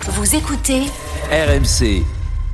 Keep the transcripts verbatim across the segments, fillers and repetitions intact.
Vous écoutez R M C.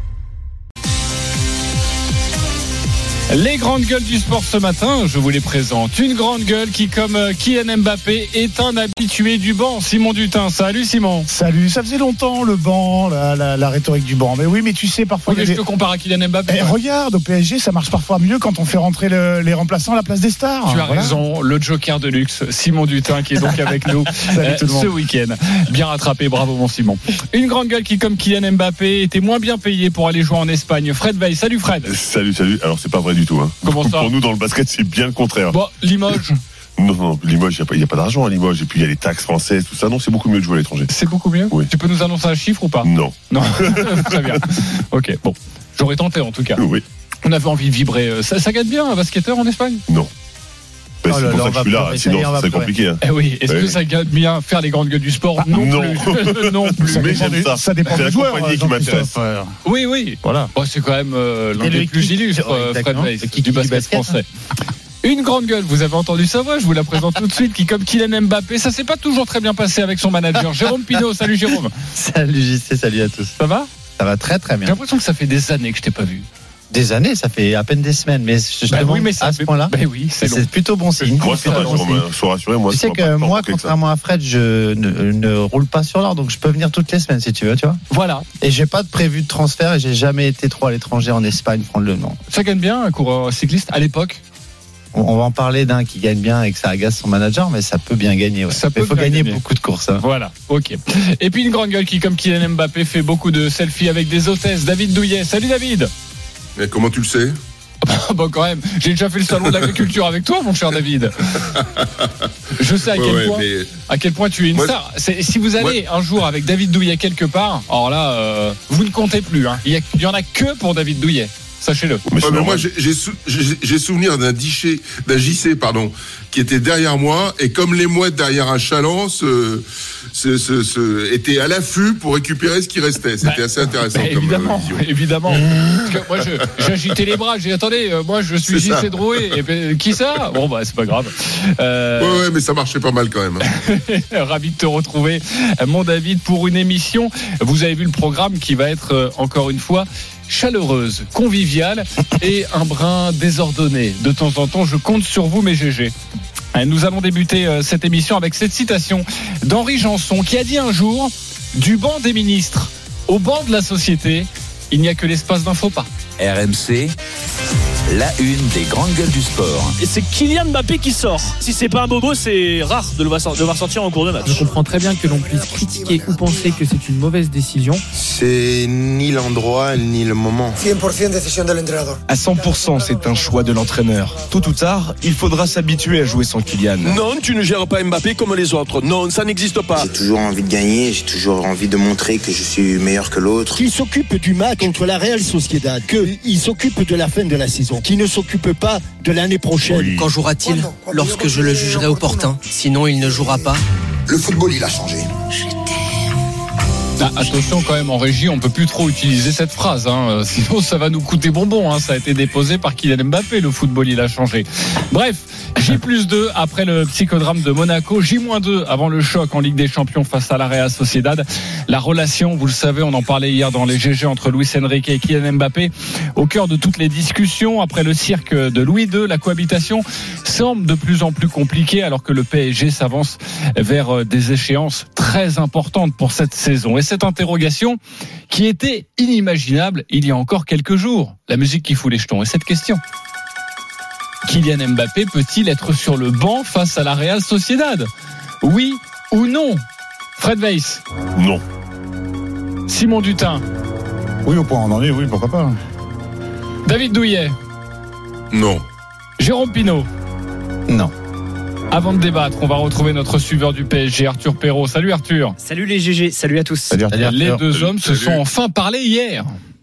Les grandes gueules du sport ce matin, je vous les présente. Une grande gueule qui, comme Kylian Mbappé, est un habitué du banc. Simon Dutin, salut Simon. Salut, ça faisait longtemps le banc, la, la, la rhétorique du banc. Mais oui, mais tu sais, parfois... Oui, mais je des... te compare à Kylian Mbappé. Eh, regarde, au P S G, ça marche parfois mieux quand on fait rentrer le, les remplaçants à la place des stars. Tu as voilà. raison, le joker de luxe, Simon Dutin, qui est donc avec nous euh, ce week-end. Bien rattrapé, bravo mon Simon. Une grande gueule qui, comme Kylian Mbappé, était moins bien payé pour aller jouer en Espagne. Fred Veil, salut Fred. Salut, salut. Alors, c'est pas vrai du tout. Hein. Comment ça ? Pour nous, dans le basket, c'est bien le contraire. Bon, Limoges. Non, non, Limoges, il n'y a, a pas d'argent à Limoges. Et puis, il y a les taxes françaises, tout ça. Non, c'est beaucoup mieux de jouer à l'étranger. C'est beaucoup mieux ? Oui. Tu peux nous annoncer un chiffre ou pas ? Non. Non. Très bien. Ok, bon. J'aurais tenté en tout cas. Oui. On avait envie de vibrer. Ça, ça gagne bien un basketteur en Espagne ? Non. Ben, Oh c'est là pour là, ça que je suis là. Sinon, c'est compliqué. Hein. Eh oui. Est-ce oui. que ça gagne bien faire les grandes gueules du sport ? Non, non. plus. non plus. Mais j'aime ça. Ça dépend c'est du la joueur. compagnie qui m'intéresse. Oui, oui. Voilà. Bon, c'est quand même euh, l'un Et des le plus kick, illustres, ouais, euh, Fred exactement. Weiss, Le kick du du basket, basket. français. Une grande gueule, vous avez entendu sa voix, je vous la présente tout de suite, qui comme Kylian Mbappé, ça s'est pas toujours très bien passé avec son manager, Jérôme Pinault. Salut Jérôme. Salut J C, salut à tous. Ça va ? Ça va très très J'ai bien. l'impression que ça fait des années que je t'ai pas vu. Des années, ça fait à peine des semaines, mais je te Bah demande oui, mais ça à ce fait- point-là, Bah oui, c'est long. c'est plutôt bon signe. Moi, ça va, Plutôt bon signe. sois rassuré. Moi, Tu sais ça que va pas moi, tant que ça. contrairement à Fred, je ne, ne roule pas sur l'or, donc je peux venir toutes les semaines si tu veux, tu vois. Voilà. Et j'ai pas de prévu de transfert et j'ai jamais été trop à l'étranger en Espagne prendre le nom. Ça gagne bien un coureur cycliste à l'époque. On, on va en parler d'un qui gagne bien et que ça agace son manager, mais ça peut bien gagner. Ouais. Ça peut Il faut bien gagner gagner. beaucoup de courses. Hein. Voilà, ok. Et puis une grande gueule qui, comme Kylian Mbappé, fait beaucoup de selfies avec des hôtesses. David Douillet. Salut David. Mais comment tu le sais ? Bon, quand même, j'ai déjà fait le salon de l'agriculture avec toi, mon cher David. Je sais à Ouais, quel ouais, point, mais à quel point tu es une Moi, star. C'est, si vous allez un jour avec David Douillet quelque part, alors là, euh, vous ne comptez plus. Hein. Il y a- il y en a que pour David Douillet. Sachez-le. Mais c'est Ouais, mais normal. moi, j'ai, j'ai, sou- j'ai- j'ai souvenir d'un, diché, d'un J C, pardon, qui était derrière moi, et comme les mouettes derrière un chaland, se, se, se, se- était à l'affût pour récupérer ce qui restait. C'était Bah, assez intéressant Bah, comme évidemment, euh, vision. évidemment. Parce que moi, je, j'agitais les bras. J'ai dit, attendez, euh, moi, je suis C'est J ça. C Drouet. Et puis, qui ça ? Bon, bah, c'est pas grave. Euh, Ouais, ouais, mais ça marchait pas mal quand même. Hein. Ravi de te retrouver, mon David, pour une émission. Vous avez vu le programme qui va être, euh, encore une fois, chaleureuse, conviviale et un brin désordonné. De temps en temps, je compte sur vous, mes G G. Nous allons débuter euh, cette émission avec cette citation d'Henri Janson qui a dit un jour « Du banc des ministres au banc de la société, il n'y a que l'espace d'un faux pas. » R M C, la une des grandes gueules du sport. Et c'est Kylian Mbappé qui sort. Si c'est pas un bobo, c'est rare de le voir de voir sortir en cours de match. Je comprends très bien que l'on puisse critiquer ou penser que c'est une mauvaise décision. C'est ni l'endroit ni le moment. cent pour cent décision de l'entraîneur. À cent pour cent, c'est un choix de l'entraîneur. Tôt ou tard, il faudra s'habituer à jouer sans Kylian. Non, tu ne gères pas Mbappé comme les autres. Non, ça n'existe pas. J'ai toujours envie de gagner, j'ai toujours envie de montrer que je suis meilleur que l'autre. Qu'il s'occupe du match contre la Real Sociedad, qu'il s'occupe de la fin de la saison, qu'il ne s'occupe pas de l'année prochaine. Oui. Quand jouera-t-il ? Lorsque je le jugerai opportun. Sinon, il ne jouera pas. Le football, il a changé. Ah, attention quand même, en régie, on peut plus trop utiliser cette phrase, hein. Sinon ça va nous coûter bonbon, hein. Ça a été déposé par Kylian Mbappé, le football il a changé. Bref, J plus deux après le psychodrame de Monaco, J moins deux avant le choc en Ligue des Champions face à la Real Sociedad. La relation, vous le savez, on en parlait hier dans les G G entre Luis Enrique et Kylian Mbappé, au cœur de toutes les discussions après le cirque de Louis deux, la cohabitation semble de plus en plus compliquée alors que le P S G s'avance vers des échéances très importantes pour cette saison. Et cette interrogation qui était inimaginable il y a encore quelques jours, la musique qui fout les jetons, et cette question: Kylian Mbappé peut-il être sur le banc face à la Real Sociedad ? Oui ou non ? Fred Weiss. Non. Simon Dutin. Oui, au point où on en est, oui, pourquoi pas. David Douillet. Non. Jérôme Pinault. Non. Avant de débattre, on va retrouver notre suiveur du P S G, Arthur Perrault. Salut Arthur. Salut les G G, salut à tous. Salut, Arthur. Les deux Salut, hommes se salut. sont enfin parlé hier.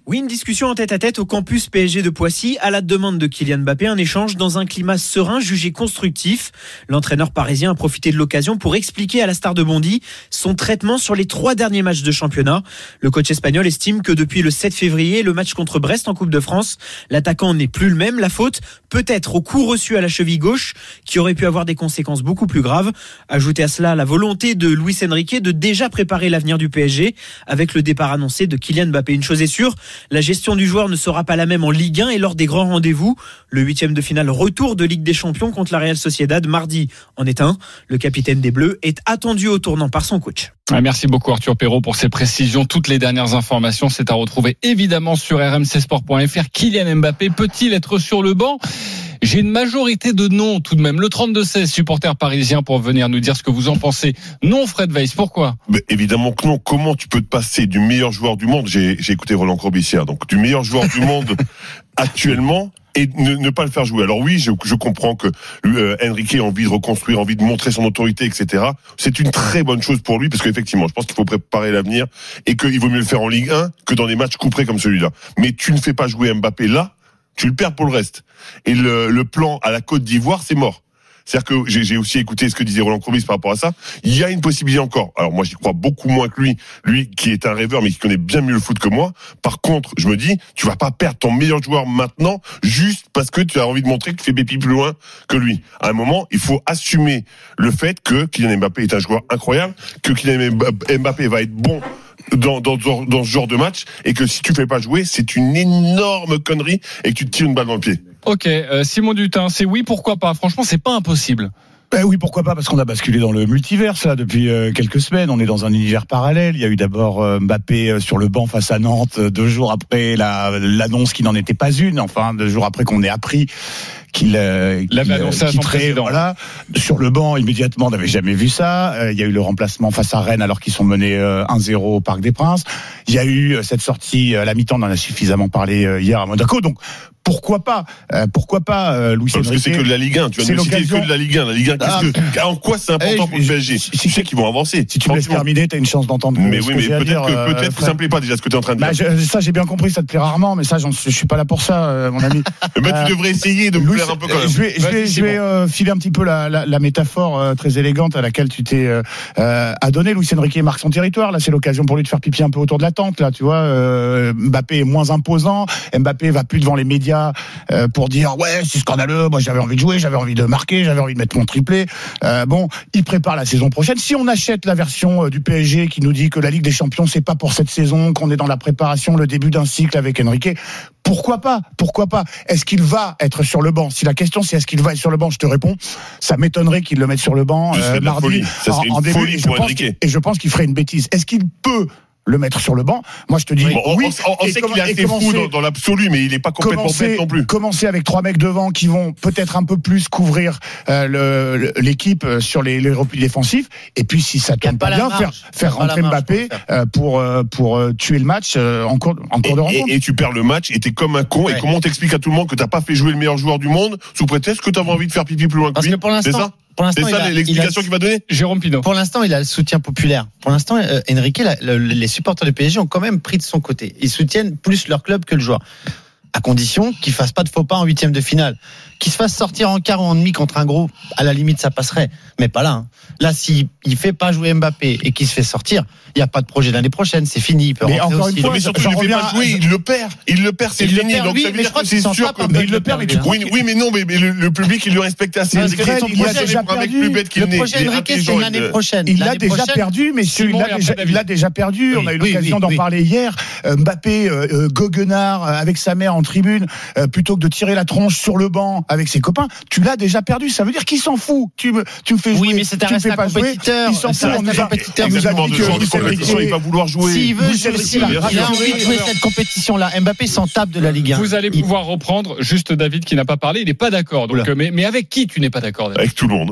Oui, une discussion en tête-à-tête au campus P S G de Poissy à la demande de Kylian Mbappé, un échange dans un climat serein jugé constructif. L'entraîneur parisien a profité de l'occasion pour expliquer à la star de Bondy son traitement sur les trois derniers matchs de championnat. Le coach espagnol estime que depuis le sept février, le match contre Brest en Coupe de France, l'attaquant n'est plus le même. La faute peut-être au coup reçu à la cheville gauche qui aurait pu avoir des conséquences beaucoup plus graves. Ajoutez à cela la volonté de Luis Enrique de déjà préparer l'avenir du P S G avec le départ annoncé de Kylian Mbappé. Une chose est sûre, la gestion du joueur ne sera pas la même en Ligue un et lors des grands rendez-vous. Le huitième de finale retour de Ligue des Champions contre la Real Sociedad mardi en est un. Le capitaine des Bleus est attendu au tournant par son coach. Merci beaucoup Arthur Perrault pour ces précisions. Toutes les dernières informations, c'est à retrouver évidemment sur r m c sport point f r. Kylian Mbappé peut-il être sur le banc ? J'ai une majorité de non tout de même. Le trente-deux seize, supporters parisiens, pour venir nous dire ce que vous en pensez. Non, Fred Weiss, pourquoi ? Mais évidemment que non. Comment tu peux te passer du meilleur joueur du monde ? J'ai, j'ai écouté Roland Courbis hier, donc du meilleur joueur du monde actuellement et ne, ne pas le faire jouer. Alors oui, je, je comprends que euh, Enrique a envie de reconstruire, envie de montrer son autorité, et cetera. C'est une très bonne chose pour lui parce qu'effectivement, je pense qu'il faut préparer l'avenir et qu'il vaut mieux le faire en Ligue un que dans des matchs couperés comme celui-là. Mais tu ne fais pas jouer Mbappé là, tu le perds pour le reste. Et le, le plan à la Côte d'Ivoire, c'est mort. C'est-à-dire que j'ai, j'ai aussi écouté ce que disait Roland Courbis par rapport à ça. Il y a une possibilité encore. Alors moi, j'y crois beaucoup moins que lui. Lui, qui est un rêveur, mais qui connaît bien mieux le foot que moi. Par contre, je me dis, tu vas pas perdre ton meilleur joueur maintenant, juste parce que tu as envie de montrer que tu fais Bépi plus loin que lui. À un moment, il faut assumer le fait que Kylian Mbappé est un joueur incroyable, que Kylian Mbappé va être bon Dans, dans, dans ce genre de match, et que si tu fais pas jouer, c'est une énorme connerie et que tu te tires une balle dans le pied. Ok, euh, Simon Dutin, c'est oui, pourquoi pas ? Franchement, c'est pas impossible. Ben oui, pourquoi pas, parce qu'on a basculé dans le multiverse là depuis euh, quelques semaines. On est dans un univers parallèle. Il y a eu d'abord euh, Mbappé euh, sur le banc face à Nantes, euh, deux jours après la, l'annonce qui n'en était pas une. Enfin, deux jours après qu'on ait appris qu'il, euh, qu'il l'avait annoncé à son président. Voilà, sur le banc immédiatement. On n'avait jamais vu ça. Euh, il y a eu le remplacement face à Rennes alors qu'ils sont menés euh, un zéro au Parc des Princes. Il y a eu euh, cette sortie à la mi-temps. On en a suffisamment parlé euh, hier à Monaco. Donc pourquoi pas euh, Pourquoi pas euh, Luis Enrique ? Parce que c'est que de la Ligue un. Tu vas nous citer que de la Ligue un. La Ligue un. Ah, qu'est-ce que, en quoi c'est important hey, pour le P S G ? Si, tu sais qu'ils vont avancer. Si tu me laisses terminer, t'as une chance d'entendre. Mais ce oui, que mais j'ai à peut-être dire, que peut-être que ça me plaît pas déjà ce que tu es en train de dire. Bah, je, ça j'ai bien compris, ça te plaît rarement, mais ça j'en, je suis pas là pour ça, euh, mon ami. Mais euh, tu devrais essayer de me plaire un peu quand même. Je vais, je vais, je vais euh, filer un petit peu la, la, la métaphore euh, très élégante à laquelle tu t'es euh, euh, adonné. Luis Enrique marque son territoire. Là, c'est l'occasion pour lui de faire pipi un peu autour de la tente. Là, tu vois, euh, Mbappé est moins imposant. Mbappé va plus devant les médias euh, pour dire ouais, c'est scandaleux. Moi, j'avais envie de jouer, j'avais envie de marquer, j'avais envie de mettre mon triplé. Euh, bon, il prépare la saison prochaine. Si on achète la version euh, du P S G qui nous dit que la Ligue des Champions c'est pas pour cette saison, qu'on est dans la préparation, le début d'un cycle avec Enrique, pourquoi pas ? Pourquoi pas ? Est-ce qu'il va être sur le banc ? Si la question c'est est-ce qu'il va être sur le banc, je te réponds, ça m'étonnerait qu'il le mette sur le banc euh, mardi ça serait en, en une début. Folie Et je, pour pense Enrique. et je pense qu'il ferait une bêtise. Est-ce qu'il peut le mettre sur le banc? Moi, je te dis bon, oui. On, on, on sait qu'il est assez fou dans, dans l'absolu, mais il n'est pas complètement bête non plus. Commencer avec trois mecs devant qui vont peut-être un peu plus couvrir euh, le, l'équipe sur les, les replis défensifs. Et puis, si ça tourne pas bien, faire, faire rentrer Mbappé euh, pour euh, pour euh, tuer le match euh, en cours en cours de rencontre. Et, et tu perds le match et t'es comme un con. Ouais. Et comment t'expliques à tout le monde que t'as pas fait jouer le meilleur joueur du monde sous prétexte que t'avais envie de faire pipi plus loin que lui? Parce que pour l'instant, c'est ça. Pour l'instant, c'est ça a, l'explication qu'il va donner, Jérôme Pinault. Pour l'instant, il a le soutien populaire. Pour l'instant, euh, Enrique, la, le, les supporters du P S G ont quand même pris de son côté. Ils soutiennent plus leur club que le joueur, à condition qu'il fasse pas de faux pas en huitième de finale, qu'il se fasse sortir en quart ou en demi contre un gros. À la limite, ça passerait, mais pas là. Hein. Là, s'il il fait pas jouer Mbappé et qu'il se fait sortir, il y a pas de projet l'année prochaine. C'est fini. Il peut mais rentrer encore aussi. une fois, mais surtout, il ne fait pas jouer. Il le perd. Il le perd. C'est il fini. Perd, donc oui, ça veut mais dire je crois que c'est sûr que mais il le perd. Mais tu oui, oui, mais non, mais, mais le, le public, il le respecte assez. Parce que Fred, son il a projet, déjà pour un mec perdu. plus bête qu'il Le n'est. projet Enrique, c'est l'année prochaine. Il l'a déjà perdu, mais il l'a déjà, il l'a déjà perdu. Oui, on a eu oui, l'occasion oui, d'en oui. parler hier. Mbappé, euh, goguenard euh, avec sa mère en tribune, euh, plutôt que de tirer la tronche sur le banc avec ses copains, tu l'as déjà perdu. Ça veut dire qu'il s'en fout. Tu me, tu me fais jouer. Oui, mais c'est un tu me fais pas jouer. compétiteur. Il s'en fout. On nous a, compétiteur. on nous a dit que genre de Luis compétition, Enrique, il va vouloir jouer. S'il veut, Luis jouer, Enrique, s'il a il a il a envie de jouer cette compétition-là. Mbappé s'en tape de la Ligue un. Vous allez Il- pouvoir reprendre. Juste David qui n'a pas parlé, il n'est pas d'accord. Donc, Oula. euh, mais, mais avec qui tu n'es pas d'accord, David? Avec tout le monde.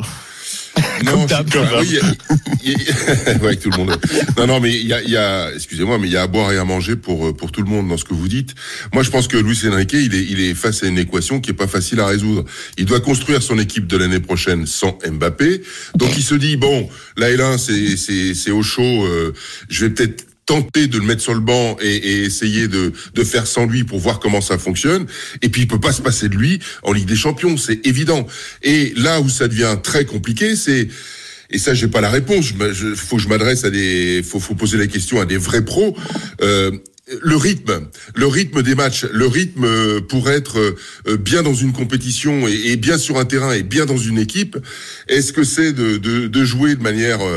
Non, Comme d'hab, c'est- comme ah, oui, il y a- il y a- ouais, avec tout le monde. Non, non, mais il y a, il y a, excusez-moi, mais il y a à boire et à manger pour pour tout le monde dans ce que vous dites. Moi, je pense que Luis Enrique, il est il est face à une équation qui est pas facile à résoudre. Il doit construire son équipe de l'année prochaine sans Mbappé. Donc, il se dit bon, là et là, c'est c'est c'est au chaud. Euh, je vais peut-être tenter de le mettre sur le banc et, et essayer de, de faire sans lui pour voir comment ça fonctionne. Et puis il peut pas se passer de lui en Ligue des Champions, c'est évident. Et là où ça devient très compliqué, c'est et ça j'ai pas la réponse. Il faut que je m'adresse à des, faut, faut poser la question à des vrais pros. Euh, Le rythme, le rythme des matchs, le rythme pour être bien dans une compétition et, et bien sur un terrain et bien dans une équipe, est-ce que c'est de, de, de jouer de manière euh,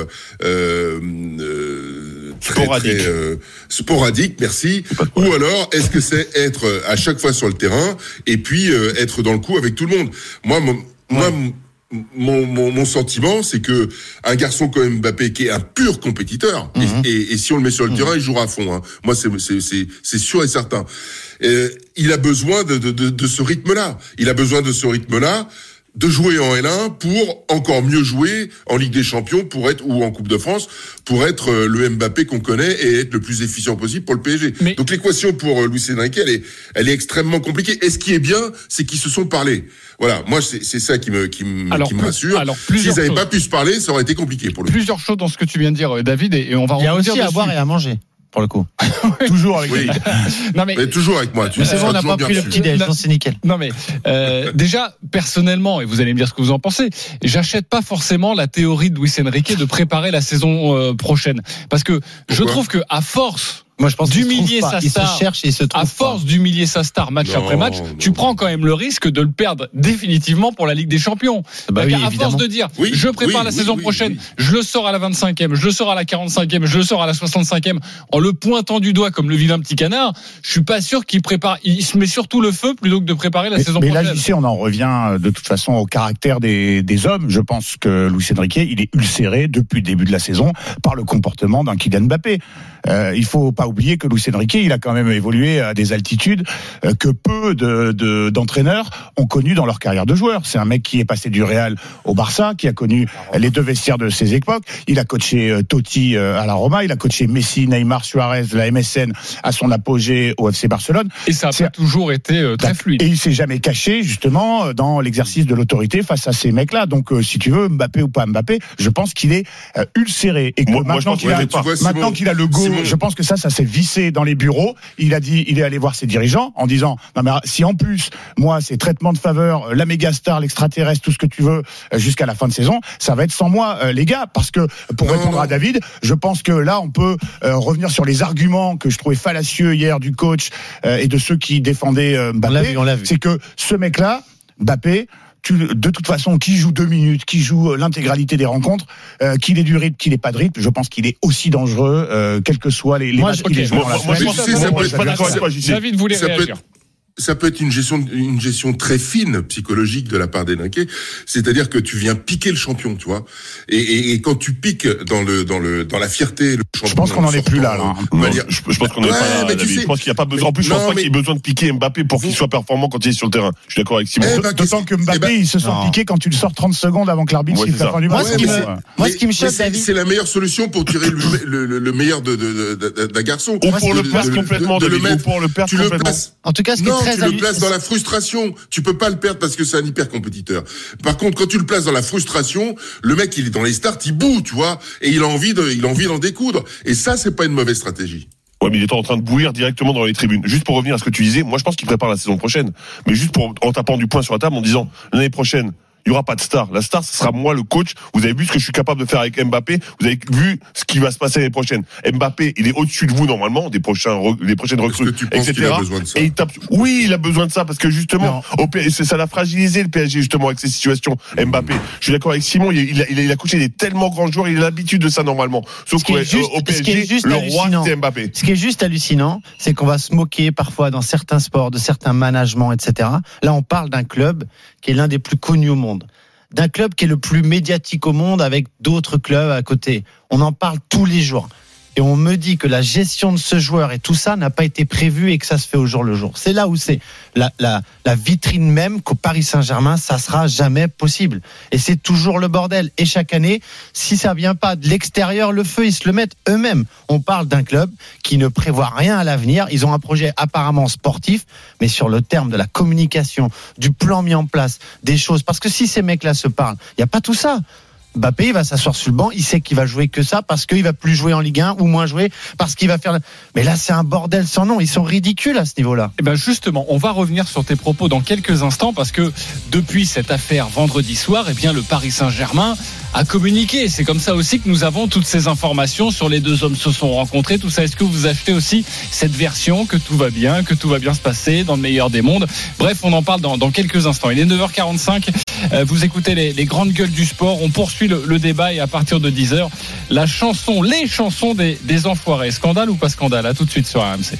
euh, très, sporadique, très, euh, sporadique, merci, ou alors est-ce que c'est être à chaque fois sur le terrain et puis euh, être dans le coup avec tout le monde? Moi, mon, moi. Ouais. Mon, mon, mon sentiment, c'est que un garçon comme Mbappé, qui est un pur compétiteur, mmh. et, et, et si on le met sur le mmh. terrain, il jouera à fond. Hein. Moi, c'est, c'est, c'est, c'est sûr et certain. Et il a besoin de, de, de, de ce rythme-là. Il a besoin de ce rythme-là, de jouer en L un pour encore mieux jouer en Ligue des Champions, pour être ou en Coupe de France, pour être le Mbappé qu'on connaît et être le plus efficient possible pour le P S G. Mais... Donc l'équation pour Luis Enrique, elle est, elle est extrêmement compliquée. Et ce qui est bien, c'est qu'ils se sont parlé. Voilà, moi c'est, c'est ça qui me, qui me, alors, qui me rassure. Alors, S'ils n'avaient pas pu se parler, ça aurait été compliqué pour le. Plusieurs choses dans ce que tu viens de dire, David, et, et on va. Il y a aussi dessus. à boire et à manger. Pour le coup. Toujours avec oui. non mais... mais toujours avec moi. Tu mais c'est bon, on n'a pas pris le petit déj, c'est nickel. Non mais euh, déjà personnellement, et vous allez me dire ce que vous en pensez, j'achète pas forcément la théorie de Luis Enrique de préparer la saison euh, prochaine, parce que Pourquoi je trouve que à force Moi, je pense d'humilier sa il star, se cherche et il se trouve à force pas. d'humilier sa star match non, après match, non. tu prends quand même le risque de le perdre définitivement pour la Ligue des Champions. Bah oui, à évidemment. force de dire, oui, je prépare oui, la oui, saison oui, prochaine, oui. je le sors à la vingt-cinquième, je le sors à la quarante-cinquième, je le sors à la soixante-cinquième, en le pointant du doigt comme le vilain petit canard, je suis pas sûr qu'il prépare, il se met surtout le feu plutôt que de préparer la mais, saison mais prochaine. Mais là, J C, on en revient de toute façon au caractère des, des hommes. Je pense que Luis Enrique, il est ulcéré depuis le début de la saison par le comportement d'un Kylian Mbappé. Euh, il faut pas oublier que Luis Enrique, il a quand même évolué à des altitudes euh, que peu de, de, d'entraîneurs ont connues dans leur carrière de joueur. C'est un mec qui est passé du Real au Barça, qui a connu les deux vestiaires de ses époques. Il a coaché euh, Totti euh, à la Roma, il a coaché Messi, Neymar, Suarez, la M S N à son apogée au F C Barcelone. Et ça a pas toujours été euh, très fluide. Et il s'est jamais caché justement dans l'exercice de l'autorité face à ces mecs-là. Donc euh, si tu veux, Mbappé ou pas Mbappé, je pense qu'il est euh, ulcéré et que moi, maintenant, moi, qu'il, a, vois, maintenant Simon, qu'il a le go, Simon. je pense que ça, ça s'est vissé dans les bureaux. Il a dit, il est allé voir ses dirigeants en disant, non mais si en plus, moi, c'est traitement de faveur, la méga star, l'extraterrestre, tout ce que tu veux, jusqu'à la fin de saison, ça va être sans moi, euh, les gars, parce que pour non, répondre non. à David, je pense que là, on peut euh, revenir sur les arguments que je trouvais fallacieux hier du coach euh, et de ceux qui défendaient euh, Mbappé. On l'a vu, on l'a vu. C'est que ce mec-là, Mbappé, tu, de toute façon, qui joue deux minutes, qui joue l'intégralité des rencontres, euh, qu'il ait du rythme, qu'il ait pas de rythme, je pense qu'il est aussi dangereux, euh, quels que soient les, les moi, matchs je, qu'il okay. joue dans la moi, semaine. moi, je sais, ça peut être- Pas d'accord avec toi, J C. David voulait ça peut réagir. être, ça peut être une gestion, une gestion très fine psychologique de la part d'Enrique. C'est-à-dire que tu viens piquer le champion, tu vois. Et, et, et quand tu piques dans le, dans le, dans la fierté, le champion. Je pense qu'on n'en est plus là, là. Non, Manière... je, je pense qu'on n'est Ouais, pas là, mais tu David. sais- Je pense qu'il n'y a pas besoin. En plus, je pense Non, pas mais- qu'il ait besoin de piquer Mbappé pour qu'il Vous- soit performant quand il est sur le terrain. Je suis d'accord avec Simon. Eh ben, qu'est-ce D'autant que que- Mbappé, eh ben- il se sent non. piqué quand tu le sors trente secondes avant que l'arbitre Ouais, siffle c'est la ça. fin du match. Moi, ce qui mais me- c'est- moi, mais- ce qui me mais choque, c'est, David- c'est la meilleure solution pour tirer le, le, le, le meilleur de, de, de, de, d'un garçon. Ou pour De- le de- perdre de- complètement, de le David, ou mettre. pour le perdre Tu le complètement. places. En tout cas, ce qui Non, est très tu le hallu- places dans la frustration. Tu peux pas le perdre parce que c'est un hyper compétiteur. Par contre, quand tu le places dans la frustration, le mec, il est dans les starts, il boue, tu vois, et il a envie de, il a envie d'en découdre. Et ça, c'est pas une mauvaise stratégie. Ouais, mais il est en train de bouillir directement dans les tribunes. Juste pour revenir à ce que tu disais, moi je pense qu'il prépare la saison prochaine. Mais juste pour, en tapant du poing sur la table, en disant, l'année prochaine, il y aura pas de star. La star, ce sera moi, le coach. Vous avez vu ce que je suis capable de faire avec Mbappé. Vous avez vu ce qui va se passer l'année prochaine. Mbappé, il est au-dessus de vous, normalement, des prochains, re- des prochaines Est-ce que recrues, tu penses et qu'il a cetera. besoin de ça? Et il tape, oui, il a besoin de ça parce que justement, au P S G, c'est ça l'a fragilisé le P S G, justement, avec ces situations. Mbappé. Je suis d'accord avec Simon, il, il a, il a, il a coaché des tellement grands joueurs, il a l'habitude de ça, normalement. Sauf Ce qui est qu'au juste- au P ce qui est S G, juste le roi, hallucinant. c'est Mbappé. Ce qui est juste hallucinant, c'est qu'on va se moquer parfois dans certains sports, de certains managements, et cetera. Là, on parle d'un club qui est l'un des plus connus au monde. D'un club qui est le plus médiatique au monde avec d'autres clubs à côté. On en parle tous les jours. Et on me dit que la gestion de ce joueur et tout ça n'a pas été prévu et que ça se fait au jour le jour. C'est là où c'est la, la, la vitrine même qu'au Paris Saint-Germain, ça sera jamais possible. Et c'est toujours le bordel. Et chaque année, si ça vient pas de l'extérieur, le feu, ils se le mettent eux-mêmes. On parle d'un club qui ne prévoit rien à l'avenir. Ils ont un projet apparemment sportif, mais sur le terme de la communication, du plan mis en place, des choses. Parce que si ces mecs-là se parlent, il n'y a pas tout ça. Mbappé, il va s'asseoir sur le banc, il sait qu'il va jouer que ça parce qu'il va plus jouer en Ligue un ou moins jouer parce qu'il va faire. Mais là, c'est un bordel sans nom. Ils sont ridicules à ce niveau-là. Et ben justement, on va revenir sur tes propos dans quelques instants parce que depuis cette affaire vendredi soir, eh bien le Paris Saint-Germain a communiqué. C'est comme ça aussi que nous avons toutes ces informations sur les deux hommes se sont rencontrés. Tout ça, est-ce que vous achetez aussi cette version que tout va bien, que tout va bien se passer dans le meilleur des mondes? Bref, on en parle dans, dans quelques instants. Il est neuf heures quarante-cinq. Euh, vous écoutez les, les grandes gueules du sport. On poursuit le, le débat et à partir de dix heures, la chanson, les chansons des, des enfoirés. Scandale ou pas scandale? À tout de suite sur R M C.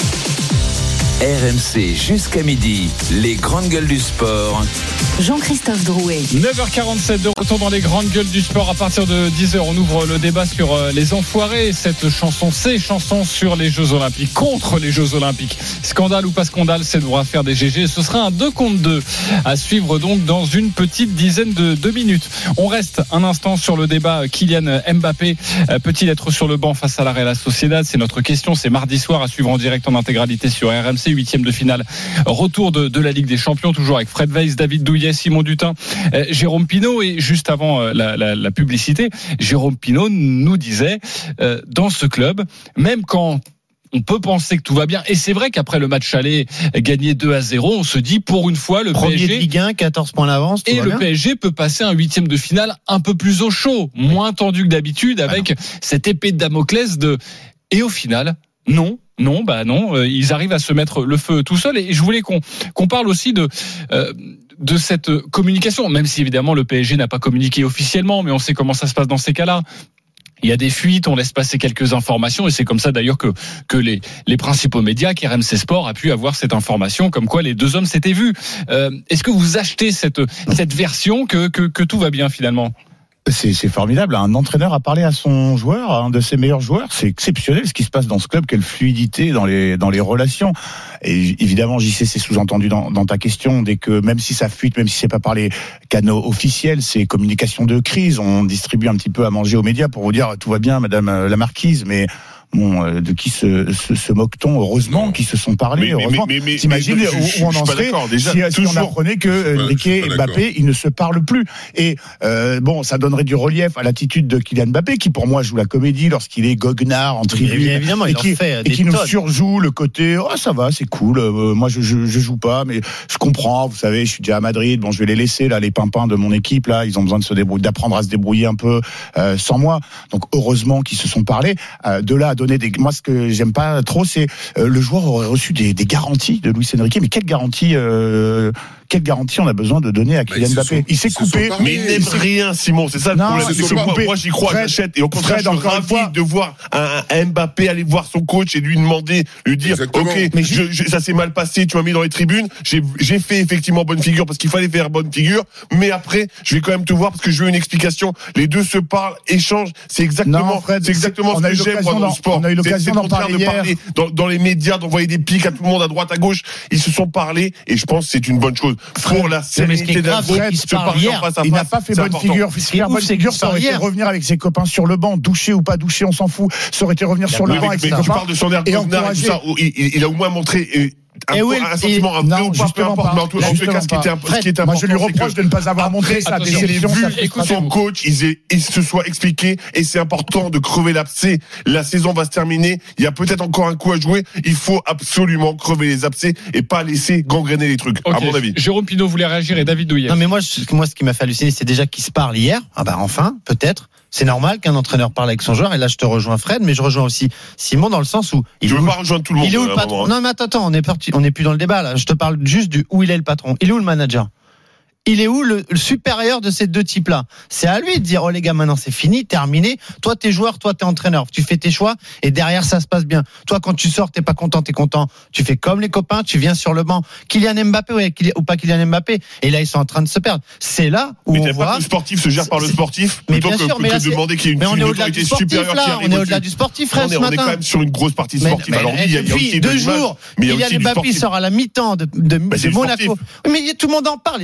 R M C jusqu'à midi, les grandes gueules du sport. Jean-Christophe Drouet. neuf heures quarante-sept de retour dans les grandes gueules du sport. À partir de dix heures, on ouvre le débat sur les enfoirés. Cette chanson, ces chansons sur les Jeux Olympiques, contre les Jeux Olympiques. Scandale ou pas scandale, c'est devra faire des G G. Ce sera un deux contre deux à suivre donc dans une petite dizaine de, de minutes. On reste un instant sur le débat Kylian Mbappé. Peut-il être sur le banc face à la Real Sociedad? C'est notre question. C'est mardi soir à suivre en direct en intégralité sur R M C. Huitième de finale, retour de, de la Ligue des Champions, toujours avec Fred Weiss, David Douillet, Simon Dutin, euh, Jérôme Pinault. Et juste avant euh, la, la, la publicité, Jérôme Pinault nous disait euh, dans ce club, même quand on peut penser que tout va bien, et c'est vrai qu'après le match aller gagné deux à zéro, on se dit pour une fois le Premier P S G de Ligue un, quatorze points d'avance, et le bien. P S G peut passer un huitième de finale un peu plus au chaud, moins tendu que d'habitude, avec ah cette épée de Damoclès de et au final non. Non, bah non, euh, ils arrivent à se mettre le feu tout seuls. Et je voulais qu'on qu'on parle aussi de euh, de cette communication, même si évidemment le P S G n'a pas communiqué officiellement, mais on sait comment ça se passe dans ces cas-là. Il y a des fuites, on laisse passer quelques informations, et c'est comme ça d'ailleurs que que les les principaux médias, qu'R M C Sport a pu avoir cette information, comme quoi les deux hommes s'étaient vus. Euh, est-ce que vous achetez cette cette version que que que tout va bien finalement? C'est, c'est formidable. Un entraîneur a parlé à son joueur, à un de ses meilleurs joueurs. C'est exceptionnel ce qui se passe dans ce club. Quelle fluidité dans les dans les relations. Et évidemment, J C, c'est sous-entendu dans, dans ta question. Dès que même si ça fuite, même si c'est pas par les canaux officiels, c'est communication de crise. On distribue un petit peu à manger aux médias pour vous dire tout va bien, Madame la Marquise, mais. Bon, de qui se, se, se moque-t-on? Heureusement qu'ils se sont parlé. Mais, heureusement. mais, mais, mais, T'imagines mais, où, où on en serait déjà, si, si on toujours. apprenait que Enrique et Mbappé, ils ne se parlent plus. Et euh, bon, ça donnerait du relief à l'attitude de Kylian Mbappé, qui pour moi joue la comédie lorsqu'il est goguenard en tribune, évidemment, et il qui, en fait et qui nous tonnes. surjoue le côté oh ça va, c'est cool. Euh, moi je, je je joue pas, mais je comprends. Vous savez, je suis déjà à Madrid. Bon, je vais les laisser là, les pimpins de mon équipe là. Ils ont besoin de se débrouiller, d'apprendre à se débrouiller un peu euh, sans moi. Donc heureusement qu'ils se sont parlé. Euh, de là à donner des, moi ce que j'aime pas trop, c'est euh, le joueur aurait reçu des, des garanties de Luis Enrique, mais quelle garantie, euh, quelle garantie on a besoin de donner à Kylian bah, Mbappé? sont, Il s'est coupé, mais il n'aime rien, Simon. C'est ça le non, problème. il s'est Moi, coupé. moi, j'y crois, Fred, j'achète. Et au contraire, Fred, je suis encore une ravi fois. de voir un, un Mbappé aller voir son coach et lui demander, lui dire, Exactement. ok, Mais je, je, ça s'est mal passé, tu m'as mis dans les tribunes. J'ai, j'ai fait effectivement bonne figure parce qu'il fallait faire bonne figure. Mais après, je vais quand même te voir parce que je veux une explication. Les deux se parlent, échangent. C'est exactement, Non, Fred, c'est exactement on ce a que eu j'aime moi l'occasion dans le d'en- sport. on a eu C'est- l'occasion c'est le d'en contraire parler de hier. parler dans, dans les médias, d'envoyer des pics à tout le monde à droite à gauche. Ils se sont parlé et je pense que c'est une bonne chose pour la mais ce qui est sérénité d'un grave, groupe. c'est qu'ils Se se parlent parler en hier. face à Il n'a face, pas fait c'est bonne important. figure. Faire ouf, bonne c'est figure, qu'il ça aurait part été hier. revenir avec ses copains sur le banc, doucher ou pas doucher, on s'en fout. Ça aurait été revenir sur le Oui, banc mais, avec mais ses tu copains parles de son air et goguenard et tout encourager. ça. où Il, il, il a au moins montré euh, un, Et oui, un sentiment, un non, vrai ou pas, peu justement importe. pas. Mais en tout en tout cas, Justement ce qui était, pas. ce qui est important, Moi, je lui c'est reproche que de ne pas avoir montré après, sa il ait déception, vu sa son frustration. coach, il, est, il se soit expliqué, et c'est important de crever l'abcès. La saison va se terminer. Il y a peut-être encore un coup à jouer. Il faut absolument crever les abcès et pas laisser gangréner les trucs, Ok. à mon avis. Jérôme Pinault voulait réagir et David Douillet. Non, mais moi, je- moi, ce qui m'a fait halluciner, c'est déjà qu'ils se parlent hier. Ah bah enfin, peut-être. C'est normal qu'un entraîneur parle avec son joueur. Et là, je te rejoins Fred, mais je rejoins aussi Simon dans le sens où il Je est veux où- pas rejoindre tout le monde. il est où à le un patron moment, hein. Non, mais attends, attends, on est parti, on n'est plus dans le débat là. Je te parle juste du où il est le patron. Il est où le manager Il est où le, le supérieur de ces deux types-là? C'est à lui de dire, oh les gars, maintenant c'est fini, terminé. Toi, t'es joueur, toi, t'es entraîneur. Tu fais tes choix et derrière, ça se passe bien. Toi, quand tu sors, t'es pas content, t'es content. Tu fais comme les copains, tu viens sur le banc. Kylian Mbappé ouais, Kylian- ou pas Kylian Mbappé. Et là, ils sont en train de se perdre. C'est là où Mais on t'aimes pas voit. que le sportif se gère par le C'est- sportif Mais plutôt bien que, sûr, que mais là, de c'est- demander qu'il y ait une, mais on une est au-delà autorité du sportif, supérieure qui là. arrive On est au-dessus. au-delà du sportif, Non, Fred, mais ce on est matin. quand même sur une grosse partie Mais- sportive. mais Alors oui, il y a, il y a depuis aussi deux de l'image, jours, mais il y a aussi Kylian du Mbappé sportif. sort à la mi-temps de, de, Bah, de c'est le Monaco. sportif. Oui, mais tout le monde en parle et ça part dans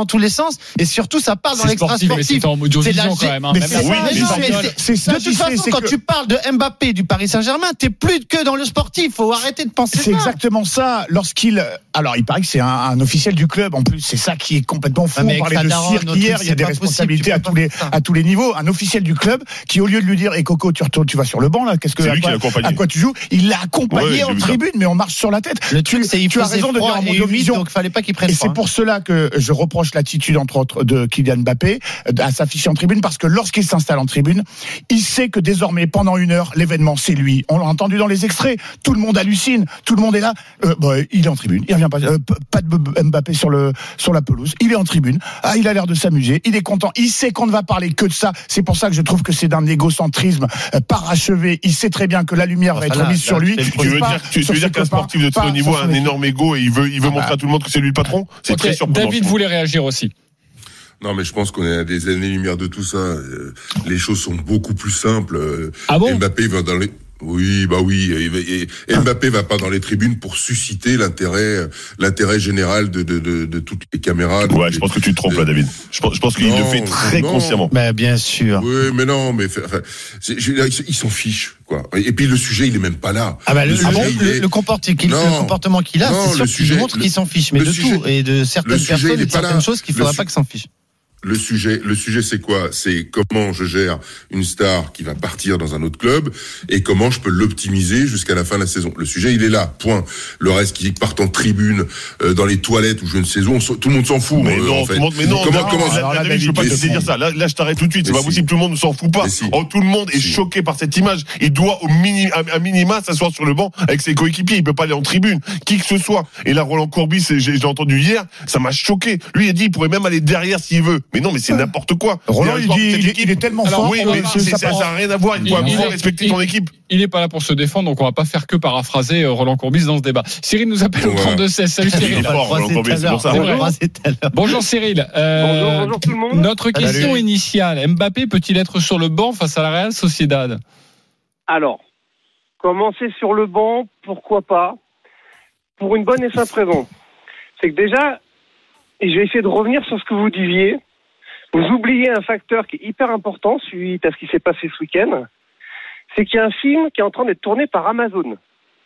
dans tous les sens et surtout ça part dans C'est l'extra sportif, mais sportif. c'est en audiovisuel C'est de la quand même, hein. Mais Même c'est la- ça, Oui, mais mais non, non, mais mais c'est- c'est- c'est ça, de j'y toute sais, façon, c'est quand que- tu parles de Mbappé du Paris Saint-Germain, t'es plus que dans le sportif. Faut arrêter de penser C'est ça. exactement ça. Lorsqu'il, alors il paraît que c'est un, un officiel du club. En plus, c'est ça qui est complètement fou. Ah, mais On parlait avec de Sadarone, cirque notre hier. truc, Il y a c'est des pas responsabilités possible, à tu tous peux les pas faire ça. à tous les niveaux. Un officiel du club qui, au lieu de lui dire, "Eh Coco, tu retournes, tu vas sur le banc là. Qu'est-ce que C'est à lui qui quoi, l'a accompagné. à quoi tu joues Il l'a Ouais, accompagné j'ai en vu ça. tribune, mais on marche sur la tête. Le truc, c'est il tu as faisait raison de dire froid en et humide, Mondovision. donc fallait pas qu'il prenne Et froid. c'est pour cela que je reproche l'attitude, entre autres, de Kylian Mbappé à s'afficher en tribune, parce que lorsqu'il s'installe en tribune, il sait que désormais, pendant une heure, l'événement, c'est lui. On l'a entendu dans les extraits. Tout le monde hallucine. Tout le monde est là. Euh, bah, il est en tribune. Il revient pas. Euh, pas de Mbappé sur le sur la pelouse. Il est en tribune. Ah, il a l'air de s'amuser. Il est content. Il sait qu'on ne va parler que de ça. C'est pour ça que je trouve que c'est d'un égocentrisme euh, parachevé. Il sait très bien que la lumière va Enfin, être là, mise là, sur lui. c'est le Tu veux Pas dire, tu, tu sur veux dire ses qu'un copains, sportif de pas très haut niveau sur a son un équipe. énorme ego et il veut, il veut Ah montrer bah. à tout le monde que c'est lui le patron? C'est Ok, très surprenant. David voulait réagir aussi. Non, mais je pense qu'on est à des années-lumière de tout ça. Euh, Les choses sont beaucoup plus simples. Euh, Ah bon Mbappé va dans les... Oui, bah oui. Et, et- et Mbappé va pas dans les tribunes pour susciter l'intérêt, l'intérêt général de, de, de, de toutes les caméras. Ouais, je pense que tu te trompes là, David. Je pense, je pense qu'il Non, le fait très non. consciemment. Bah, bien sûr. Oui, mais non, mais enfin, c'est- je- ils s'en fichent, quoi. Et puis le sujet, il est même pas là. Ah bah, le, sujet, le- il le- est- le comportement qu'il, Non. le comportement qu'il a, Non, c'est sûr le qu'il sujet- montre le- qu'il s'en fiche, mais le de sujet- tout et de certaines le sujet, personnes il est et de pas certaines là. choses qu'il Le faudra su- pas qu'il s'en fiche. Le sujet, le sujet, c'est quoi? C'est comment je gère une star qui va partir dans un autre club et comment je peux l'optimiser jusqu'à la fin de la saison. Le sujet, il est là. Point. Le reste qui part en tribune, euh, dans les toilettes ou je ne sais où, on s'en- tout le monde s'en fout. Mais euh, non, en tout fait. le monde, mais non, comment, non, comment, là, alors là, David, je peux pas mais te si. dire ça. Là, là, je t'arrête tout de suite. C'est Mais pas si. possible. Tout le monde ne s'en fout pas. Mais si. Oh, tout le monde est Si. choqué par cette image. Il doit au mini, à, à minima s'asseoir sur le banc avec ses coéquipiers. Il peut pas aller en tribune. Qui que ce soit. Et là, Roland Courbis, j'ai, j'ai entendu hier, ça m'a choqué. Lui, il a dit, il pourrait même aller derrière s'il veut. Mais non, mais c'est n'importe quoi. Roland, Et un il joueur de dit, cette il est- équipe- il est tellement Alors, fort oui, on mais va- c'est- ça ça part- n'a rien à voir. Il faut Il- il faut il- respecter il- ton équipe. Il n'est pas là pour se défendre, donc on va pas faire que paraphraser euh, Roland Courbis dans ce débat. Cyril nous appelle au Voilà. trente-deux seize. Salut Il est Cyril. fort, Roland Courbis, c'est pour ça. C'est vrai. Bonjour. Bonjour Cyril. Euh, Bonjour, bonjour tout le monde. Notre question Salut. initiale, Mbappé peut-il être sur le banc face à la Real Sociedad? Alors, commencer sur le banc, pourquoi pas? Pour une bonne et simple raison. C'est que déjà, et je vais essayer de revenir sur ce que vous disiez, vous oubliez un facteur qui est hyper important suite à ce qui s'est passé ce week-end, c'est qu'il y a un film qui est en train d'être tourné par Amazon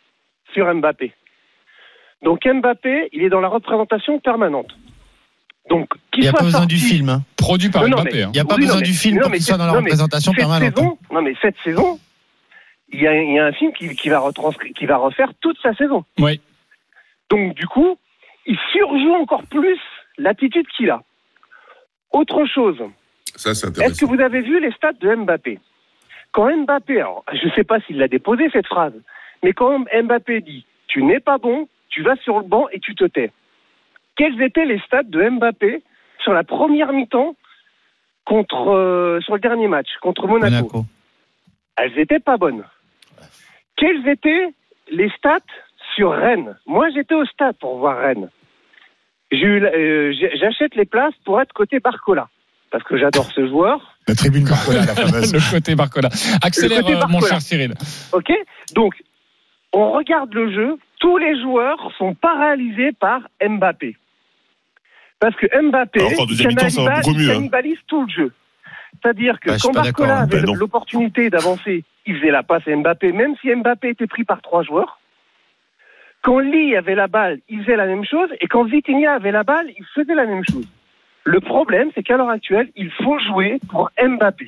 sur Mbappé. Donc Mbappé, il est dans la représentation permanente. Donc, Il qu'il n'y a soit pas besoin sorti- du film. hein. Produit par Non, non, Mbappé. mais- hein. Il n'y a pas Oui, besoin non, du mais- film non, pour mais qu'il soit cette- dans la non, mais représentation cette permanente. saison- non, mais cette saison, il y a, il y a un film qui, qui va retranscrire, qui va refaire toute sa saison. Oui. Donc, du coup, il surjoue encore plus l'attitude qu'il a. Autre chose, Ça, c'est est-ce que intéressant. vous avez vu les stats de Mbappé? Quand Mbappé, alors, je ne sais pas s'il l'a déposé cette phrase, mais quand Mbappé dit « tu n'es pas bon, tu vas sur le banc et tu te tais », quels étaient les stats de Mbappé sur la première mi-temps contre, euh, sur le dernier match, contre Monaco, Monaco. Elles n'étaient pas bonnes. Quelles étaient les stats sur Rennes? Moi, j'étais au stade pour voir Rennes. J'ai eu, la- euh, j'ai- j'achète les places pour être côté Barcola, parce que j'adore ce joueur. La tribune Barcola, la fameuse. Le côté Barcola. Accélère, Le côté euh, mon Barcola. cher Cyril. Ok? Donc, on regarde le jeu, tous les joueurs sont paralysés par Mbappé. Parce que Mbappé, Alors qu'en deuxième mi-temps, ça va cannibalise- beaucoup mieux, hein. cannibalise tout le jeu. C'est-à-dire que Bah, je suis quand pas Barcola d'accord, hein. avait Bah, non. l'opportunité d'avancer, il faisait la passe à Mbappé, même si Mbappé était pris par trois joueurs. Quand Lee avait la balle, il faisait la même chose. Et quand Vitinha avait la balle, il faisait la même chose. Le problème, c'est qu'à l'heure actuelle, il faut jouer pour Mbappé.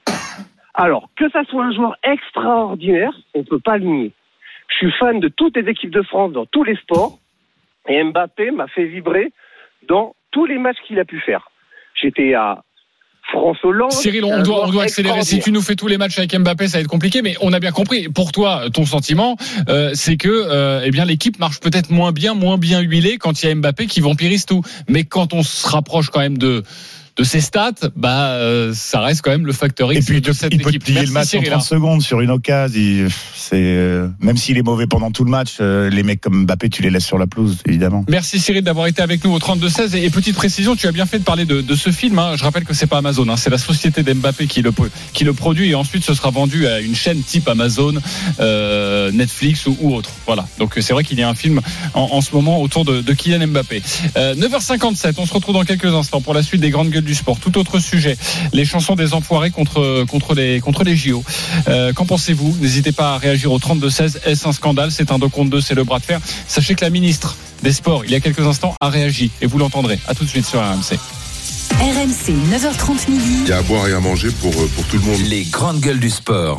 Alors, que ça soit un joueur extraordinaire, on ne peut pas le nier. Je suis fan de toutes les équipes de France dans tous les sports. Et Mbappé m'a fait vibrer dans tous les matchs qu'il a pu faire. J'étais à France-Hollande. Cyril, on un doit, joueur on doit accélérer. Si extraordinaire. tu nous fais tous les matchs avec Mbappé, ça va être compliqué, mais on a bien compris. Pour toi, ton sentiment, euh, c'est que euh, eh bien, l'équipe marche peut-être moins bien, moins bien huilée quand il y a Mbappé qui vampirise tout. Mais quand on se rapproche quand même de de ses stats, bah euh, ça reste quand même le facteur X. Et puis de il cette peut équipe. te plier Merci, le match Cyril, en trente secondes sur une occasion. Il, c'est, euh, même s'il est mauvais pendant tout le match, euh, les mecs comme Mbappé, tu les laisses sur la pelouse, évidemment. Merci Cyril d'avoir été avec nous au trente-deux seize. Et petite précision, tu as bien fait de parler de, de ce film. Hein. Je rappelle que c'est pas Amazon, hein. C'est la société d'Mbappé qui le, qui le produit et ensuite ce sera vendu à une chaîne type Amazon, euh, Netflix ou, ou autre. Voilà. Donc c'est vrai qu'il y a un film en, en ce moment autour de, de Kylian Mbappé. Euh, neuf heures cinquante-sept, on se retrouve dans quelques instants pour la suite des grandes gueules du sport. Tout autre sujet, les chansons des enfoirés contre, contre, les, contre les J O. Euh, qu'en pensez-vous ? N'hésitez pas à réagir au trente-deux seize. Est-ce un scandale ? C'est un deux contre deux, c'est le bras de fer. Sachez que la ministre des Sports, il y a quelques instants, a réagi et vous l'entendrez. À tout de suite sur R M C. R M C, neuf heures trente midi. Il y a à boire et à manger pour, pour tout le monde. Les grandes gueules du sport.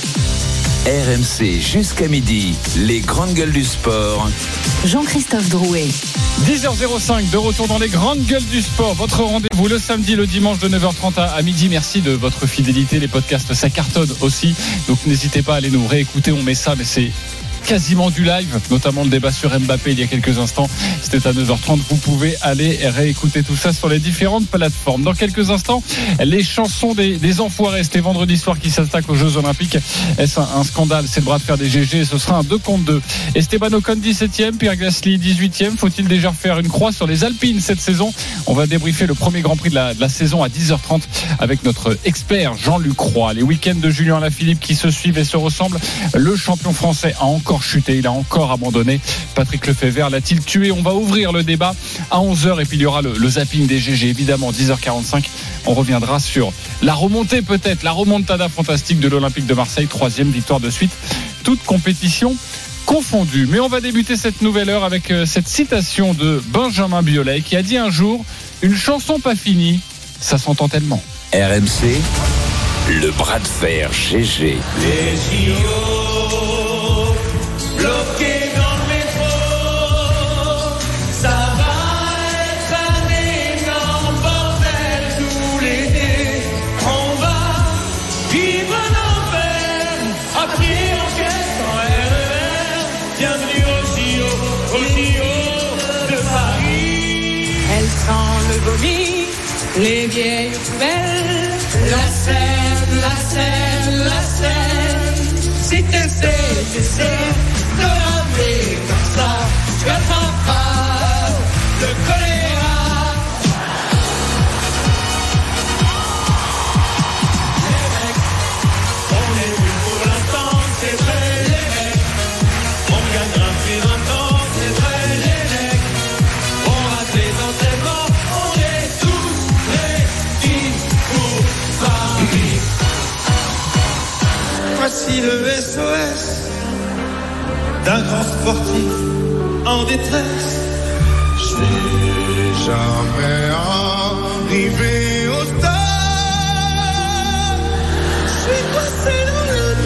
R M C jusqu'à midi, les grandes gueules du sport. Jean-Christophe Drouet. dix heures cinq, de retour dans les grandes gueules du sport. Votre rendez-vous le samedi, le dimanche de neuf heures trente à midi. Merci de votre fidélité. Les podcasts, ça cartonne aussi. Donc n'hésitez pas à aller nous réécouter. On met ça, mais c'est quasiment du live, notamment le débat sur Mbappé il y a quelques instants. C'était à neuf heures trente. Vous pouvez aller réécouter tout ça sur les différentes plateformes. Dans quelques instants, les chansons des, des enfoirés. C'était vendredi soir qui s'attaque aux Jeux Olympiques. Est-ce un, un scandale ? C'est le bras de fer des G G. Ce sera un deux contre deux. Esteban Ocon dix-septième, Pierre Gasly dix-huitième. Faut-il déjà faire une croix sur les Alpines cette saison ? On va débriefer le premier Grand Prix de la, de la saison à dix heures trente avec notre expert Jean-Luc Roy. Les week-ends de Julien Alaphilippe qui se suivent et se ressemblent. Le champion français a encore chuté, il a encore abandonné. Patrick Lefebvre l'a-t-il tué ? On va ouvrir le débat à onze heures et puis il y aura le, le zapping des G G évidemment. Dix heures quarante-cinq, on reviendra sur la remontée peut-être, la remontada fantastique de l'Olympique de Marseille, troisième victoire de suite, toute compétition confondue. Mais on va débuter cette nouvelle heure avec cette citation de Benjamin Biolay qui a dit un jour: une chanson pas finie, ça s'entend tellement. R M C, le bras de fer G G. Les J O bloqués dans le métro, ça va être un énorme bordel tout l'été. On va vivre un enfer à pied en caisse en R E R. Bienvenue aux J O, aux J O de Paris. Elle sent le vomi, les vieilles poubelles, la Seine, la Seine, la Seine. Si t'essaies, t'essaies de laver comme ça, tu attraperas le choléra. Les mecs, on est vus pour l'instant, c'est vrai les mecs. On gagnera plus d'un temps, c'est vrai les mecs. On rate les entraînements, on est tous rédits pour Paris. Voici le S O S d'un grand sportif en détresse. Je n'ai jamais arrivé au stade. Je suis coincé dans le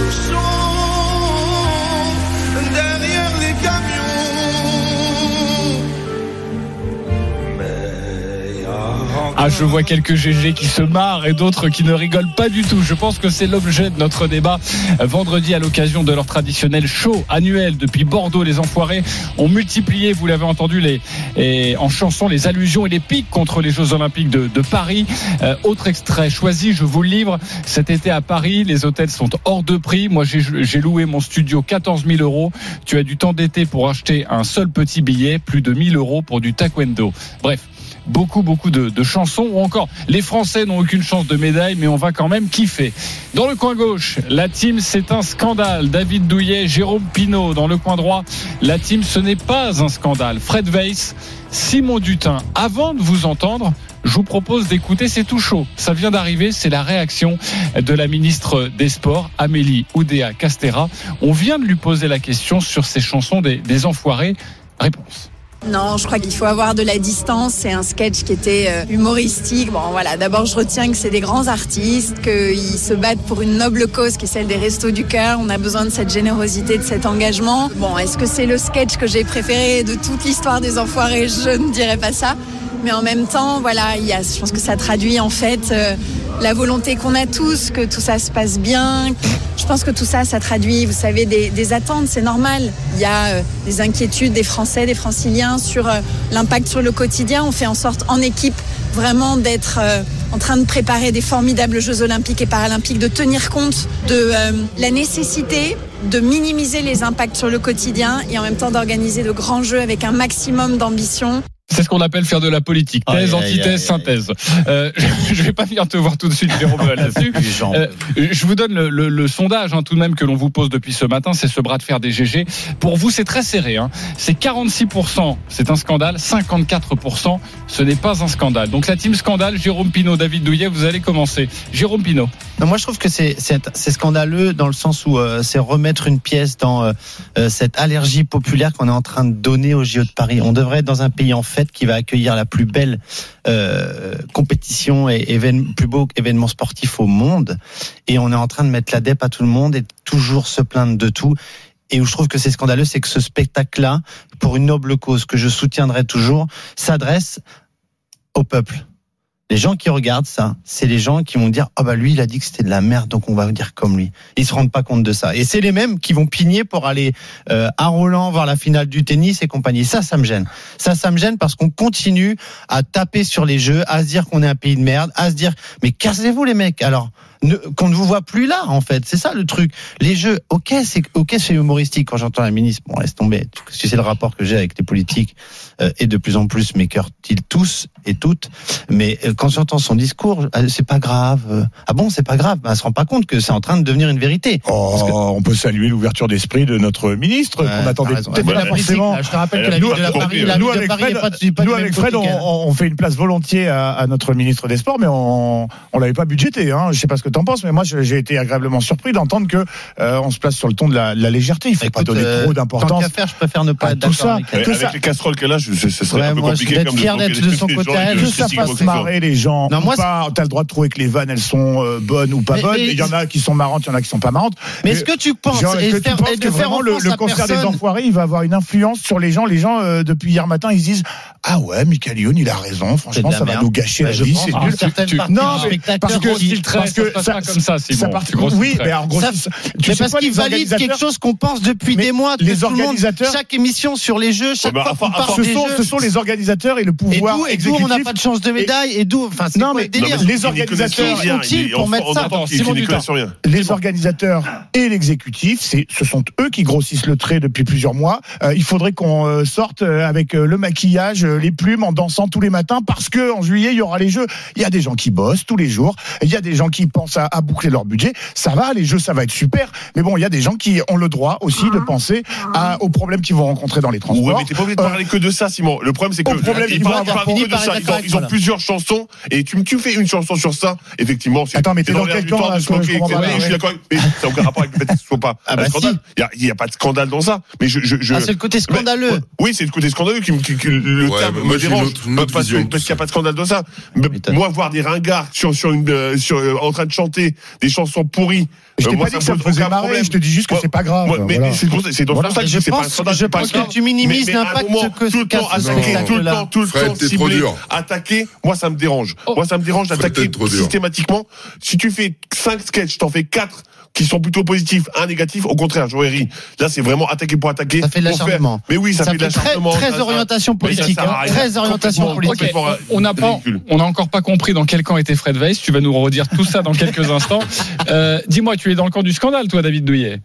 bouchon derrière les camions. Mais Ah, je vois quelques G G qui se marrent et d'autres qui ne rigolent pas du tout. Je pense que c'est l'objet de notre débat vendredi à l'occasion de leur traditionnel show annuel. Depuis Bordeaux, les enfoirés ont multiplié, vous l'avez entendu, les, et en chanson, les allusions et les pics contre les Jeux Olympiques de, de Paris. Euh, autre extrait choisi, je vous le livre. Cet été à Paris, les hôtels sont hors de prix. Moi, j'ai, j'ai loué mon studio quatorze mille euros. Tu as du temps d'été pour acheter un seul petit billet, plus de mille euros pour du taekwondo. Bref. Beaucoup, beaucoup de, de chansons, ou encore les Français n'ont aucune chance de médaille, mais on va quand même kiffer. Dans le coin gauche, la team, c'est un scandale. David Douillet, Jérôme Pinault. Dans le coin droit, la team, ce n'est pas un scandale. Fred Weiss, Simon Dutin. Avant de vous entendre, je vous propose d'écouter, c'est tout chaud. Ça vient d'arriver, c'est la réaction de la ministre des Sports, Amélie Oudéa-Castéra. On vient de lui poser la question sur ces chansons des, des enfoirés. Réponse. Non, je crois qu'il faut avoir de la distance. C'est un sketch qui était euh, humoristique. Bon, voilà. D'abord, je retiens que c'est des grands artistes, qu'ils se battent pour une noble cause qui est celle des Restos du Cœur. On a besoin de cette générosité, de cet engagement. Bon, est-ce que c'est le sketch que j'ai préféré de toute l'histoire des Enfoirés ? Je ne dirais pas ça. Mais en même temps, voilà, il y a, je pense que ça traduit en fait euh, la volonté qu'on a tous, que tout ça se passe bien. Je pense que tout ça, ça traduit, vous savez, des, des attentes, c'est normal. Il y a euh, des inquiétudes des Français, des Franciliens sur euh, l'impact sur le quotidien. On fait en sorte, en équipe, vraiment d'être euh, en train de préparer des formidables Jeux Olympiques et Paralympiques, de tenir compte de euh, la nécessité de minimiser les impacts sur le quotidien et en même temps d'organiser de grands jeux avec un maximum d'ambition. C'est ce qu'on appelle faire de la politique. Thèse, aïe, aïe, antithèse, aïe, aïe. synthèse. Euh, je vais pas venir te voir tout de suite, Jérôme, là-dessus. Euh, je vous donne le, le, le sondage, hein, tout de même, que l'on vous pose depuis ce matin. C'est ce bras de fer des G G. Pour vous, c'est très serré. Hein. C'est quarante-six pour cent, c'est un scandale. cinquante-quatre pour cent, ce n'est pas un scandale. Donc la team scandale, Jérôme Pinault, David Douillet, vous allez commencer. Jérôme Pinault. Non, moi, je trouve que c'est, c'est, c'est scandaleux dans le sens où euh, c'est remettre une pièce dans euh, cette allergie populaire qu'on est en train de donner aux J O de Paris. On devrait être dans un pays en fête qui va accueillir la plus belle euh, compétition et évén- plus beau événement sportif au monde. Et on est en train de mettre la dèpe à tout le monde et toujours se plaindre de tout. Et où je trouve que c'est scandaleux, c'est que ce spectacle-là, pour une noble cause que je soutiendrai toujours, s'adresse au peuple. Les gens qui regardent ça, c'est les gens qui vont dire « Ah oh bah lui, il a dit que c'était de la merde, donc on va dire comme lui ». Ils se rendent pas compte de ça. Et c'est les mêmes qui vont pigner pour aller euh, à Roland voir la finale du tennis et compagnie. Ça, ça me gêne. Ça, ça me gêne parce qu'on continue à taper sur les jeux, à se dire qu'on est un pays de merde, à se dire « Mais cassez-vous les mecs !» Alors, ne, qu'on ne vous voit plus là, en fait. C'est ça le truc. Les jeux, ok, c'est, ok, c'est humoristique. Quand j'entends la ministre, bon, laisse tomber. Tu sais le rapport que j'ai avec les politiques euh, et de plus en plus mes cœurs ils tous et toutes. Mais euh, quand j'entends son discours, euh, c'est pas grave. Euh, ah bon, c'est pas grave. Ben, elle se rend pas compte que c'est en train de devenir une vérité. Oh, que... on peut saluer l'ouverture d'esprit de notre ministre ouais, qu'on attendait peut-être pas forcément. Je te rappelle que la ville de la Paris, la ville de Paris n'est pas, pas nous avec Fred, on, on fait une place volontiers à, à notre ministre des Sports, mais on on l'avait pas budgété. Hein. Je sais pas ce que t'en penses, mais moi je, j'ai été agréablement surpris d'entendre que euh, on se place sur le ton de la, de la légèreté. Il faut Écoute, pas donner euh, trop d'importance. Tant qu'à faire, je préfère ne pas être tout d'accord ça. avec elle. Avec ça. Les casseroles qu'elle a, ce serait ouais, un peu moi, compliqué. Comme fier d'être de son côté. Que ça fasse marrer les gens. Non, moi, t'as le droit de trouver que les vannes elles sont euh, bonnes ou pas mais, bonnes. Il y en a qui sont marrantes, il y en a qui sont pas marrantes. Mais est-ce que tu penses et que, faire, tu penses que vraiment le, le concert des enfoirés, il va avoir une influence sur les gens. Les gens euh, depuis hier matin, ils se disent ah ouais, Michael Youn, il a raison. Franchement, ça va nous gâcher la vie. C'est nul. Non, parce que parce que ça comme ça, c'est bon. Oui, mais en gros, mais parce qu'ils valident quelque chose qu'on pense depuis des mois. Les organisateurs, chaque émission sur les jeux, chaque fois qu'on parle des jeux, ce sont les organisateurs et le pouvoir exécutif. Et d'où on n'a pas de chance de médaille et d'où, enfin, c'est quoi le délire ? Les organisateurs sont-ils pour mettre ça ? Les organisateurs et l'exécutif, c'est, ce sont eux qui grossissent le trait depuis plusieurs mois. Euh, il faudrait qu'on euh, sorte avec euh, le maquillage, euh, les plumes, en dansant tous les matins, parce que en juillet il y aura les Jeux. Il y a des gens qui bossent tous les jours. Il y a des gens qui pensent à, à boucler leur budget. Ça va, les Jeux, ça va être super. Mais bon, il y a des gens qui ont le droit aussi de penser à, aux problèmes qu'ils vont rencontrer dans les transports. Ouais, mais t'es pas obligé de parler euh, que de ça, Simon. Le problème, c'est que problème, ils parlent pas que de ça. Ils ont, ils ont plusieurs chansons et tu me tu fais une chanson sur ça. Effectivement, c'est. Attends, mais t'es dans quel temps de se moquer, je suis d'accord. Mais ça n'a aucun rapport avec le fait que ce soit pas un scandale. Il y a pas de scandale dans ça. Mais je, je, je... Ah, c'est le côté scandaleux. Oui, c'est le côté scandaleux qui, qui, qui le ouais, terme me dérange. Parce qu'il n'y a pas de scandale dans ça. Moi, voir des ringards sur, sur une, sur, en train de chanter des chansons pourries. Je t'ai pas dit que ça me faisait marrer, je te dis juste que c'est pas grave. Mais c'est pour ça, c'est dans ça que c'est pas un scandale. Je pense que tu minimises l'impact que tout le temps attaquer, tout le temps, tout le temps ciblé, attaquer. Moi, ça me dérange. Moi, ça me dérange d'attaquer systématiquement. Si tu fais cinq sketchs, t'en fais quatre qui sont plutôt positifs, un négatif, au contraire, j'aurais ri. Là, c'est vraiment attaquer pour attaquer. Ça fait de l'acharnement. Mais oui, ça, ça fait de l'acharnement. Très, très orientation politique. Hein, très orientation politique. Okay. On n'a pas, on n'a encore pas compris dans quel camp était Fred Weiss. Tu vas nous redire tout ça dans quelques instants. Euh, dis-moi, tu es dans le camp du scandale, toi, David Douillet?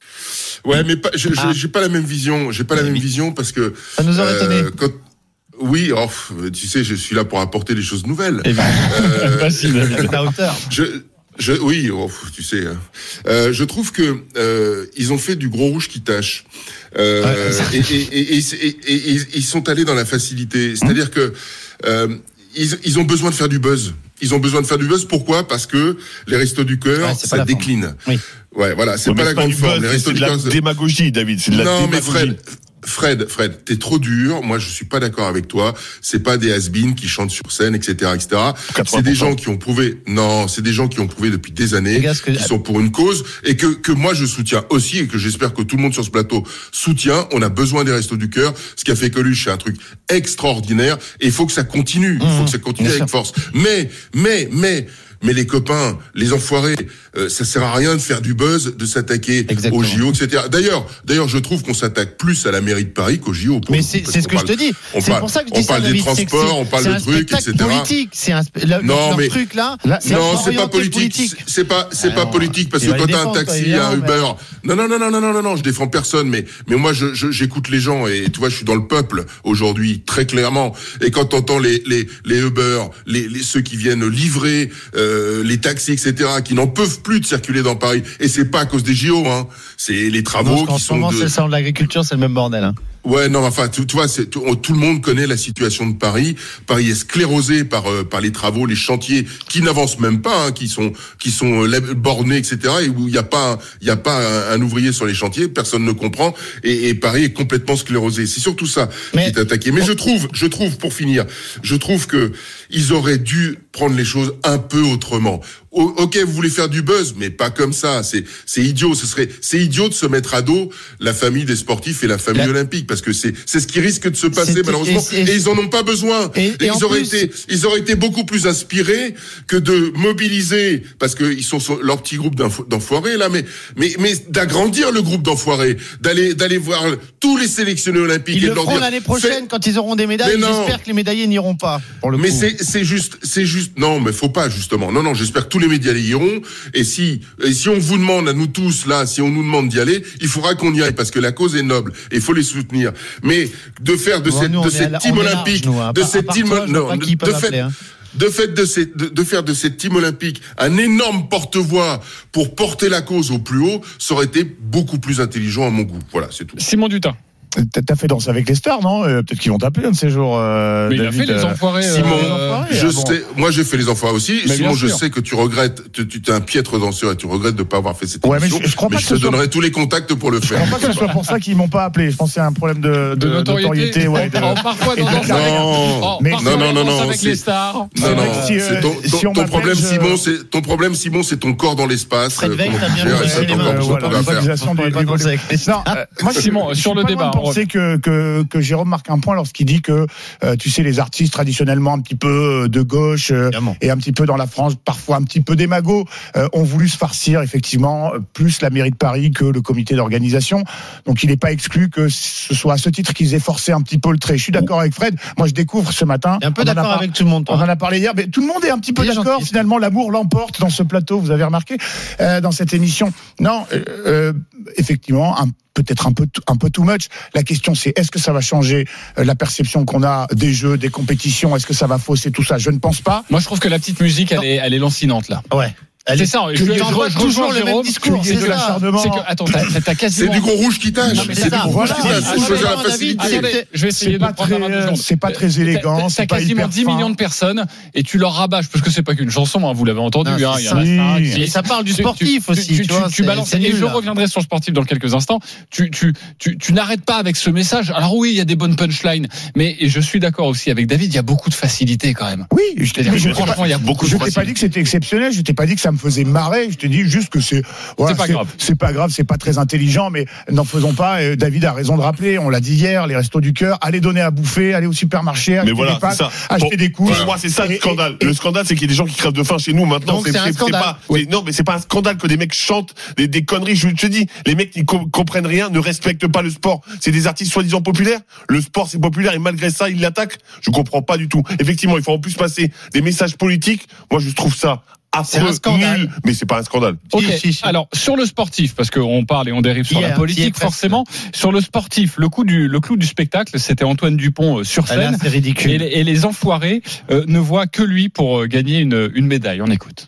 Ouais, mais pas, je, ah. j'ai pas la même vision. J'ai pas la même vision parce que. Ça nous aurait étonné. Euh, quand, Oui, oh, tu sais, je suis là pour apporter des choses nouvelles. Euh, Facile, David. À hauteur. Je, Je, oui, oh, tu sais. Hein. Euh, je trouve que euh, ils ont fait du gros rouge qui tâche, euh, ouais, et, et, et, et, et, et, et ils sont allés dans la facilité. C'est-à-dire que euh, ils, ils ont besoin de faire du buzz. Ils ont besoin de faire du buzz. Pourquoi ? Parce que les Restos du Cœur, ouais, ça décline. Oui. Ouais, voilà, c'est ouais, pas la grande forme. Buzz, les Restos du Cœur, c'est de la démagogie, David. C'est de la non, démagogie. mais Fred. Fred, Fred, t'es trop dur. Moi, je suis pas d'accord avec toi. C'est pas des has-been qui chantent sur scène, et cetera, et cetera. C'est des gens qui ont prouvé. Non, c'est des gens qui ont prouvé depuis des années, que... qui sont pour une cause et que que moi je soutiens aussi et que j'espère que tout le monde sur ce plateau soutient. On a besoin des Restos du Cœur. Ce qu'a fait Coluche, c'est un truc extraordinaire et il faut que ça continue. Il faut mmh, que ça continue avec sûr. force. Mais, mais, mais. mais les copains, les enfoirés, euh, ça sert à rien de faire du buzz, de s'attaquer Exactement. aux J O, et cetera. D'ailleurs, d'ailleurs, je trouve qu'on s'attaque plus à la mairie de Paris qu'aux J O. Mais c'est, c'est ce que parle, je te dis. On c'est parle, pour ça que je on dis ça, parle des David, c'est que transports, c'est- on parle c'est de un trucs, et spectacle cetera. politique. C'est un, sp- le, Non, leur mais truc là. Là, c'est non, c'est pas orienté politique. C'est pas, c'est Ah pas non, politique parce tu que vas quand les t'as un défendre, taxi, toi, un évidemment, Uber. Non, non, non, non, non, non, non, non, je défends personne, mais, mais moi, je, je, j'écoute les gens et tu vois, je suis dans le peuple aujourd'hui, très clairement. Et quand t'entends les, les, les Uber, les, les, ceux qui viennent livrer, euh, les taxis, et cetera, qui n'en peuvent plus de circuler dans Paris. Et c'est pas à cause des J O, hein. C'est les travaux En qui ce sont moment, de... c'est le salon de l'agriculture, c'est le même bordel. Hein. Ouais, non, enfin, tu, tu vois, c'est, tout, tout le monde connaît la situation de Paris. Paris est sclérosé par euh, par les travaux, les chantiers qui n'avancent même pas, hein, qui sont qui sont euh, bornés, et cetera. Et où il y a pas il y a pas un, un ouvrier sur les chantiers, personne ne comprend. Et, et Paris est complètement sclérosé. C'est surtout ça Mais, qui est attaqué. Mais je trouve, je trouve, pour finir, je trouve que ils auraient dû prendre les choses un peu autrement. O- ok, vous voulez faire du buzz, mais pas comme ça. C'est c'est idiot. Ce serait c'est idiot de se mettre à dos la famille des sportifs et la famille La... olympique, parce que c'est c'est ce qui risque de se passer C'est... malheureusement. Et, et... et ils en ont pas besoin. Et, et, et ils auraient plus... été ils auraient été beaucoup plus inspirés que de mobiliser, parce que ils sont sur leur petit groupe d'enfo- d'enfoirés là, mais mais mais d'agrandir le groupe d'enfoirés, d'aller d'aller voir tous les sélectionnés olympiques Ils et le de leur feront dire l'année prochaine fais... quand ils auront des médailles. Mais non. J'espère que les médaillés n'iront pas. Pour le mais coup. c'est c'est juste c'est juste non mais faut pas justement non non j'espère que tous les médias y iront et si et si on vous demande à nous tous là si on nous demande d'y aller il faudra qu'on y aille parce que la cause est noble et il faut les soutenir mais de faire de Bon, cette nous, de on cette est à- team on est olympique large, nous, hein. de À cette part team toi, je vois non pas de, qui peut de m'appeler, fait hein. de fait de, cette, de, de faire de cette team olympique un énorme porte-voix pour porter la cause au plus haut, ça aurait été beaucoup plus intelligent à mon goût. Voilà, c'est tout. Simon Dutin. T'as fait Danse avec les stars, non euh, Peut-être qu'ils vont t'appeler un de ces jours. Euh, Mais David, il a fait les enfoirés. Simon, euh, je ah bon. sais, moi j'ai fait les enfoirés aussi. Mais Simon, bien je sûr. sais que tu regrettes, tu, tu es un piètre danseur et tu regrettes de ne pas avoir fait cette Ouais, mais émission. je- je crois pas que te ce soit- donnerai tous les contacts pour le Je faire. crois pas que ce soit pour ça qu'ils m'ont pas appelé. Je pense que c'est un problème de, de, De notoriété. notoriété, ouais, de- Oh, parfois et dans de Danse carrière. avec- Non, oh, Mais- parfois non, non, dans non, Danse non, avec c'est- les stars. Non, C'est non, vrai que si, c'est euh, ton, si ton- on ton m'appelle, problème, je- Simon, c'est ton problème, Simon, c'est ton corps dans l'espace. Fred euh, Veil, comment t'as tu bien gères, bossé, et ça, t'as les encore mecs, beaucoup voilà, à la faire. validation On des- peut pas des danser volets. avec les Non, stars. euh, moi, je- Simon, je suis sur le pas loin débat, de penser que, que, que Jérôme marque un point lorsqu'il dit que, euh, tu sais, les artistes traditionnellement un petit peu de gauche euh, Évidemment. et un petit peu dans la France, parfois un petit peu démago, euh, ont voulu se farcir effectivement plus la mairie de Paris que le comité d'organisation. Donc il n'est pas exclu que ce soit à ce titre qu'ils aient forcé un petit peu le trait. Je suis d'accord avec Fred. Moi, je découvre ce matin. T'es un peu on en a d'accord par- avec tout le monde, toi. On en a parlé hier, mais tout le monde est un petit peu Il est d'accord. gentil. Finalement, l'amour l'emporte dans ce plateau. Vous avez remarqué euh, dans cette émission. Non, euh, euh, effectivement, un, peut-être un peu, un peu too much. La question, c'est est-ce que ça va changer euh, la perception qu'on a des jeux, des compétitions? Est-ce que ça va fausser tout ça? Je ne pense pas. Moi, je trouve que la petite musique, elle est, elle est lancinante là. Ouais. C'est ça. Je, tu je, je, envoies je toujours rejoins le même Jérôme. discours, C'est c'est de ça. l'acharnement. C'est que attends, t'as, t'as C'est quasiment. du gros rouge qui tâche. Non, mais C'est c'est du ça. gros rouge qui Voilà. tâche. Il faut choisir la Attendez, facilité. Attendez, je vais C'est essayer de pas prendre très, un peu de secondes. c'est pas très élégant, T'as, c'est t'as pas quasiment hyper dix fin. millions de personnes et tu leur rabâches parce que c'est pas qu'une chanson, hein, vous l'avez entendu. Non, Hein, c'est il y en a ça. cinq, Oui. six. Et ça parle du Tu- sportif tu- aussi, Tu, tu tu, vois, tu c'est- balances. c'est Et nul, je là. reviendrai sur le sportif dans quelques instants. Tu, tu, tu, tu n'arrêtes pas avec ce message. Alors oui, il y a des bonnes punchlines, mais et je suis d'accord aussi avec David. Il y a beaucoup de facilité quand même. Oui, je t'ai C'est-à-dire mais que je t'ai franchement, pas- il y a beaucoup je de t'ai pas facilité. dit que c'était exceptionnel, je t'ai pas dit que ça me faisait marrer, je t'ai dit juste que c'est voilà, C'est pas grave. c'est pas grave, c'est pas très intelligent, mais n'en faisons pas. euh, David a raison de rappeler, on l'a dit hier, les restos du cœur, allez donner à bouffer, allez au supermarché, acheter Mais voilà, des pâtes, c'est ça. acheter Pour- des couches. Pour moi, c'est ça le Et- scandale. et- Le scandale, c'est qu'il y a des gens qui crèvent de faim chez nous maintenant. Donc, c'est un scandale. pas, c'est- non, mais c'est pas un scandale que des mecs chantent des, des conneries. Je te dis, les mecs qui com- comprennent rien, ne respectent pas le sport. C'est des artistes soi-disant populaires. Le sport, c'est populaire et malgré ça, ils l'attaquent. Je comprends pas du tout. Effectivement, il faut en plus passer des messages politiques. Moi, je trouve ça C'est un affreux, scandale. nul, mais c'est pas un scandale. Ok. Si, si, si. Alors sur le sportif, parce qu'on parle et on dérive sur Hier, la hier, politique, presque. forcément. Sur le sportif, le coup du le clou du spectacle, c'était Antoine Dupont euh, sur Ah, là, scène. c'est ridicule. Et les, et les enfoirés euh, ne voient que lui pour euh, gagner une, une médaille. On écoute.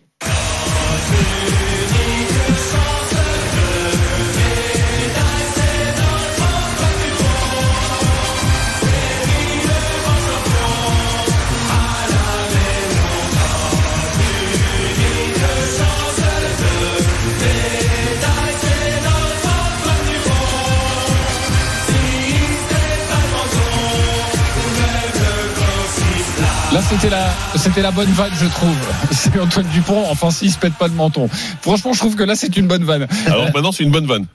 Là, c'était la, c'était la bonne vanne, je trouve. C'est Antoine Dupont. Enfin, s'il se pète pas le menton. Franchement, je trouve que là, c'est une bonne vanne. Alors maintenant, c'est une bonne vanne.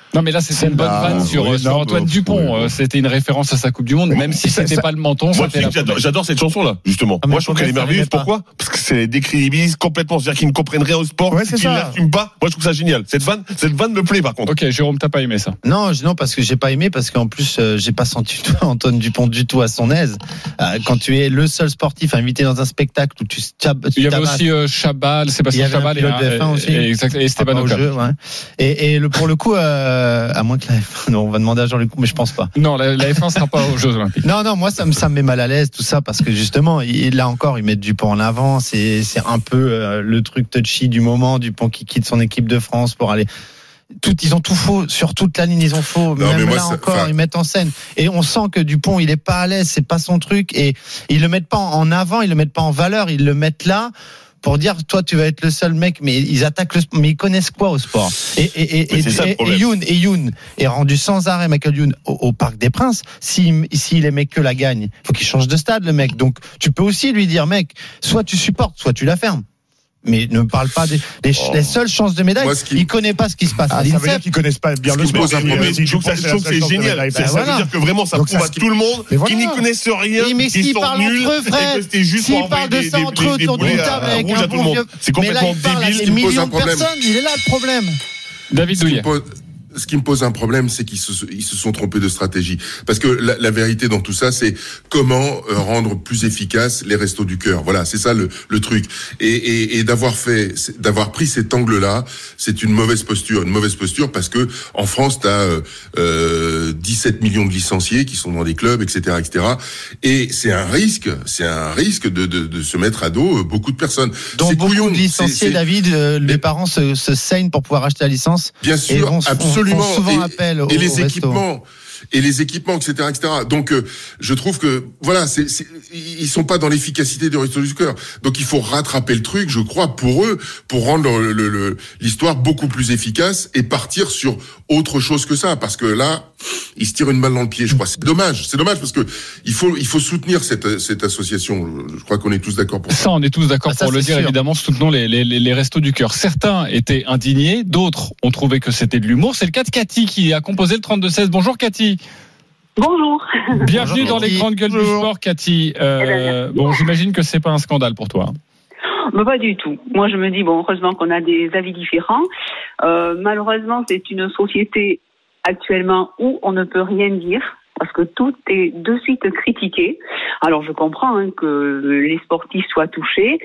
Non, mais là, c'était une bonne Ah, vanne sur, oui, sur non, Antoine bah, Dupont. oui. Euh, C'était une référence à sa Coupe du Monde, même si Ça- c'était ça- pas le menton. Moi, c'était la j'adore, poubelle. j'adore cette chanson-là, justement. Ah, mais Moi, je trouve qu'elle est pourquoi ça merveilleuse. n'aimait pas Pourquoi? Parce que c'est décrédibilise complètement. C'est-à-dire qu'ils ne comprennent rien au sport. Ouais, c'est Ils ça. l'assument pas. Moi, je trouve ça génial. Cette vanne, cette vanne me plaît, par contre. Ok, Jérôme, t'as pas aimé ça? Non, je- non, parce que j'ai pas aimé, parce qu'en plus, euh, j'ai pas senti Antoine Dupont du tout à son aise. Euh, quand tu es le seul sportif invité dans un spectacle où tu, tab- tu Il y avait tabasses- aussi euh, Chabal, Il y Sébastien avait un Chabal et, pilote de F un aussi. et, exact- et Esteban Pas au Ocon. jeu, ouais. Et, et le, pour le coup, euh, à moins que la F un, non, on va demander à Jean-Luc, mais je pense pas. Non, la, la F un sera pas aux Jeux Olympiques. Non, non, moi ça me ça me met mal à l'aise tout ça parce que justement, il, là encore, ils mettent Dupont en avant. C'est c'est un peu euh, le truc touchy du moment. Dupont qui quitte son équipe de France pour aller. Tout, ils ont tout faux sur toute la ligne, ils ont faux. Non, Même mais moi, là ça- encore, enfin- ils mettent en scène. Et on sent que Dupont, il est pas à l'aise, c'est pas son truc. Et ils le mettent pas en avant, ils le mettent pas en valeur, ils le mettent là pour dire, toi, tu vas être le seul mec. Mais ils attaquent le sport. Mais ils connaissent quoi au sport? Et et et Mais et, c'est ça, le et, problème. et Youn et Youn est rendu sans arrêt, Michael Youn, au, au Parc des Princes. S'il s'il aimait que la gagne, faut qu'il change de stade, le mec. Donc tu peux aussi lui dire, mec, soit tu supportes, soit tu la fermes. Mais ne me parle pas des les, Oh. les seules chances de médaille. Moi, ce qui- Il connaît pas ce qui se passe Ah, à ça veut dire l'INSEP. qu'ils connaissent pas bien Ce le qui sport. pose un problème. Mais Je trouve que ça- je trouve que c'est génial. Ça Ben ça voilà. veut dire que vraiment, ça Donc prouve ça, à ce qui- tout le monde Mais voilà. qui n'y connaissent rien, Oui, mais qui s'ils sont parlent nuls, entre eux, frère, et que c'était juste pour s'ils parlent envoyer de des, ça des, entre eux des, autour boulets d'une à- table à avec rouge un à tout le bon monde. vieux. C'est Mais là, complètement il parle à débile. des qui me pose millions un de problème. personnes. Il est là le problème. David Ce qui me Douillet. pose- ce qui me pose un problème, c'est qu'ils se, ils se sont trompés de stratégie. Parce que la, la vérité dans tout ça, c'est comment euh, rendre plus efficaces les restos du cœur. Voilà, c'est ça le, le truc. Et, et, et d'avoir fait, d'avoir pris cet angle-là, c'est une mauvaise posture. Une mauvaise posture parce que en France, t'as euh, euh, dix-sept millions de licenciés qui sont dans des clubs, et cetera, et cetera. Et c'est un risque, c'est un risque de, de, de se mettre à dos euh, beaucoup de personnes. Donc C'est beaucoup couillon. de licenciés, C'est- c'est- David, euh, les parents se, se saignent pour pouvoir acheter la licence. Bien Et sûr, vont- font- absolument. font souvent et, appel au- et les au resto. équipements. Et les équipements, et cetera, et cetera. Donc, euh, je trouve que voilà, c'est, c'est, ils sont pas dans l'efficacité du Resto du Cœur. Donc, il faut rattraper le truc, je crois, pour eux, pour rendre le, le, le- l'histoire beaucoup plus efficace et partir sur autre chose que ça, parce que là, ils se tirent une balle dans le pied. Je crois, c'est dommage, c'est dommage parce que il faut, il faut soutenir cette, cette association. Je crois qu'on est tous d'accord pour ça. Ça, on est tous d'accord Ah, ça, pour le c'est dire, sûr. évidemment, soutenons les, les, les restos du cœur. Certains étaient indignés, d'autres ont trouvé que c'était de l'humour. C'est le cas de Cathy qui a composé le trente-deux seize. Bonjour Cathy. Bonjour. Bienvenue Bonjour, dans les Cathy. grandes gueules du Bonjour. sport, Cathy. Euh, bon, j'imagine que c'est pas un scandale pour toi. Mais pas du tout. Moi, je me dis, bon, heureusement qu'on a des avis différents. Euh, malheureusement, c'est une société actuellement où on ne peut rien dire parce que tout est de suite critiqué. Alors, je comprends hein, que les sportifs soient touchés.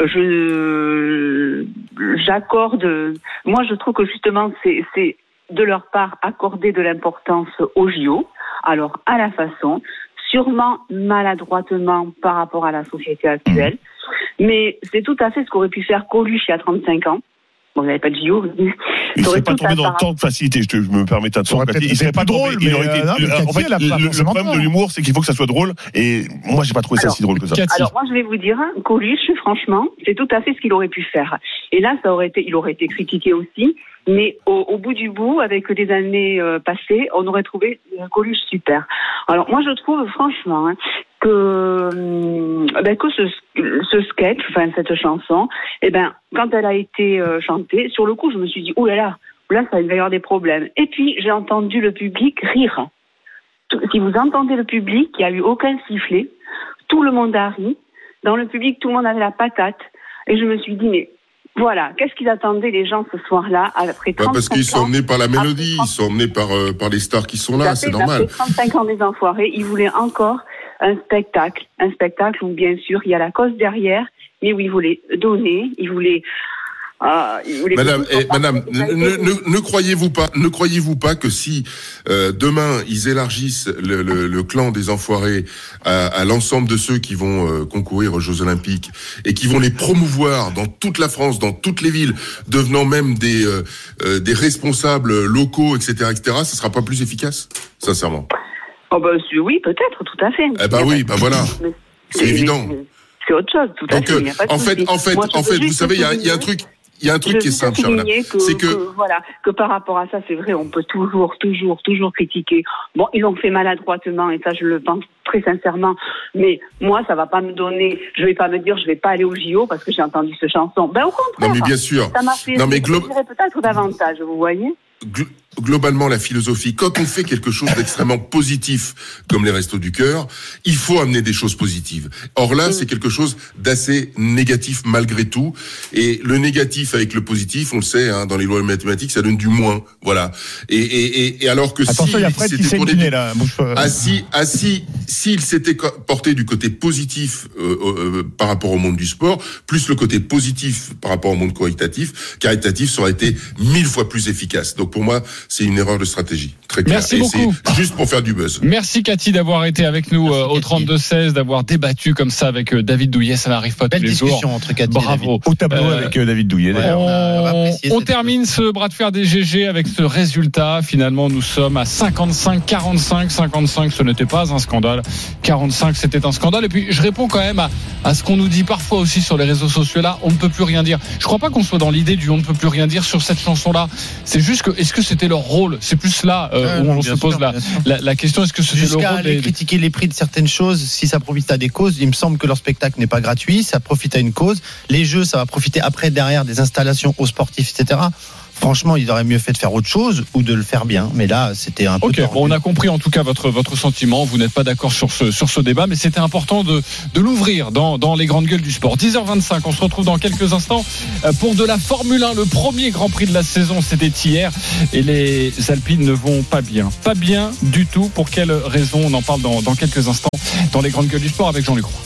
Je, j'accorde. Moi, je trouve que justement, c'est, c'est de leur part accorder de l'importance aux J O. Alors, à la façon, sûrement maladroitement par rapport à la société actuelle. Mais c'est tout à fait ce qu'aurait pu faire Coluche il y a trente-cinq ans. Bon, vous n'avez pas de J O. Il ne serait pas tombé dans tant de facilité, je, te, je me permets de Ça aurait peut-être Il serait été pas plus drôle, drôle, il mais, aurait été. euh, non, mais en Cathy, fait, elle a pas le, le forcément problème tort. de l'humour, c'est qu'il faut que ça soit drôle. Et moi, j'ai pas trouvé ça Alors, si drôle que ça. Cathy. Alors moi je vais vous dire, hein, Coluche, franchement, c'est tout à fait ce qu'il aurait pu faire. Et là, ça aurait été, il aurait été critiqué aussi, mais au, au bout du bout, avec les années euh, passées, on aurait trouvé euh, Coluche super. Alors moi je trouve franchement hein, que hum, ben, que ce, ce sketch, enfin cette chanson, eh ben quand elle a été euh, chantée, sur le coup je me suis dit oh là là, là ça va y avoir des problèmes. Et puis j'ai entendu le public rire. Si vous entendez le public, il n'y a eu aucun sifflet. Tout le monde a ri. Dans le public, tout le monde avait la patate. Et je me suis dit, mais voilà, qu'est-ce qu'ils attendaient les gens ce soir-là, après Bah, trente-cinq parce qu'ils sont ans, emmenés par la mélodie, après ils sont emmenés par, euh, par les stars qui sont Tout là, à c'est fait, normal. Après trente-cinq ans des enfoirés, ils voulaient encore un spectacle. Un spectacle où, bien sûr, il y a la cause derrière, mais où ils voulaient donner, ils voulaient... Ah, ils voulaient Madame, que tout eh, soit madame, parfait. Ça a ne, été- ne, ne croyez-vous pas, ne croyez-vous pas que si euh, demain ils élargissent le, le, le clan des enfoirés à, à l'ensemble de ceux qui vont euh, concourir aux Jeux Olympiques et qui vont les promouvoir dans toute la France, dans toutes les villes, devenant même des euh, euh, des responsables locaux, et cetera, et cetera, ça sera pas plus efficace, sincèrement. Oh ben, c'est- oui, peut-être, tout à fait. Eh ben oui, ben voilà, Mais- c'est mais- évident. mais C'est autre chose, tout à Donc, fait. il y a pas de en fait, souci. en fait, Moi, je en veux fait, vous juste savez, il y a, il y a un souligner- truc, il y a un truc Je qui est veux simple, juste Charles. souligner que, C'est que, que, voilà, que par rapport à ça, c'est vrai, on peut toujours, toujours, toujours critiquer. Bon, ils l'ont fait maladroitement, et ça, je le pense très sincèrement. Mais moi, ça va pas me donner, je vais pas me dire, je vais pas aller au J O parce que j'ai entendu cette chanson. Ben, au contraire. Non, mais bien sûr. Ça m'a fait Non, mais glo- je dirais peut-être davantage, vous voyez. gl- globalement la philosophie, quand on fait quelque chose d'extrêmement positif comme les Restos du Cœur, il faut amener des choses positives. Or là, c'est quelque chose d'assez négatif malgré tout. Et le négatif avec le positif, on le sait, hein, dans les lois mathématiques, ça donne du moins. Voilà. Et, et, et, et alors que Attention, si il y a Fred qui s'est incliné, là. Bouge pas. Ah si, ah si, s'il s'était porté du côté positif euh, euh, par rapport au monde du sport, plus le côté positif par rapport au monde caritatif, caritatif, ça aurait été mille fois plus efficace. Donc pour moi, c'est une erreur de stratégie, très clair. Merci Et beaucoup. c'est juste pour faire du buzz. Merci Cathy d'avoir été avec nous euh, au trente-deux seize, d'avoir débattu comme ça avec euh, David Douillet. Ça n'arrive pas Belle tous les jours. discussion entre Cathy Bravo. et David. Au tableau Euh, avec euh, David Douillet, d'ailleurs. on a- on va On, apprécier on cette- termine ce bras de fer des G G avec ce résultat. Finalement, nous sommes à cinquante-cinq quarante-cinq. cinquante-cinq, ce n'était pas un scandale. quarante-cinq, c'était un scandale. Et puis, je réponds quand même à, à ce qu'on nous dit parfois aussi sur les réseaux sociaux. Là, on ne peut plus rien dire. Je crois pas qu'on soit dans l'idée du on ne peut plus rien dire sur cette chanson-là. C'est juste que, est-ce que c'était leur rôle? C'est plus là euh, Ouais, où non, on bien se pose sûr, la, bien sûr. la, la question. Est-ce que c'était le Jusqu'à rôle aller des, critiquer les prix de certaines choses, si ça profite à des causes, il me semble que leur spectacle n'est pas gratuit, ça profite à une cause. Les jeux, ça va profiter après, derrière, des installations aux sportifs, et cetera. Franchement, il aurait mieux fait de faire autre chose ou de le faire bien. Mais là, c'était un peu. Ok, tordu. bon, on a compris en tout cas votre votre sentiment. Vous n'êtes pas d'accord sur ce sur ce débat, mais c'était important de de l'ouvrir dans dans les grandes gueules du sport. dix heures vingt-cinq, on se retrouve dans quelques instants euh, pour de la Formule un. Le premier Grand Prix de la saison, c'était hier, et les Alpines ne vont pas bien, pas bien du tout. Pour quelle raison? On en parle dans dans quelques instants dans les grandes gueules du sport avec Jean-Luc Roy.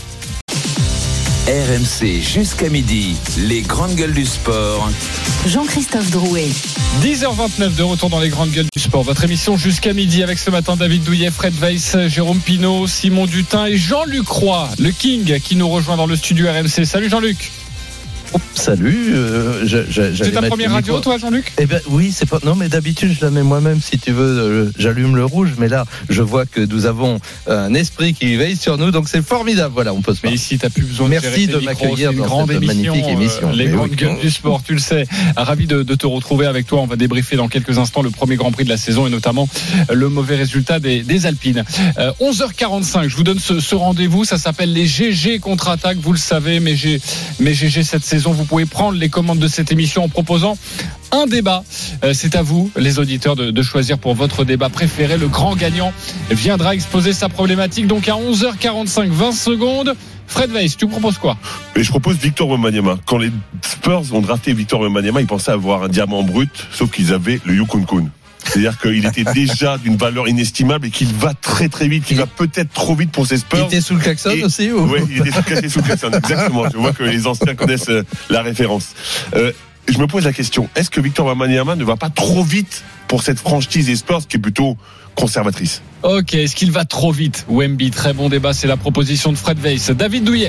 R M C jusqu'à midi, les grandes gueules du sport. Jean-Christophe Drouet. dix heures vingt-neuf de retour dans les grandes gueules du sport. Votre émission jusqu'à midi avec ce matin David Douillet, Fred Weiss, Jérôme Pinault, Simon Dutin et Jean-Luc Roy, le King, qui nous rejoint dans le studio R M C. Salut Jean-Luc. Oh, salut. Euh, je, je, C'est ta première radio, toi, Jean-Luc? Eh ben oui, c'est pas. Non, mais d'habitude je la mets moi-même. Si tu veux, euh, j'allume le rouge. Mais là, je vois que nous avons un esprit qui veille sur nous, donc c'est formidable. Voilà, on peut se. Mais ici, t'as plus besoin de Merci gérer de tes micros, m'accueillir c'est une dans grande cette émission, magnifique émission. euh, les Mais grandes oui. gueules du sport, tu le sais. Ravi de, de te retrouver avec toi. On va débriefer dans quelques instants le premier Grand Prix de la saison et notamment le mauvais résultat des, des Alpines. Euh, onze heures quarante-cinq, je vous donne ce, ce rendez-vous. Ça s'appelle les G G contre-attaque. Vous le savez, mais G, mais G G cette saison, vous pouvez prendre les commandes de cette émission en proposant un débat. Euh, c'est à vous, les auditeurs, de, de choisir pour votre débat préféré. Le grand gagnant viendra exposer sa problématique. Donc à onze heures quarante-cinq, vingt secondes. Fred Weiss, tu proposes quoi? Et je propose Victor Wembanyama. Quand les Spurs ont drafté Victor Wembanyama, ils pensaient avoir un diamant brut, sauf qu'ils avaient le Yukon Kun. C'est-à-dire qu'il était déjà d'une valeur inestimable et qu'il va très très vite, qu'il va peut-être trop vite pour ses Spurs. Il était sous le klaxon Et- aussi ou... Oui, il était caché sous le klaxon, exactement. Je vois que les anciens connaissent euh, la référence. Euh, je me pose la question, est-ce que Victor Wembanyama ne va pas trop vite pour cette franchise des Spurs qui est plutôt conservatrice? Ok, est-ce qu'il va trop vite? Wemby, très bon débat, c'est la proposition de Fred Weiss. David Douillet.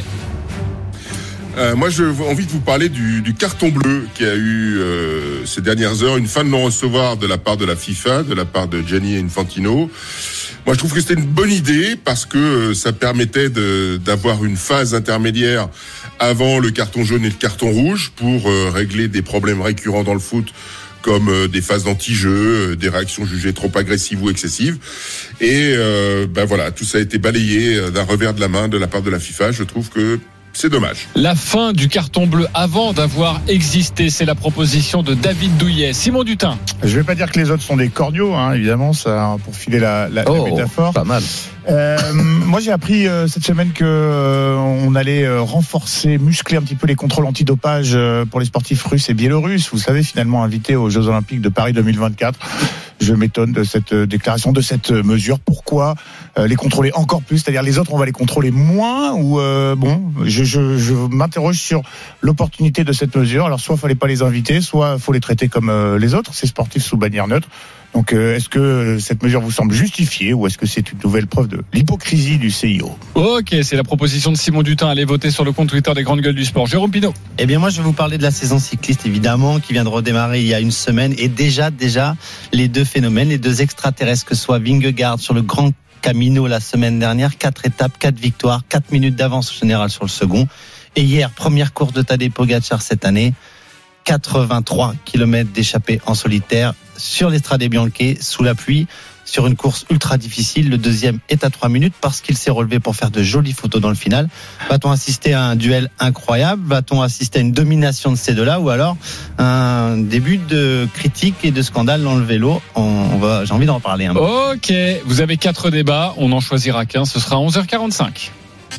Euh, moi, j'ai envie de vous parler du, du carton bleu qui a eu euh, ces dernières heures, une fin de non-recevoir de la part de la FIFA, de la part de Gianni Infantino. Moi, je trouve que c'était une bonne idée parce que euh, ça permettait de, d'avoir une phase intermédiaire avant le carton jaune et le carton rouge pour euh, régler des problèmes récurrents dans le foot comme euh, des phases d'anti-jeu, euh, des réactions jugées trop agressives ou excessives. Et euh, ben voilà, tout ça a été balayé euh, d'un revers de la main de la part de la FIFA. Je trouve que c'est dommage. La fin du carton bleu avant d'avoir existé, c'est la proposition de David Douillet. Simon Dutin. Je vais pas dire que les autres sont des cordiaux, hein, évidemment, ça, pour filer la, la, Oh, la métaphore. pas mal. Euh, moi, j'ai appris euh, cette semaine que euh, on allait euh, renforcer, muscler un petit peu les contrôles antidopage euh, pour les sportifs russes et biélorusses. Vous savez, finalement invités aux Jeux Olympiques de Paris deux mille vingt-quatre. Je m'étonne de cette euh, déclaration, de cette euh, mesure. Pourquoi euh, les contrôler encore plus? C'est-à-dire les autres, on va les contrôler moins ou euh, bon, je, je, je m'interroge sur l'opportunité de cette mesure. Alors, soit fallait pas les inviter, soit faut les traiter comme euh, les autres, ces sportifs sous bannière neutre. Donc, euh, est-ce que cette mesure vous semble justifiée ou est-ce que c'est une nouvelle preuve de l'hypocrisie du C I O? Ok, c'est la proposition de Simon Dutin. Allez voter sur le compte Twitter des grandes gueules du sport. Jérôme Pinault. Eh bien, moi, je vais vous parler de la saison cycliste, évidemment, qui vient de redémarrer il y a une semaine. Et déjà, déjà, les deux phénomènes, les deux extraterrestres, que ce soit Vingegaard sur le Grand Camino la semaine dernière, quatre étapes, quatre victoires, quatre minutes d'avance générale sur le second. Et hier, première course de Tadej Pogacar cette année, quatre-vingt-trois kilomètres d'échappée en solitaire sur l'Estrade Bianche sous la pluie. sur une course ultra difficile. Le deuxième est à trois minutes parce qu'il s'est relevé pour faire de jolies photos dans le final. Va-t-on assister à un duel incroyable? Va-t-on assister à une domination de ces deux-là, ou alors un début de critique et de scandale dans le vélo? On va, j'ai envie d'en parler un peu. Ok, vous avez quatre débats, on n'en choisira qu'un, ce sera à onze heures quarante-cinq.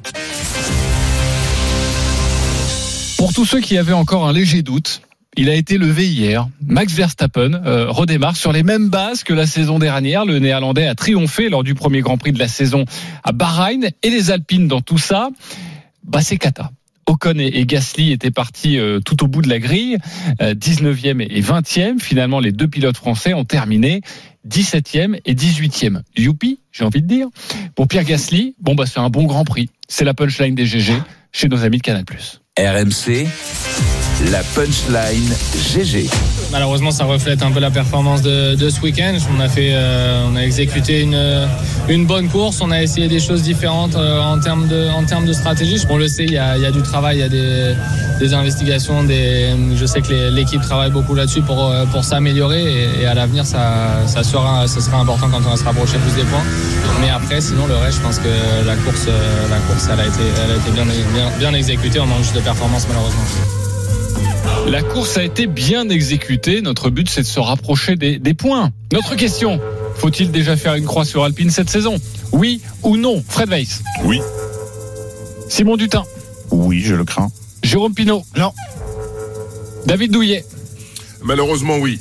Pour tous ceux qui avaient encore un léger doute, il a été levé hier. Max Verstappen euh, redémarre sur les mêmes bases que la saison dernière. Le Néerlandais a triomphé lors du premier Grand Prix de la saison à Bahreïn. Et les Alpines dans tout ça, bah c'est cata. Ocon et Gasly étaient partis euh, tout au bout de la grille, euh, dix-neuvième et vingtième. Finalement, les deux pilotes français ont terminé dix-septième et dix-huitième. Youpi, j'ai envie de dire. Pour Pierre Gasly, bon bah c'est un bon Grand Prix. C'est la punchline des G G chez nos amis de Canal plus. R M C, la punchline G G. Malheureusement, ça reflète un peu la performance de, de ce week-end. On a fait, euh, on a exécuté une une bonne course. On a essayé des choses différentes euh, en termes de en termes de stratégie. On le sait, il y a il y a du travail, il y a des des investigations. Des, je sais que les, l'équipe travaille beaucoup là-dessus pour pour s'améliorer et, et à l'avenir, ça ça sera ça sera important quand on va se rapprocher plus des points. Mais après, sinon le reste, je pense que la course la course elle a été elle a été bien bien, bien exécutée. On manque juste de performance malheureusement. La course a été bien exécutée. Notre but, c'est de se rapprocher des, des points. Notre question, faut-il déjà faire une croix sur Alpine cette saison? Oui ou non? Fred Weiss? Oui. Simon Dutin? Oui, je le crains. Jérôme Pinault? Non. David Douillet? Malheureusement, oui.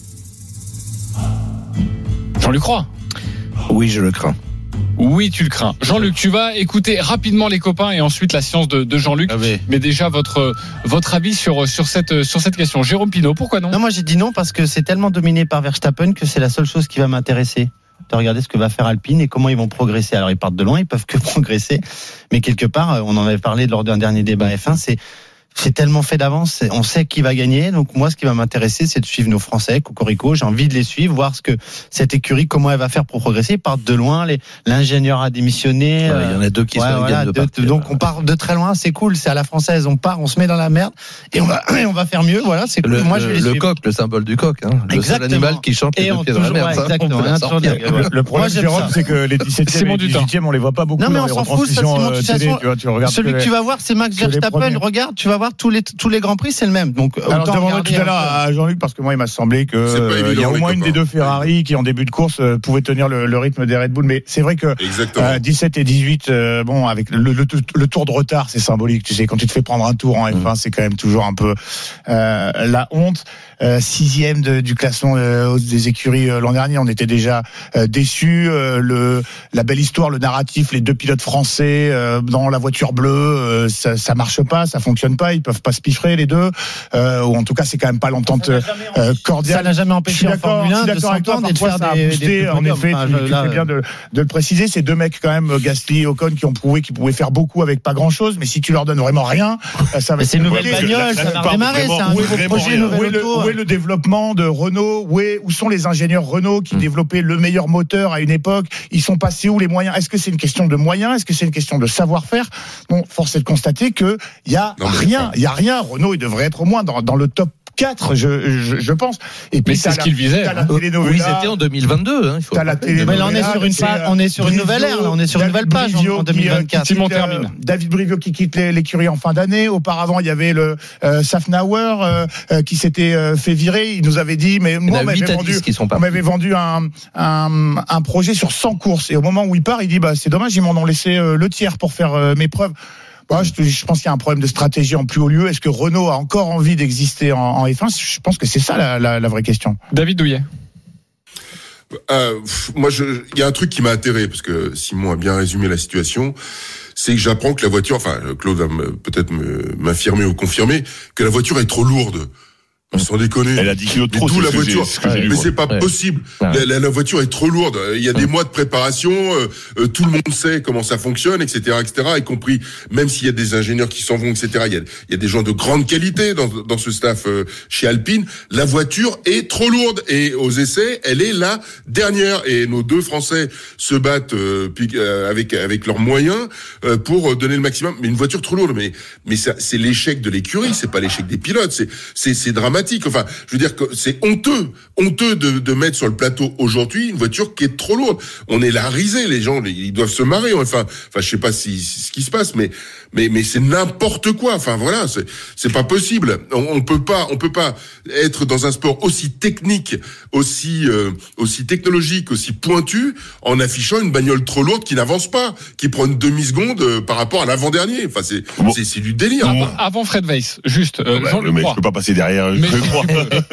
Jean-Luc Roy? Oui, je le crains. Oui, tu le crains. Jean-Luc, tu vas écouter rapidement les copains et ensuite la science de, de Jean-Luc. Ah oui. Mais déjà, votre, votre avis sur, sur, cette, sur cette question. Jérôme Pinault, pourquoi non? Non, moi j'ai dit non parce que c'est tellement dominé par Verstappen que c'est la seule chose qui va m'intéresser. De regarder ce que va faire Alpine et comment ils vont progresser. Alors ils partent de loin, ils peuvent que progresser. Mais quelque part, on en avait parlé lors d'un dernier débat F un, c'est c'est tellement fait d'avance, on sait qui va gagner. Donc moi, ce qui va m'intéresser, c'est de suivre nos Français, Cocorico. J'ai envie de les suivre, voir ce que cette écurie, comment elle va faire pour progresser. Ils partent de loin, les, l'ingénieur a démissionné. Ouais, il y en a deux qui ouais, sont voilà, de de, partir. donc on part de très loin, c'est cool, c'est à la française. On part, on se met dans la merde et on va, et on va faire mieux. Voilà, c'est cool. Le, moi, je vais les le suivre. coq, le symbole du coq, hein. Le seul Exactement. animal qui chante les Et deux on pieds dans la toujours, merde. ouais, ça, exactement, on peut on la a toujours sortir. des- Le, le problème, Moi, j'aime Jérôme, ça. c'est que les dix-septième Simon et Dutin. dix-huitième, on les voit pas beaucoup Non, mais dans on les s'en fout, ça, retransmissions Simon, de euh, toute télé. façon, Tu vois, tu regardes celui que que les- tu vas voir, c'est Max que les Verstappen. premiers. Regarde, tu vas voir tous les tous les grands prix, c'est le même. Donc Alors, je autant demandais regarder tout à l'heure un peu. à Jean-Luc, parce que moi, il m'a semblé que C'est pas euh, il y a évident, au les moins une copains. des deux Ferrari qui, en début de course, euh, pouvait tenir le, le rythme des Red Bull. Mais c'est vrai que Exactement. euh, dix-sept et dix-huit, euh, bon, avec le, le, le tour de retard, c'est symbolique. Tu sais, quand tu te fais prendre un tour en F un, c'est quand même toujours un peu euh, la honte. Euh, sixième de, du classement euh, des écuries euh, l'an dernier, on était déjà euh, déçus. Euh, le, la belle histoire, le narratif, les deux pilotes français euh, dans la voiture bleue, euh, ça, ça marche pas, ça fonctionne pas. Ils peuvent pas se piffrer les deux, euh, ou en tout cas, c'est quand même pas l'entente euh, cordiale. Ça n'a jamais Je suis empêché en d'accord, Formule je un suis de d'accord avec toi, s'entendre et de parfois, faire ça a des, boosté, des en podiums. effet, Enfin, tu, je- tu là, fais bien de, de le préciser. Ces deux mecs quand même, Gasly et Ocon, qui ont prouvé qu'ils pouvaient faire beaucoup avec pas grand chose, mais si tu leur donnes vraiment rien, ça va Mais être c'est une nouvelle compliqué. bagnole, ça va plupart, redémarrer, vraiment, c'est un où est nouveau vraiment projet, rien. nouvelle Où est, le, auto. où est le développement de Renault? Où, est, où sont les ingénieurs Renault qui Mm. développaient le meilleur moteur à une époque? Ils sont passés où, les moyens? Est-ce que c'est une question de moyens? Est-ce que c'est une question de savoir-faire? Bon, force est de constater que il y a Non, mais rien. enfin. Il y a rien. Renault, il devrait être au moins dans, dans le top quatre, je, je, je pense. Et Mais c'est t'as ce la- qu'il visait. t'as la Où ils telenovela, étaient en deux mille vingt-deux, hein, il faut T'as le la rappeler. télé- Mais là, on est sur une c'est, page, euh, on est sur une nouvelle ère, là, on est sur une David nouvelle page en- Brivio en qui, euh, deux mille vingt-quatre. qui quitte, Simon euh, termine. David Brivio qui quitte l'é- l'écurie en fin d'année. Auparavant, il y avait le euh, Safnauer euh, euh, qui s'était euh, fait virer. Il nous avait dit, mais Il y moi, en on a huit m'avait à vendu, dix qui sont on partis. m'avait vendu un, un, un projet sur cent courses. Et au moment où il part, il dit, bah, c'est dommage, ils m'en ont laissé euh, le tiers pour faire euh, mes preuves. Bah, je, te- je pense qu'il y a un problème de stratégie en plus haut lieu. Est-ce que Renault a encore envie d'exister en, en F un? Je pense que c'est ça la, la, la vraie question. David Douillet? Euh, pff, moi, je- il y a un truc qui m'a atterré parce que Simon a bien résumé la situation. C'est que j'apprends que la voiture, enfin, Claude va me- peut-être me- m'affirmer ou confirmer que la voiture est trop lourde. Sans déconner. Elle a dix kilos de Mais trop, d'où c'est la ce que j'ai- voiture. ce que j'ai lu, Mais moi. c'est pas Ouais. possible. Ouais. La, la- la voiture est trop lourde. Il y a des mois de préparation. Euh, euh, tout le monde sait comment ça fonctionne, et cetera, et cetera. Y compris, même s'il y a des ingénieurs qui s'en vont, et cetera. Il y a, il y a des gens de grande qualité dans, dans ce staff euh, chez Alpine. La voiture est trop lourde et aux essais, elle est la dernière. Et nos deux Français se battent euh, puis, euh, avec avec leurs moyens euh, pour donner le maximum. Mais une voiture trop lourde, mais mais ça, c'est l'échec de l'écurie. C'est pas l'échec des pilotes. C'est c'est c'est dramatique. dramatique. Enfin, je veux dire que c'est honteux, honteux de, de mettre sur le plateau aujourd'hui une voiture qui est trop lourde. On est là risé, les gens, ils doivent se marrer. Enfin, enfin, je sais pas si, si ce qui se passe, mais mais mais c'est n'importe quoi. Enfin voilà, c'est c'est pas possible. On, on peut pas, on peut pas être dans un sport aussi technique, aussi euh, aussi technologique, aussi pointu, en affichant une bagnole trop lourde qui n'avance pas, qui prend une demi seconde euh, par rapport à l'avant-dernier. Enfin, c'est bon. c'est, c'est du délire. Avant, avant Fred Weiss, juste euh, bah, Jean-Luc mais Roy. je peux pas passer derrière. Mais, je crois.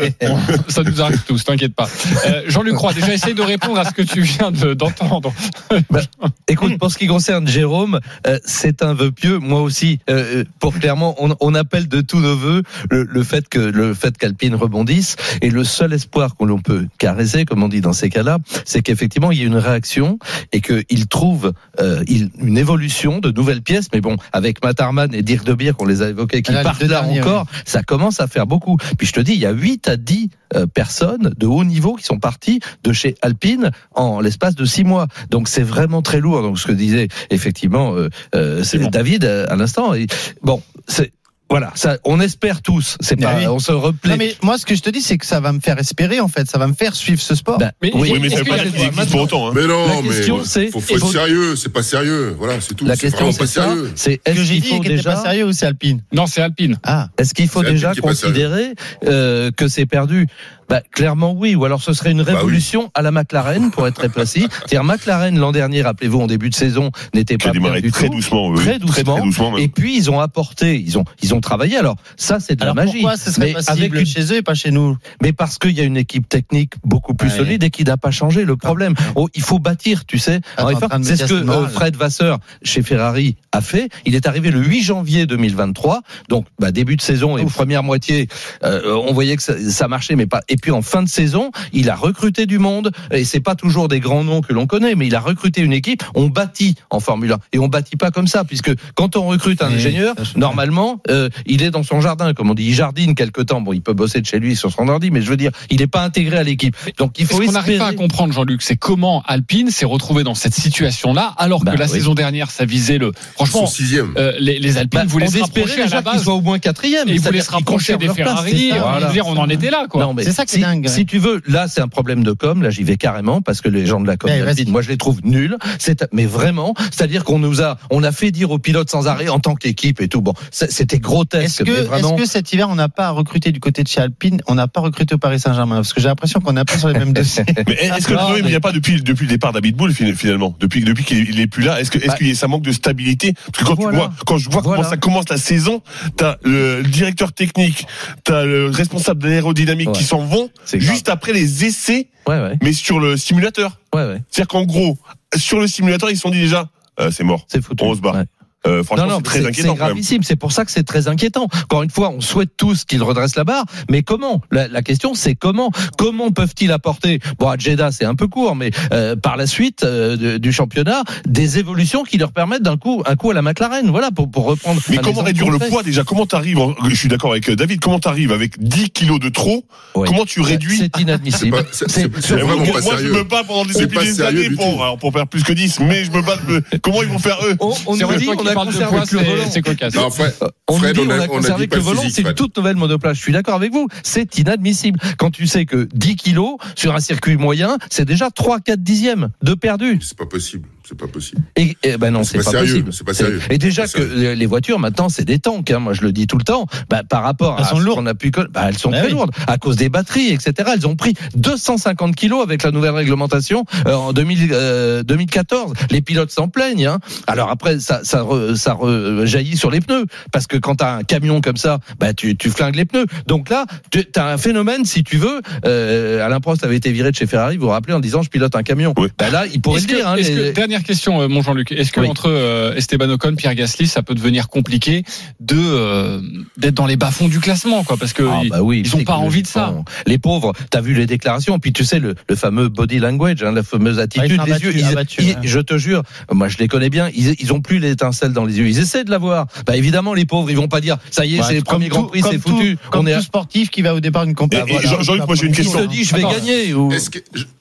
Ça nous arrive tous, t'inquiète pas. Euh, Jean-Luc Roy, déjà essaye de répondre à ce que tu viens de, d'entendre. Bah, écoute, pour ce qui concerne Jérôme, euh, c'est un vœu pieux. Moi aussi, euh, pour clairement, on, on appelle de tous nos vœux le, le fait que le fait qu'Alpine rebondisse. Et le seul espoir que l'on peut caresser, comme on dit dans ces cas-là, c'est qu'effectivement il y ait une réaction et qu'il trouve euh, il, une évolution de nouvelles pièces. Mais bon, avec Matarman et Dirk de Beer, qu'on les a évoqués, qui Alors, partent là derniers, encore, oui. Ça commence à faire beaucoup. Puis je te dis, il y a huit à dix euh, personnes de haut niveau qui sont parties de chez Alpine en l'espace de six mois. Donc c'est vraiment très lourd. Donc ce que disait effectivement euh, euh, c'est bon. David à l'instant. Et, bon, c'est voilà, ça, on espère tous. C'est pas, oui. On se replaît. Non mais moi, ce que je te dis, c'est que ça va me faire espérer, en fait. Ça va me faire suivre ce sport. Bah, mais, oui, mais ça veut pas dire qu'il existe pour autant. Hein. Mais non, la question, mais c'est, faut, faut être sérieux. C'est pas sérieux. Voilà, c'est tout. La c'est question, vraiment pas c'est ça, sérieux. C'est est-ce que j'ai qu'il dit faut qu'il déjà n'était pas sérieux ou c'est Alpine? Non, c'est Alpine. Ah, est-ce qu'il faut c'est déjà considérer euh, que c'est perdu? Bah, clairement oui, ou alors ce serait une révolution bah oui. à la McLaren pour être très précis. C'est-à-dire McLaren l'an dernier, rappelez-vous, en début de saison, n'était pas bien du très tout, doucement, oui. très doucement, très, très doucement. Et puis ils ont apporté, ils ont ils ont travaillé. Alors ça c'est de alors la magie. Pourquoi ce serait mais possible avec chez eux et pas chez nous? Mais parce qu'il y a une équipe technique beaucoup plus ouais. solide et qui n'a pas changé. Le problème, oh, il faut bâtir, tu sais. Alors, c'est ce que euh, Fred Vasseur chez Ferrari a fait. Il est arrivé le huit janvier deux mille vingt-trois, donc bah, début de saison et Ouf. première moitié, euh, on voyait que ça, ça marchait, mais pas. Et puis en fin de saison, il a recruté du monde et c'est pas toujours des grands noms que l'on connaît, mais il a recruté une équipe. On bâtit en Formule un et on bâtit pas comme ça, puisque quand on recrute un oui, ingénieur, normalement, euh, il est dans son jardin, comme on dit, il jardine quelque temps. Bon, il peut bosser de chez lui sur son ordi, mais je veux dire, il n'est pas intégré à l'équipe. Donc il faut. Ce qu'on espérer... n'arrive pas à comprendre, Jean-Luc, c'est comment Alpine s'est retrouvé dans cette situation-là, alors bah, que la oui. saison dernière, ça visait le. Franchement, sixième. Euh, les, les Alpines bah, voulaient on se rapprocher à la base, qu'ils soient au moins quatrième. Et ils voulaient se rapprocher des Ferrari. Voilà. Dire, on en était là, quoi. Non, mais c'est ça qui si, est dingue. Si tu veux, là, c'est un problème de com. Là, j'y vais carrément parce que les gens de la com, Alpine, moi, je les trouve nuls. C'est, mais vraiment, c'est-à-dire qu'on nous a, on a fait dire aux pilotes sans arrêt en tant qu'équipe et tout. Bon, c'était grotesque. Est-ce que, mais vraiment... est-ce que cet hiver, on n'a pas recruté du côté de chez Alpine, on n'a pas recruté au Paris Saint-Germain, parce que j'ai l'impression qu'on est un peu sur les mêmes dossiers. Mais est-ce que le problème, il n'y a pas depuis, depuis le départ d'Abid Bull, finalement, depuis, depuis qu'il est plus là, est-ce que, est-ce bah, qu'il y a ça manque de stabilité? Parce que quand voilà. tu vois, quand je vois voilà. comment ça commence la saison, t'as le directeur technique, t'as le responsable de l'aérodynamique ouais. qui s'en vont juste après les essais, ouais, ouais. mais sur le simulateur. Ouais, ouais. C'est-à-dire qu'en gros, sur le simulateur, ils se sont dit déjà, euh, c'est mort. C'est foutu. On se barre. Ouais. Euh, franchement, non, non, c'est très c'est, inquiétant. C'est gravissime. C'est pour ça que c'est très inquiétant. Encore une fois, on souhaite tous qu'ils redressent la barre, mais comment? La, la question, c'est comment? Comment peuvent-ils apporter? Bon, à Jeddah, c'est un peu court, mais euh, par la suite euh, de, du championnat, des évolutions qui leur permettent d'un coup, un coup à la McLaren. Voilà, pour pour reprendre. Mais comment réduire le poids déjà? Comment t'arrives? Je suis d'accord avec David. Comment t'arrives avec dix kilos de trop? Ouais. Comment tu réduis? C'est inadmissible. C'est, pas, c'est, c'est, c'est vraiment pas moi, sérieux. je me bats pendant des, des années pour, alors, pour faire plus que dix, mais je me bats. Comment ils vont faire eux? On, on nous dit qu'on a conservé le volant. C'est cocasse. Non, Fred, on Fred, nous dit on a, on a conservé que le volant, physique, c'est une Fred. toute nouvelle monoplace. Je suis d'accord avec vous. C'est inadmissible. Quand tu sais que dix kilos sur un circuit moyen, c'est déjà trois quatre dixièmes de perdu. C'est pas possible. C'est pas possible. Et, et ben non, c'est, c'est pas, pas sérieux, possible. C'est pas sérieux. Et déjà c'est que sérieux. les voitures maintenant c'est des tanks. Hein, moi je le dis tout le temps. Bah, par rapport elles à sont ce lourdes. qu'on a pu, bah, elles sont bah très oui. lourdes à cause des batteries, et cetera. Elles ont pris deux cent cinquante kilos avec la nouvelle réglementation euh, en deux mille, euh, deux mille quatorze. Les pilotes s'en plaignent. Hein. Alors après ça, ça, re, ça re, jaillit sur les pneus parce que quand t'as un camion comme ça, bah tu, tu flingues les pneus. Donc là, tu as un phénomène, si tu veux. Euh, Alain Prost avait été viré de chez Ferrari. Vous vous rappelez en disant je pilote un camion. Oui. Bah là, il pourrait est-ce le dire. Que, hein, est-ce les... que, dernière question, mon Jean-Luc. Est-ce que oui. entre euh, Esteban Ocon, Pierre Gasly, ça peut devenir compliqué de euh, d'être dans les bas-fonds du classement, quoi, parce que ah, ils, bah oui, ils ont pas envie de ça. Les pauvres, t'as vu les déclarations, puis tu sais le, le fameux body language, hein, la fameuse attitude ah, des abattu, yeux. Ils, abattu, ils, ouais. Je te jure, moi je les connais bien. Ils, ils ont plus l'étincelle dans les yeux. Ils essaient de l'avoir. Bah évidemment, les pauvres, ils vont pas dire ça y est, ouais, c'est le premier Grand Prix, c'est foutu. Tout, comme On est tout sportif qui va au départ d'une compétition. Jean-Luc, moi j'ai une question. Il se dit je vais Attends, gagner. Ou... Est-ce que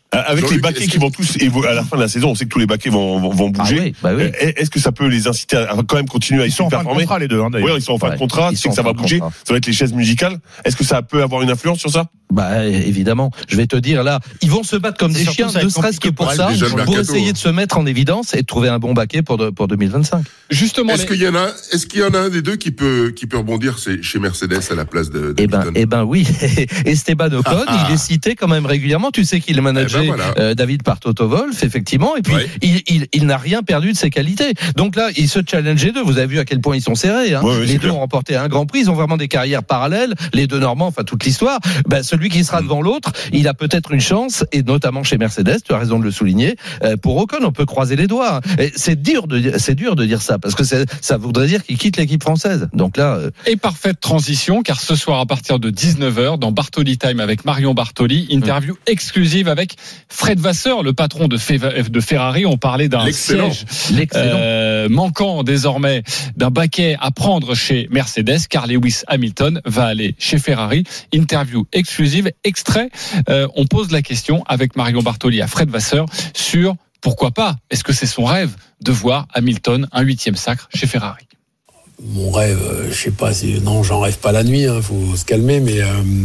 Avec Jean-Luc, les baquets qui vont tous évoluer à la fin de la saison, on sait que tous les baquets vont, vont, vont bouger. Ah oui, bah oui. Est-ce que ça peut les inciter à quand même continuer à Ils sont en fin de performer? contrat, les deux, hein, d'ailleurs. Oui, ils sont en fin Ouais, de contrat. ils Tu sais sont que ça en va fin de bouger. contrat. Ça va être les chaises musicales. Est-ce que ça peut avoir une influence sur ça? Bah évidemment, je vais te dire là, ils vont se battre comme C'est des surtout chiens, ça va ne être serait-ce que compliqué pour pour ça, elle, déjà le pour mercato, essayer hein. de se mettre en évidence et de trouver un bon baquet pour de, pour deux mille vingt-cinq. Justement, Est-ce les- qu'il y en a, est-ce qu'il y en a un des deux qui peut, qui peut rebondir c'est chez Mercedes à la place de, de Eh ben, Hamilton eh ben oui. Esteban Ocon, Ah, ah. il est cité quand même régulièrement. Tu sais qu'il est managé Eh ben voilà. euh, David par Toto Wolff, effectivement. Et puis Ouais. il, il, il n'a rien perdu de ses qualités. Donc là, ils se challengent les deux. Vous avez vu à quel point ils sont serrés. Hein. Ouais, ouais, les c'est deux clair. ont remporté un Grand Prix. Ils ont vraiment des carrières parallèles. Les deux Normands, enfin toute l'histoire. Ben, celui qui sera devant l'autre, il a peut-être une chance, et notamment chez Mercedes. Tu as raison de le souligner. Euh, pour Ocon, on peut croiser les doigts. Et c'est dur de dire- c'est dur de dire ça parce que c'est- ça voudrait dire qu'il quitte l'équipe française. Donc là. Euh, Et parfaite transition, car ce soir à partir de dix-neuf heures, dans Bartoli Time avec Marion Bartoli, interview exclusive avec Fred Vasseur, le patron de, Fe- de Ferrari. On parlait d'un L'excellent. siège L'excellent. euh, manquant désormais d'un baquet à prendre chez Mercedes, car Lewis Hamilton va aller chez Ferrari. Interview exclusive, extrait. Euh, on pose la question avec Marion Bartoli à Fred Vasseur sur pourquoi pas, est-ce que c'est son rêve de voir Hamilton un huitième sacre chez Ferrari? Mon rêve, euh, je sais pas si non, j'en rêve pas la nuit. Hein, faut se calmer, mais euh,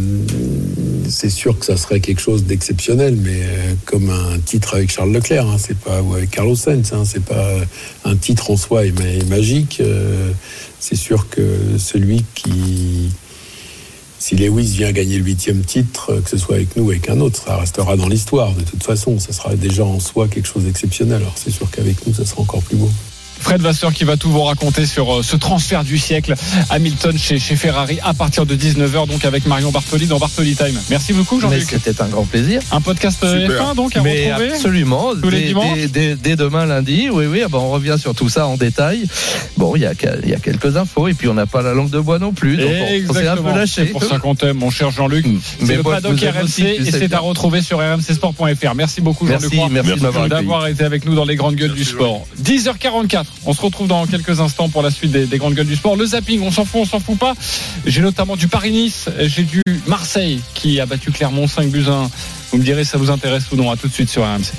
c'est sûr que ça serait quelque chose d'exceptionnel. Mais euh, comme un titre avec Charles Leclerc, hein, c'est pas ou avec Carlos Sainz, hein, c'est pas un titre en soi est, est magique. Euh, c'est sûr que celui qui, si Lewis vient gagner le huitième titre, que ce soit avec nous ou avec un autre, ça restera dans l'histoire. De toute façon, ça sera déjà en soi quelque chose d'exceptionnel. Alors c'est sûr qu'avec nous, ça sera encore plus beau. Fred Vasseur qui va tout vous raconter sur ce transfert du siècle, Hamilton chez, chez Ferrari à partir de dix-neuf heures, donc avec Marion Bartoli dans Bartoli Time. Merci beaucoup Jean-Luc. C'était un grand plaisir. Un podcast Super. F un donc à Mais retrouver absolument. tous les dès, dimanches. dès, dès, dès demain lundi, oui, oui, ben on revient sur tout ça en détail. Bon, il y a, il y a quelques infos et puis on n'a pas la langue de bois non plus. Donc on, on s'est un peu lâché. C'est pour ça qu'on t'aime, mon cher Jean-Luc. C'est Mais le moi, paddock je vous aime R M aussi, C tu et sais c'est bien. à retrouver sur r m c sport point f r. Merci beaucoup Jean-Luc Merci, Roy, merci de m'avoir d'avoir accueilli. été avec nous dans les grandes gueules du sport. dix heures quarante-quatre, on se retrouve dans quelques instants pour la suite des, des grandes gueules du sport. Le zapping, on s'en fout, on s'en fout pas. J'ai notamment du Paris-Nice, j'ai du Marseille qui a battu Clermont cinq buts à un. Vous me direz si ça vous intéresse ou non. À tout de suite sur R M C.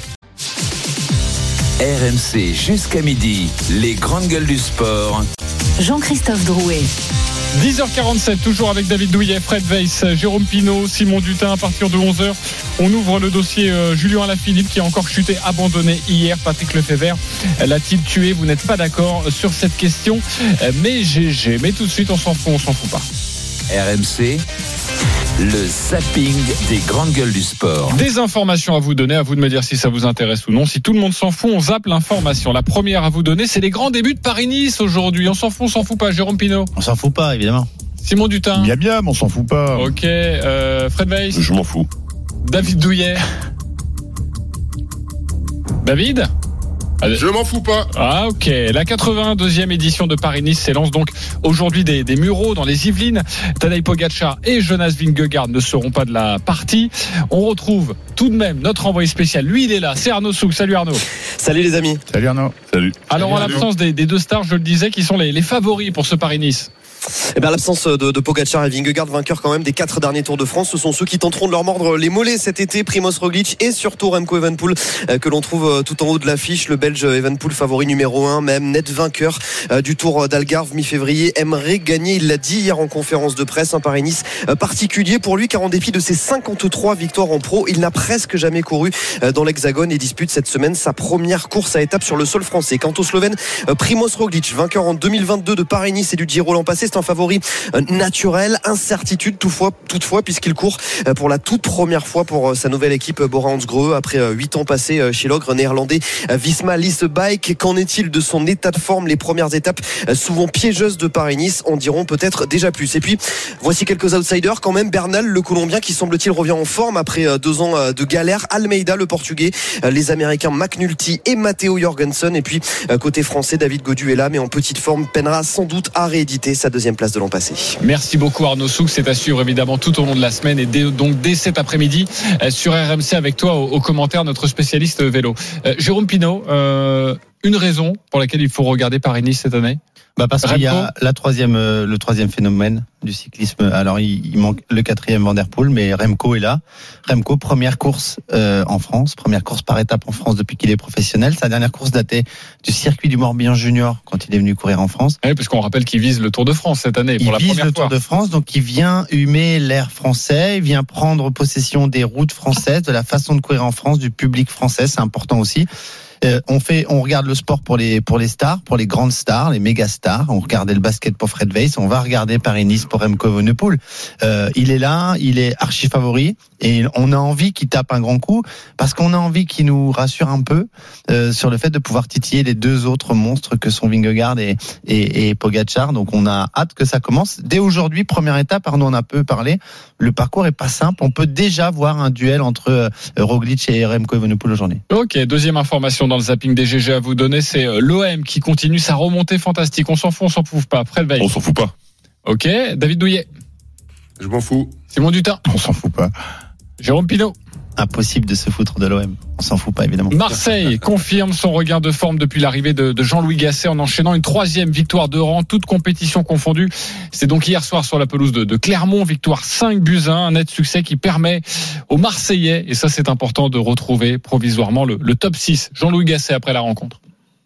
R M C jusqu'à midi, les grandes gueules du sport. Jean-Christophe Drouet. dix heures quarante-sept, toujours avec David Douillet, Fred Weiss, Jérôme Pinault, Simon Dutin. À partir de onze heures, on ouvre le dossier euh, Julien Alaphilippe qui a encore chuté, abandonné hier. Patrick Lefebvre l'a-t-il tué? Vous n'êtes pas d'accord sur cette question, euh, mais G G. Mais tout de suite, on s'en fout, on s'en fout pas. R M C, le zapping des grandes gueules du sport. Des informations à vous donner, à vous de me dire si ça vous intéresse ou non. Si tout le monde s'en fout, on zappe l'information. La première à vous donner, c'est les grands débuts de Paris-Nice aujourd'hui. On s'en fout, on s'en fout pas. Jérôme Pinault. On s'en fout pas, évidemment. Simon Dutin. Bien, bien, mais on s'en fout pas. Ok. Euh, Fred Weiss. Je m'en fous. David Douillet. David. Allez. Je m'en fous pas. Ah ok, la quatre-vingt-deuxième édition de Paris-Nice s'élance donc aujourd'hui des, des Mureaux dans les Yvelines. Tadej Pogacar et Jonas Vingegaard ne seront pas de la partie. On retrouve tout de même notre envoyé spécial. Lui il est là, c'est Arnaud Souk. Salut Arnaud. Salut les amis. Salut Arnaud. Salut. Alors en Salut, l'absence des, des deux stars, je le disais, qui sont les, les favoris pour ce Paris-Nice? Eh bien, l'absence de, de Pogacar et Vingegaard, vainqueurs quand même des quatre derniers Tours de France, ce sont ceux qui tenteront de leur mordre les mollets cet été. Primoz Roglic et surtout Remco Evenepoel euh, que l'on trouve euh, tout en haut de l'affiche. Le Belge Evenepoel, favori numéro un, même net vainqueur euh, du Tour d'Algarve mi-février, aimerait gagner. Il l'a dit hier en conférence de presse. Un Paris-Nice euh, particulier pour lui, car en dépit de ses cinquante-trois victoires en pro, il n'a presque jamais couru euh, dans l'Hexagone et dispute cette semaine sa première course à étapes sur le sol français. Quant au Slovène euh, Primoz Roglic, vainqueur en deux mille vingt-deux de Paris-Nice et du Giro l'an passé, c'est un favori naturel, incertitude toutefois, toutefois puisqu'il court pour la toute première fois pour sa nouvelle équipe Bora-Hansgrohe après huit ans passés chez l'ogre néerlandais Visma Lease Bike. Qu'en est-il de son état de forme? Les premières étapes souvent piégeuses de Paris-Nice en diront peut-être déjà plus. Et puis voici quelques outsiders quand même. Bernal, le Colombien, qui semble-t-il revient en forme après deux ans de galère. Almeida, le Portugais, les Américains McNulty et Matteo Jorgensen. Et puis côté français, David Gaudu est là mais en petite forme, peinera sans doute à rééditer sa deuxième place de l'an passé. Merci beaucoup Arnaud Souk, c'est à suivre évidemment tout au long de la semaine et dès, donc dès cet après-midi euh, sur R M C avec toi au, au commentaire notre spécialiste vélo. Euh, Jérôme Pinault, euh, une raison pour laquelle il faut regarder Paris-Nice cette année? Bah parce Remco. qu'il y a la troisième, euh, le troisième phénomène du cyclisme. Alors il, il manque le quatrième Van Der Poel, mais Remco est là. Remco, première course euh, en France, première course par étape en France depuis qu'il est professionnel. Sa dernière course datait du circuit du Morbihan Junior quand il est venu courir en France. Oui, parce qu'on rappelle qu'il vise le Tour de France cette année pour il la vise première le fois. Tour de France, donc il vient humer l'air français, il vient prendre possession des routes françaises, de la façon de courir en France, du public français, c'est important aussi. Euh, on fait, on regarde le sport pour les pour les stars, pour les grandes stars, les méga stars. On regardait le basket pour Fred Weiss, on va regarder Paris-Nice pour Remco Evenepoel. Euh, il est là, il est archi favori et on a envie qu'il tape un grand coup parce qu'on a envie qu'il nous rassure un peu euh, sur le fait de pouvoir titiller les deux autres monstres que sont Vingegaard et et, et Pogačar. Donc on a hâte que ça commence dès aujourd'hui. Première étape, Arnaud en a peu parlé. Le parcours est pas simple. On peut déjà voir un duel entre euh, Roglic et Remco Evenepoel aujourd'hui. Ok, deuxième information dans le zapping des G G à vous donner, c'est l'O M qui continue sa remontée fantastique. On s'en fout, on s'en fout pas. Fred Weiss. On s'en fout pas. Ok, David Douillet. Je m'en fous. Simon Dutin. On s'en fout pas. Jérôme Pinault. Impossible de se foutre de l'O M. On s'en fout pas, évidemment. Marseille confirme son regain de forme depuis l'arrivée de, de Jean-Louis Gasset en enchaînant une troisième victoire de rang, toute compétition confondue. C'est donc hier soir sur la pelouse de, de Clermont, victoire cinq buts à un, un net succès qui permet aux Marseillais, et ça c'est important, de retrouver provisoirement le, le top six. Jean-Louis Gasset après la rencontre.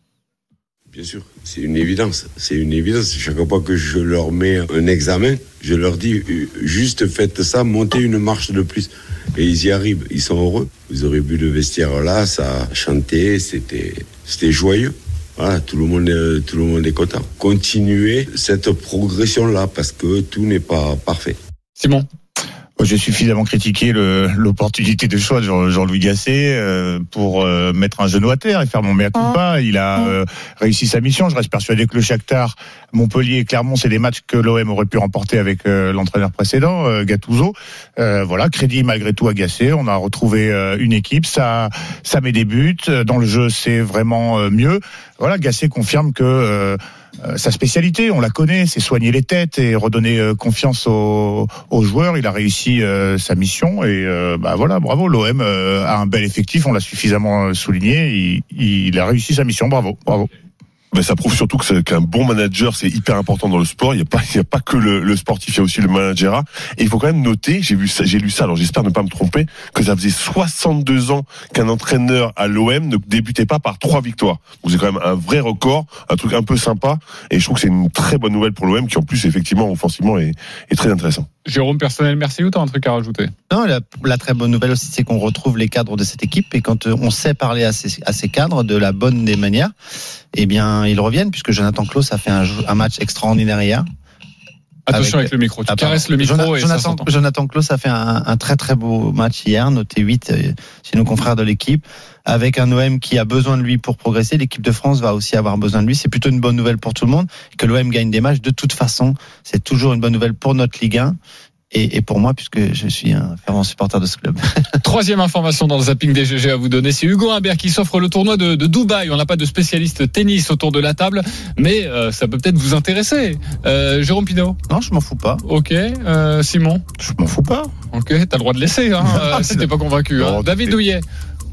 Bien sûr, c'est une évidence. C'est une évidence. Chaque fois que je leur mets un examen, je leur dis juste faites ça, montez une marche de plus. Et ils y arrivent. Ils sont heureux. Vous aurez vu le vestiaire là, ça chantait, c'était, c'était joyeux. Voilà, tout le monde, tout le monde est content. Continuez cette progression là parce que tout n'est pas parfait. Simon. J'ai suffisamment critiqué le, l'opportunité de choix de Jean, Jean-Louis Gasset euh, pour euh, mettre un genou à terre et faire mon mea culpa. Il a euh, réussi sa mission. Je reste persuadé que le Shakhtar, Montpellier et Clermont, c'est des matchs que l'O M aurait pu remporter avec euh, l'entraîneur précédent, euh, Gattuso. Euh, voilà, crédit malgré tout à Gasset. On a retrouvé euh, une équipe. Ça, ça met des buts. Dans le jeu, c'est vraiment euh, mieux. Voilà, Gasset confirme que euh, Euh, sa spécialité, on la connaît, c'est soigner les têtes et redonner euh, confiance aux, aux joueurs. Il a réussi euh, sa mission et euh, bah voilà, bravo. L'O M euh, a un bel effectif, on l'a suffisamment souligné. Il, il a réussi sa mission, bravo, bravo. Ben ça prouve surtout que c'est, qu'un bon manager, c'est hyper important dans le sport. Il n'y a pas, il y a pas que le, le sportif, il y a aussi le managerat. Et il faut quand même noter, j'ai vu ça, j'ai lu ça, alors j'espère ne pas me tromper, que ça faisait soixante-deux ans qu'un entraîneur à l'O M ne débutait pas par trois victoires. Donc c'est quand même un vrai record, un truc un peu sympa. Et je trouve que c'est une très bonne nouvelle pour l'O M qui en plus effectivement offensivement est, est très intéressant. Jérôme, personnel, merci, ou t'as un truc à rajouter? Non, la, la très bonne nouvelle aussi, c'est qu'on retrouve les cadres de cette équipe et quand on sait parler à ces, à ces cadres de la bonne des manières, eh bien, ils reviennent puisque Jonathan Klaus a fait un, un match extraordinaire hier. Attention avec, avec le micro, tu ah, caresses le micro Jonathan, et Jonathan, ça s'entend. Jonathan Klaus a fait un, un très très beau match hier, noté huit chez nos confrères de l'équipe, avec un O M qui a besoin de lui pour progresser. L'équipe de France va aussi avoir besoin de lui. C'est plutôt une bonne nouvelle pour tout le monde. Que l'O M gagne des matchs, de toute façon, c'est toujours une bonne nouvelle pour notre Ligue un. Et, et pour moi, puisque je suis un fervent supporter de ce club. Troisième information dans le zapping des G G à vous donner, c'est Hugo Humbert qui s'offre le tournoi de, de Dubaï. On n'a pas de spécialiste tennis autour de la table, mais euh, ça peut peut-être vous intéresser. Euh, Jérôme Pinault? Non, je m'en fous pas. Ok. Euh, Simon? Je m'en fous pas. Ok, t'as le droit de laisser, hein, euh, si t'es pas convaincu. Hein. David Douillet?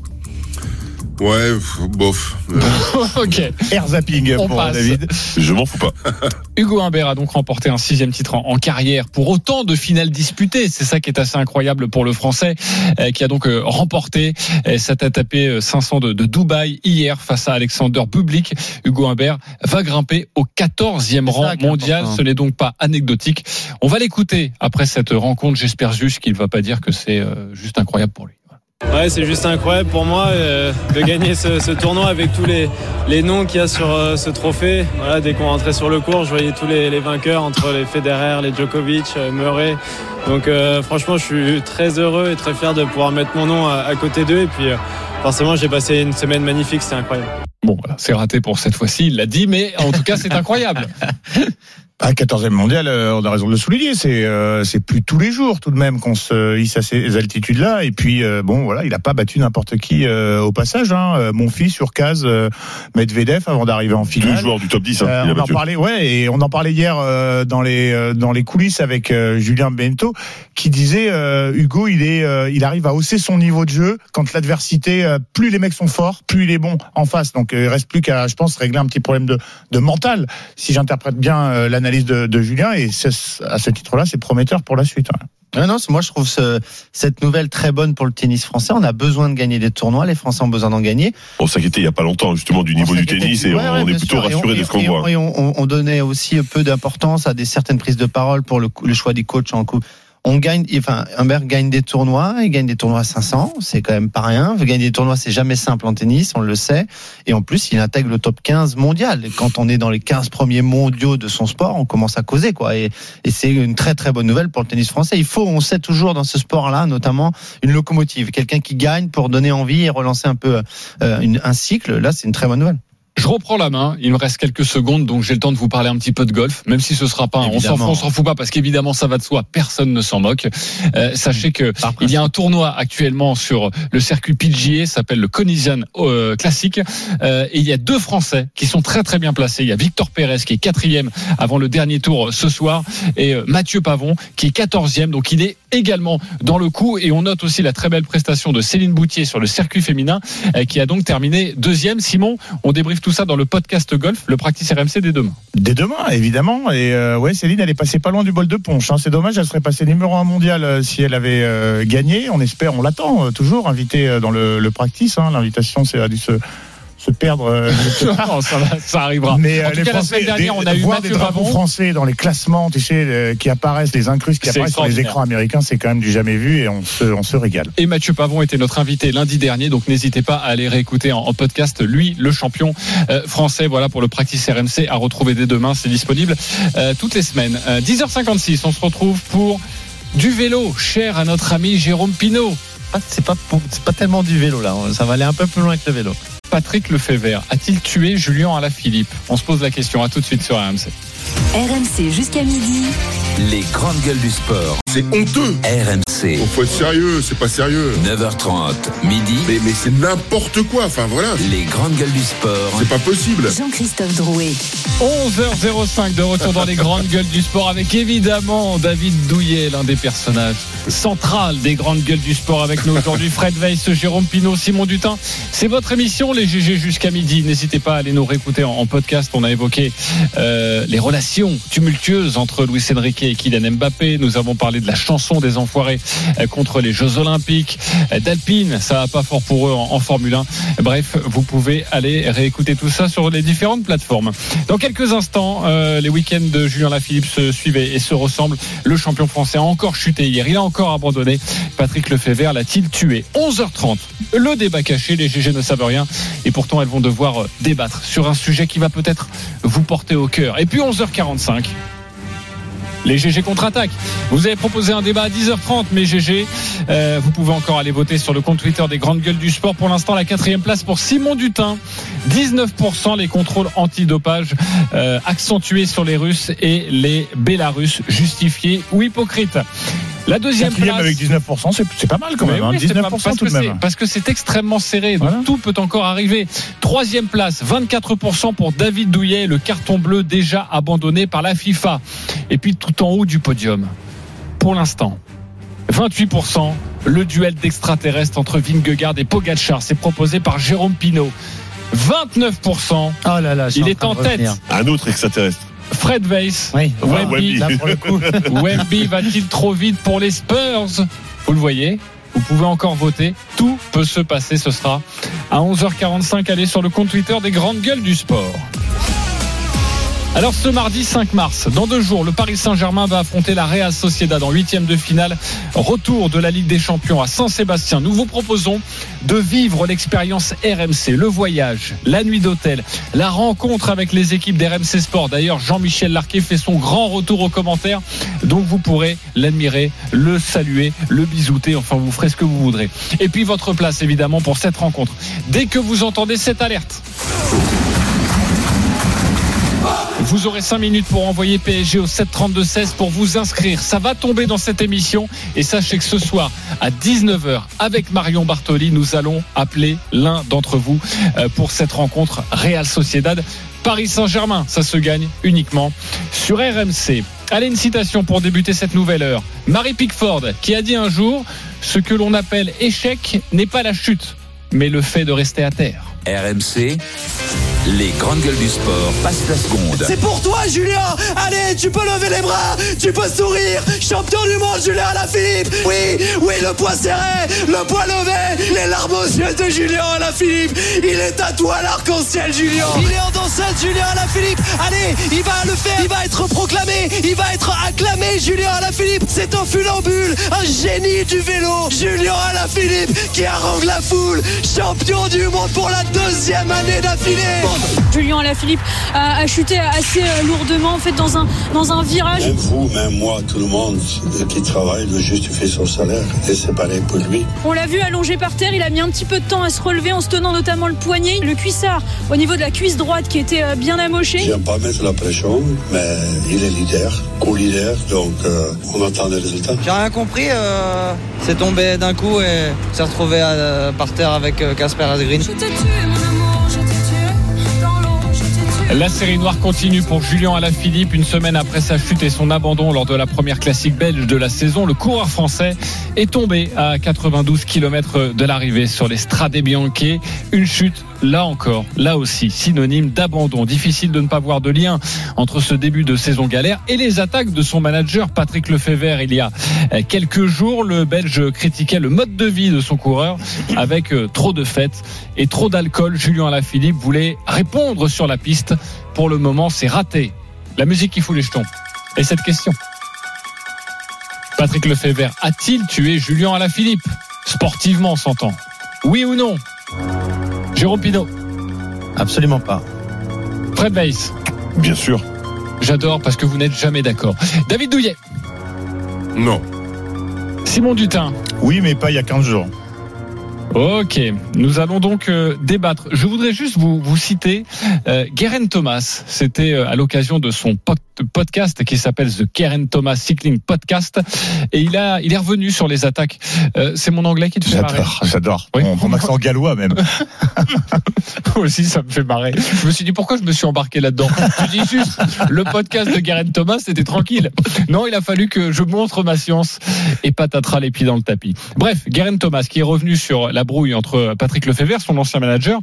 Ouais, bof. Ok. Air zapping On pour passe. David. Je m'en fous pas. Hugo Humbert a donc remporté un sixième titre en, en carrière pour autant de finales disputées. C'est ça qui est assez incroyable pour le Français, euh, qui a donc euh, remporté euh, cette étapée euh, cinq cents de, de Dubaï hier face à Alexander Bublik. Hugo Humbert va grimper au quatorzième rang mondial. Ce n'est donc pas anecdotique. On va l'écouter après cette rencontre. J'espère juste qu'il ne va pas dire que c'est euh, juste incroyable pour lui. Ouais, c'est juste incroyable pour moi euh, de gagner ce, ce tournoi avec tous les, les noms qu'il y a sur euh, ce trophée. Voilà, dès qu'on rentrait sur le court, je voyais tous les, les vainqueurs entre les Federer, les Djokovic, euh, Murray. Donc euh, franchement, je suis très heureux et très fier de pouvoir mettre mon nom à, à côté d'eux. Et puis euh, forcément, j'ai passé une semaine magnifique, c'était incroyable. Bon, voilà, c'est raté pour cette fois-ci, il l'a dit, mais en tout cas, c'est incroyable. Ah, quatorzième mondial, euh, on a raison de le souligner. C'est euh, c'est plus tous les jours tout de même qu'on se hisse à ces altitudes-là. Et puis euh, bon, voilà, il a pas battu n'importe qui euh, au passage. Hein. Mon fils, Urkaz, euh, Medvedev avant d'arriver en finale. Deux joueurs du top dix. Hein, euh, on en parlait, ouais, et on en parlait hier euh, dans les euh, dans les coulisses avec euh, Julien Bento, qui disait euh, Hugo, il est euh, il arrive à hausser son niveau de jeu quand l'adversité, euh, plus les mecs sont forts, plus il est bon en face. Donc euh, il reste plus qu'à, je pense, régler un petit problème de de mental, si j'interprète bien euh, l'analyse De, de Julien, et à ce titre-là, c'est prometteur pour la suite. Ouais. Non, non, moi je trouve ce, cette nouvelle très bonne pour le tennis français. On a besoin de gagner des tournois, les Français ont besoin d'en gagner. On s'inquiétait il n'y a pas longtemps justement du niveau du tennis, et ouais, on, ouais, on est plutôt sûr. rassuré de ce qu'on et voit. On, et on, on donnait aussi peu d'importance à des certaines prises de parole pour le, le choix des coachs en coup. On gagne, enfin, Humbert gagne des tournois, il gagne des tournois à cinq cents, c'est quand même pas rien. Gagner des tournois, c'est jamais simple en tennis, on le sait. Et en plus, il intègre le top quinze mondial. Et quand on est dans les quinze premiers mondiaux de son sport, on commence à causer, quoi. Et, et c'est une très très bonne nouvelle pour le tennis français. Il faut, on sait toujours dans ce sport-là, notamment, une locomotive, quelqu'un qui gagne pour donner envie et relancer un peu euh, une, un cycle. Là, c'est une très bonne nouvelle. Je reprends la main, il me reste quelques secondes, donc j'ai le temps de vous parler un petit peu de golf, même si ce sera pas, un, on s'en fout, on s'en fout pas, parce qu'évidemment ça va de soi, personne ne s'en moque. Euh, sachez que il y a un tournoi actuellement sur le circuit P G A, ça s'appelle le Conisian euh, Classic, euh, et il y a deux Français qui sont très très bien placés. Il y a Victor Pérez qui est quatrième avant le dernier tour ce soir, et euh, Mathieu Pavon qui est quatorzième, donc il est également dans le coup. Et on note aussi la très belle prestation de Céline Boutier sur le circuit féminin, euh, qui a donc terminé deuxième. Simon, on débriefe tout ça dans le podcast golf, le Practice R M C dès demain. Dès demain, évidemment. Et euh, ouais, Céline, elle est passée pas loin du bol de punch. Hein. C'est dommage, elle serait passée numéro un mondial euh, si elle avait euh, gagné. On espère, on l'attend euh, toujours, invité euh, dans le, le Practice. Hein. L'invitation, c'est a dû se se perdre. Euh, non, ça, va, ça arrivera. Mais en euh, tout les cas, Français, la semaine dernière, des, on a eu voir Mathieu des drapeaux Pavon français dans les classements, tu sais, euh, qui apparaissent, les incrustes qui c'est apparaissent sur les écrans américains, c'est quand même du jamais vu, et on se, on se régale. Et Mathieu Pavon était notre invité lundi dernier, donc n'hésitez pas à aller réécouter en, en podcast, lui, le champion euh, français. Voilà pour le Practice R M C à retrouver dès demain. C'est disponible euh, toutes les semaines. Euh, dix heures cinquante-six, on se retrouve pour du vélo, cher à notre ami Jérôme Pinault. Ah, c'est pas, c'est pas tellement du vélo là, ça va aller un peu plus loin que le vélo. Patrick Lefebvre a-t-il tué Julien Alaphilippe? On se pose la question, à tout de suite sur R M C. R M C jusqu'à midi. Les grandes gueules du sport. C'est honteux. R M C. Il faut être sérieux, c'est pas sérieux. neuf heures trente, midi. Mais, mais c'est n'importe quoi, enfin voilà. Les grandes gueules du sport. C'est pas possible. Jean-Christophe Drouet. onze heures cinq de retour dans les grandes gueules du sport avec évidemment David Douillet, l'un des personnages centrales des grandes gueules du sport avec nous aujourd'hui. Fred Weiss, Jérôme Pinault, Simon Dutin. C'est votre émission, les G G jusqu'à midi. N'hésitez pas à aller nous réécouter en, en podcast. On a évoqué euh, les relations tumultueuses entre Luis Enrique et Kylian Mbappé. Nous avons parlé de la chanson des enfoirés euh, contre les Jeux Olympiques, euh, d'Alpine. Ça va pas fort pour eux en, en Formule un. Bref, vous pouvez aller réécouter tout ça sur les différentes plateformes. Dans quelques instants, euh, les week-ends de Julien Alaphilippe se suivent et se ressemblent. Le champion français a encore chuté hier. Il a encore abandonné. Patrick Lefebvre l'a-t-il tué? onze heures trente. Le débat caché. Les G G ne savent rien. Et pourtant, elles vont devoir débattre sur un sujet qui va peut-être vous porter au cœur. Et puis onze heures quarante-cinq. Les G G contre-attaque. Vous avez proposé un débat à dix heures trente, mais G G, euh, vous pouvez encore aller voter sur le compte Twitter des grandes gueules du sport. Pour l'instant, la quatrième place pour Simon Dutin. dix-neuf pour cent les contrôles antidopage euh, accentués sur les Russes et les Bélarusses, justifiés ou hypocrites. La deuxième Quatrième place avec dix-neuf pour cent, c'est, c'est pas mal quand même. Oui, hein, dix-neuf pour cent parce tout de que même. C'est, parce que c'est extrêmement serré, donc voilà. Tout peut encore arriver. Troisième place, vingt-quatre pour cent pour David Douillet, le carton bleu déjà abandonné par la FIFA. Et puis tout en haut du podium, pour l'instant, vingt-huit pour cent, le duel d'extraterrestres entre Vingegaard et Pogačar, c'est proposé par Jérôme Pinault. vingt-neuf pour cent, oh là là, il est en tête. Un autre extraterrestre. Fred Weiss, oui. Wemby, là pour le coup. Wemby va-t-il trop vite pour les Spurs? Vous le voyez, vous pouvez encore voter. Tout peut se passer, ce sera à onze heures quarante-cinq. Allez sur le compte Twitter des grandes gueules du sport. Alors ce mardi cinq mars, dans deux jours, le Paris Saint-Germain va affronter la Real Sociedad en huitième de finale. Retour de la Ligue des Champions à Saint-Sébastien. Nous vous proposons de vivre l'expérience R M C, le voyage, la nuit d'hôtel, la rencontre avec les équipes d'R M C Sport. D'ailleurs, Jean-Michel Larquet fait son grand retour aux commentaires, donc vous pourrez l'admirer, le saluer, le bisouter, enfin vous ferez ce que vous voudrez. Et puis votre place évidemment pour cette rencontre. Dès que vous entendez cette alerte, Vous aurez cinq minutes pour envoyer P S G au sept trente-deux seize pour vous inscrire. Ça va tomber dans cette émission. Et sachez que ce soir, à dix-neuf heures, avec Marion Bartoli, nous allons appeler l'un d'entre vous pour cette rencontre Real Sociedad Paris Saint-Germain. Ça se gagne uniquement sur R M C. Allez, une citation pour débuter cette nouvelle heure. Mary Pickford, qui a dit un jour: ce que l'on appelle échec n'est pas la chute, mais le fait de rester à terre. R M C, les grandes gueules du sport passent la seconde. C'est pour toi, Julien. Allez, tu peux lever les bras, tu peux sourire. Champion du monde, Julien Alaphilippe. Oui, oui, le poing serré, le poing levé, les larmes aux yeux de Julien Alaphilippe. Il est à toi l'arc-en-ciel, Julien. Il est en danseuse, Julien Alaphilippe. Allez, il va le faire, il va être proclamé, il va être acclamé, Julien Alaphilippe. C'est un funambule, un génie du vélo. Julien Alaphilippe qui harangue la foule. Champion du monde pour la deuxième année d'affilée. Julien Alaphilippe a, a chuté assez lourdement en fait dans un, dans un virage. Même vous, même moi, tout le monde qui travaille veut justifier son salaire et c'est pareil pour lui. On l'a vu allongé par terre, il a mis un petit peu de temps à se relever en se tenant notamment le poignet, le cuissard au niveau de la cuisse droite qui était bien amoché. J'aime pas mettre la pression, mais il est leader, co-leader, donc euh, on attend les résultats. J'ai rien compris, euh, c'est tombé d'un coup et s'est retrouvé à, par terre avec Casper Asgreen. Je t'ai tué, mon amour, je t'ai tué dans l'eau, je t'ai tué. La série noire continue pour Julien Alaphilippe. Une semaine après sa chute et son abandon lors de la première classique belge de la saison, le coureur français est tombé à quatre-vingt-douze kilomètres de l'arrivée sur les Strade Bianche. Une chute, là encore, là aussi, synonyme d'abandon. Difficile de ne pas voir de lien entre ce début de saison galère et les attaques de son manager Patrick Lefebvre. Il y a quelques jours, le Belge critiquait le mode de vie de son coureur avec trop de fêtes et trop d'alcool. Julien Alaphilippe voulait répondre sur la piste. Pour le moment, c'est raté. La musique qui fout les jetons. Et cette question: Patrick Lefebvre a-t-il tué Julien Alaphilippe? Sportivement, on s'entend. Oui ou non? Jérôme Pinault? Absolument pas. Fred Weiss? Bien sûr. J'adore parce que vous n'êtes jamais d'accord. David Douillet? Non. Simon Dutin? Oui, mais pas il y a quinze jours. Ok, nous allons donc euh, débattre. Je voudrais juste vous, vous citer euh, Geraint Thomas. C'était euh, à l'occasion de son pod- podcast qui s'appelle The Geraint Thomas Cycling Podcast. Et il a, il est revenu sur les attaques. Euh, c'est mon anglais qui te fait marrer? J'adore, j'adore. Oui. En accent gallois même. Moi aussi, ça me fait marrer. Je me suis dit, pourquoi je me suis embarqué là-dedans? Je dis juste, le podcast de Geraint Thomas, c'était tranquille. Non, il a fallu que je montre ma science et patatras les pieds dans le tapis. Bref, Geraint Thomas qui est revenu sur la brouille entre Patrick Lefebvre, son ancien manager,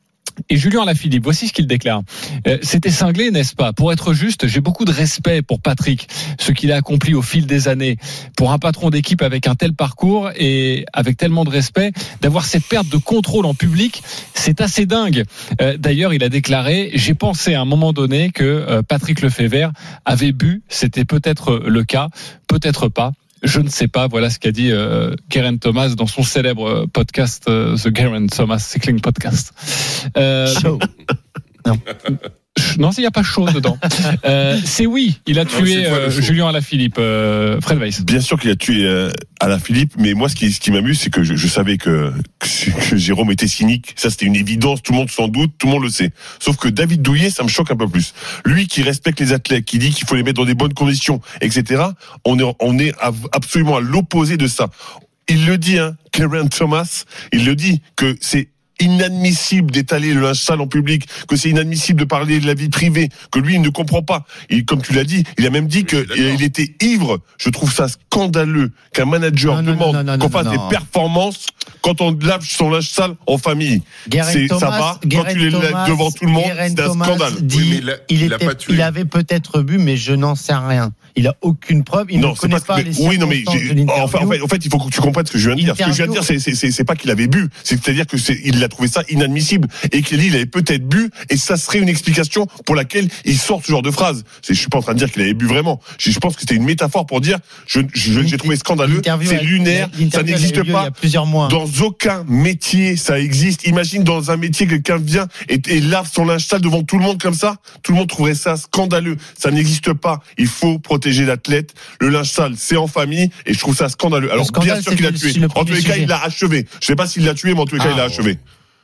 et Julien Alaphilippe. Voici ce qu'il déclare. Euh, c'était cinglé, n'est-ce pas? Pour être juste, j'ai beaucoup de respect pour Patrick, ce qu'il a accompli au fil des années. Pour un patron d'équipe avec un tel parcours et avec tellement de respect, d'avoir cette perte de contrôle en public, c'est assez dingue. Euh, d'ailleurs, il a déclaré: j'ai pensé à un moment donné que euh, Patrick Lefebvre avait bu. C'était peut-être le cas, peut-être pas. Je ne sais pas. Voilà ce qu'a dit euh, Geraint Thomas dans son célèbre podcast, euh, The Geraint Thomas Cycling Podcast. Euh, Show. Non. Non, il n'y a pas chaud dedans. Euh, c'est oui, il a Non, tué c'est euh, Julien Alaphilippe. Euh, Fred Weiss. Bien sûr qu'il a tué euh, Alaphilippe, mais moi, ce qui, ce qui m'amuse, c'est que je, je savais que, que, que Jérôme était cynique. Ça, c'était une évidence. Tout le monde s'en doute, tout le monde le sait. Sauf que David Douillet, ça me choque un peu plus. Lui, qui respecte les athlètes, qui dit qu'il faut les mettre dans des bonnes conditions, et cetera. On est, on est absolument à l'opposé de ça. Il le dit, hein, Geraint Thomas. Il le dit que c'est inadmissible d'étaler le linge sale en public, que c'est inadmissible de parler de la vie privée, que lui il ne comprend pas. Et comme tu l'as dit, il a même dit que il était ivre. Je trouve ça scandaleux qu'un manager non, demande non, non, non, qu'on fasse non, des non. performances quand on lave son linge sale en famille. Geraint C'est, Thomas, ça va. Quand Geraint tu les Thomas, lèves devant tout le monde, Geraint c'est un Thomas scandale. Dit, Oui, mais il a- il, il a était, pas tué. il avait peut-être bu, mais je n'en sais rien. Il a aucune preuve. Il non, ne c'est connaît pas, pas mais, les oui, non, mais circonstances j'ai- de l'interview. enfin, en fait, en fait, il faut que tu comprennes ce que je viens de dire. Ce que je viens de dire, c'est, c'est, c'est, c'est pas qu'il avait bu. C'est-à-dire que c'est, il a trouvé ça inadmissible et qu'il a dit il avait peut-être bu et ça serait une explication pour laquelle il sort ce genre de phrase. C'est, je suis pas en train de dire qu'il avait bu vraiment. Je, je pense que c'était une métaphore pour dire, je, je, j'ai trouvé scandaleux. L'interview C'est a- lunaire. Ça l'interview a eu n'existe lieu il y pas. a plusieurs mois. Dans aucun métier, ça existe. Imagine dans un métier, quelqu'un vient et, et lave son linge sale devant tout le monde comme ça. Tout le monde trouverait ça scandaleux. Ça n'existe pas. Il faut protéger l'athlète. Le linge sale, c'est en famille et je trouve ça scandaleux. Alors, scandale, bien sûr c'est qu'il a le- tué. c'est le En tous les premier cas, sujet. il l'a achevé. Je sais pas s'il l'a tué, mais en tous les cas, Ah, il l'a bon. achevé.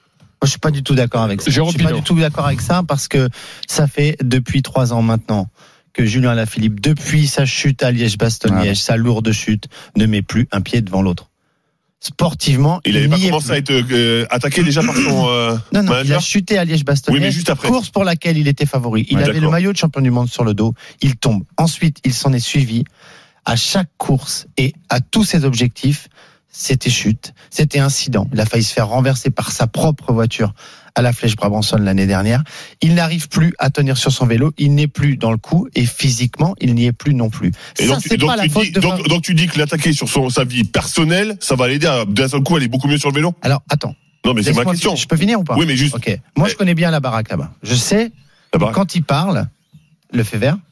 je suis pas du tout d'accord avec ça. Jérôme je suis pas Pinault. du tout d'accord avec ça parce que ça fait depuis trois ans maintenant que Julien Alaphilippe, depuis sa chute à Liège-Bastogne-Liège, sa lourde chute, ne met plus un pied devant l'autre. Sportivement, il n'avait pas commencé à être euh, attaqué déjà par son euh, non, non, manager. Il a chuté à Liège-Bastogne-Liège. Oui, mais juste après. Course pour laquelle il était favori. Il Ouais, avait d'accord. le maillot de champion du monde sur le dos. Il tombe. Ensuite, il s'en est suivi à chaque course et à tous ses objectifs. C'était chute, c'était incident. Il a failli se faire renverser par sa propre voiture à la Flèche Brabançonne l'année dernière. Il n'arrive plus à tenir sur son vélo, il n'est plus dans le coup et physiquement, il n'y est plus non plus. Et ça, donc, c'est donc, pas la tu faute dis, de donc, donc tu dis que l'attaquer sur son, sa vie personnelle, ça va l'aider à d'un seul coup aller beaucoup mieux sur le vélo. Alors attends. Non mais c'est ma Laisse-moi- question. Je peux finir ou pas? Oui mais juste. Ok. Moi, je connais bien la baraque là-bas. Je sais, quand il parle, le fait vert,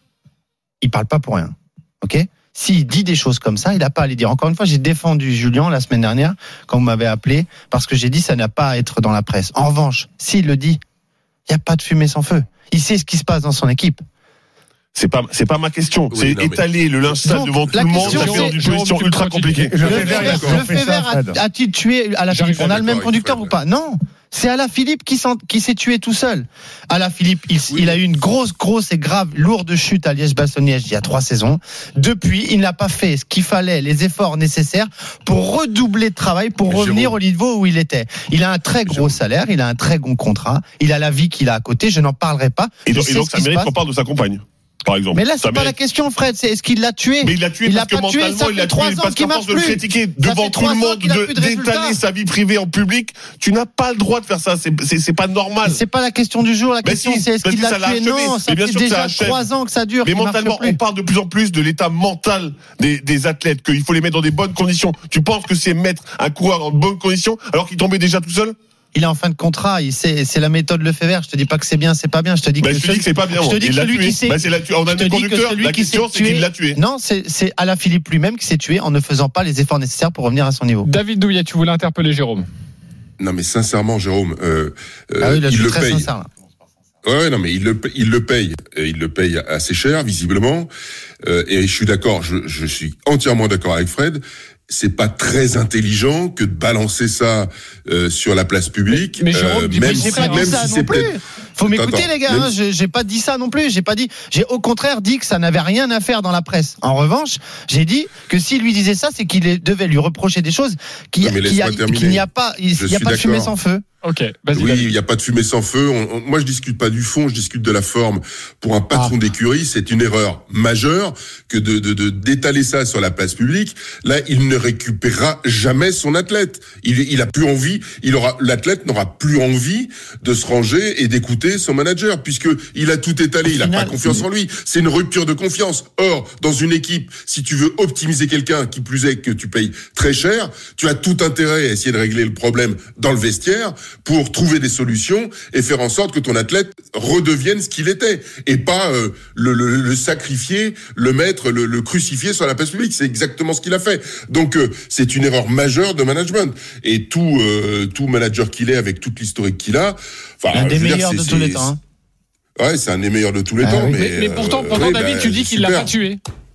il parle pas pour rien. Ok? S'il dit des choses comme ça, il n'a pas à les dire. Encore une fois, j'ai défendu Julien la semaine dernière quand vous m'avez appelé parce que j'ai dit ça n'a pas à être dans la presse. En revanche, s'il le dit, il n'y a pas de fumée sans feu. Il sait ce qui se passe dans son équipe. C'est pas, c'est pas ma question. Oui, c'est non, mais- étaler le linge sale Donc, devant tout la le monde, question, ça fait c'est- une position Jérôme, ultra tu continue. compliquée. Le Le fait vert, il a fait toujours fait ça, vert Fred. a- a-t-il tué Alaphilippe? On a le même d'accord conducteur avec ou pas? Non. C'est Alaphilippe qui, s'en- qui s'est tué tout seul. Alaphilippe, il, Oui. il a eu une grosse, grosse et grave, lourde chute à Liège-Bastogne-Liège il y a trois saisons. Depuis, il n'a pas fait ce qu'il fallait, les efforts nécessaires pour redoubler de travail, pour Mais revenir Jérôme. au niveau où il était. Il a un très gros salaire, il a un très bon contrat, il a la vie qu'il a à côté, je n'en parlerai pas. Et Je donc, sais et donc ce ça qui se mérite passe. qu'on parle de sa compagne, par exemple. Mais là, Ça c'est pas la mérite. question, Fred, c'est est-ce qu'il l'a tué? Mais il l'a tué Il parce l'a que pas tué, mentalement, ça il fait l'a trois tué ans parce qu'il qu'à force marche de le plus. critiquer Ça devant fait tout trois le ans monde, qu'il a de- plus de résultats. d'étaler sa vie privée en public, tu n'as pas le droit de faire ça. C'est, c'est, c'est pas normal. C'est pas la question du jour, la Mais question si, c'est est-ce parce qu'il que l'a ça l'a tué? achevé. Non, ça Mais bien fait sûr que ça déjà achève. trois ans que ça dure. Mais qu'il marche mentalement, plus. on parle de plus en plus de l'état mental des, des athlètes, qu'il faut les mettre dans des bonnes conditions. Tu penses que c'est mettre un coureur dans de bonnes conditions alors qu'il tombait déjà tout seul? Il est en fin de contrat, il sait, c'est la méthode Lefebvre. Je te dis pas que c'est bien, c'est pas bien. Je te dis Bah, que je te celui- dis que c'est pas bien, Je te moi. dis Il que l'a celui tué. qui s'est. Bah, c'est la- on a je te le dis que conducteur. celui La qui s'est question, c'est qu'il tué- l'a tué. Non, c'est c'est Alaphilippe lui-même qui s'est tué en ne faisant pas les efforts nécessaires pour revenir à son niveau. David Douillet, tu voulais interpeller Jérôme. Non mais sincèrement, Jérôme, euh, euh, Ah oui, là, je il suis le très paye. sincère, là. Ouais, non, mais il le, paye- il le paye. Et il le paye assez cher, visiblement. Euh, et je suis d'accord, je, je suis entièrement d'accord avec Fred. C'est pas très intelligent que de balancer ça euh, sur la place publique. Mais Jérôme, euh, dis- même mais j'ai si, pas dit même ça si non c'est plus. peut-être. Faut Attends, m'écouter attends. les gars, Même hein, si- j'ai j'ai pas dit ça non plus, j'ai pas dit, j'ai au contraire dit que ça n'avait rien à faire dans la presse. En revanche, j'ai dit que s'il lui disait ça, c'est qu'il est- devait lui reprocher des choses qui Oui, mais qu'il y a- laisse-moi terminer. qu'il n'y a pas, il Je n'y a suis pas de fumée d'accord. sans feu. Ok, vas-y. Oui, David. il n'y a pas de fumée sans feu. On- on- moi, je discute pas du fond, je discute de la forme. Pour un patron d'écurie, c'est une erreur majeure que de, de, de d'étaler ça sur la place publique. Là, il ne récupérera jamais son athlète. Il, il a plus envie. Il aura, l'athlète n'aura plus envie de se ranger et d'écouter son manager, puisque il a tout étalé. Au Il a final, pas confiance en lui. C'est une rupture de confiance. Or, dans une équipe, si tu veux optimiser quelqu'un, qui plus est que tu payes très cher, tu as tout intérêt à essayer de régler le problème dans le vestiaire pour trouver des solutions et faire en sorte que ton athlète redevienne ce qu'il était et pas euh, le, le, le sacrifier, le mettre, le, le crucifier sur la place publique. C'est exactement ce qu'il a fait. Donc euh, c'est une erreur majeure de management. Et tout euh, tout manager qu'il est, avec toute l'historique qu'il a, enfin, L'un je des veux dire, meilleurs c'est- de tous les c'est- temps. hein. Ouais, c'est un des meilleurs de tous les Ah temps. oui. Mais, Mais, mais pourtant, euh, pourtant oui, David, bah, tu dis qu'il l'a super. pas tué.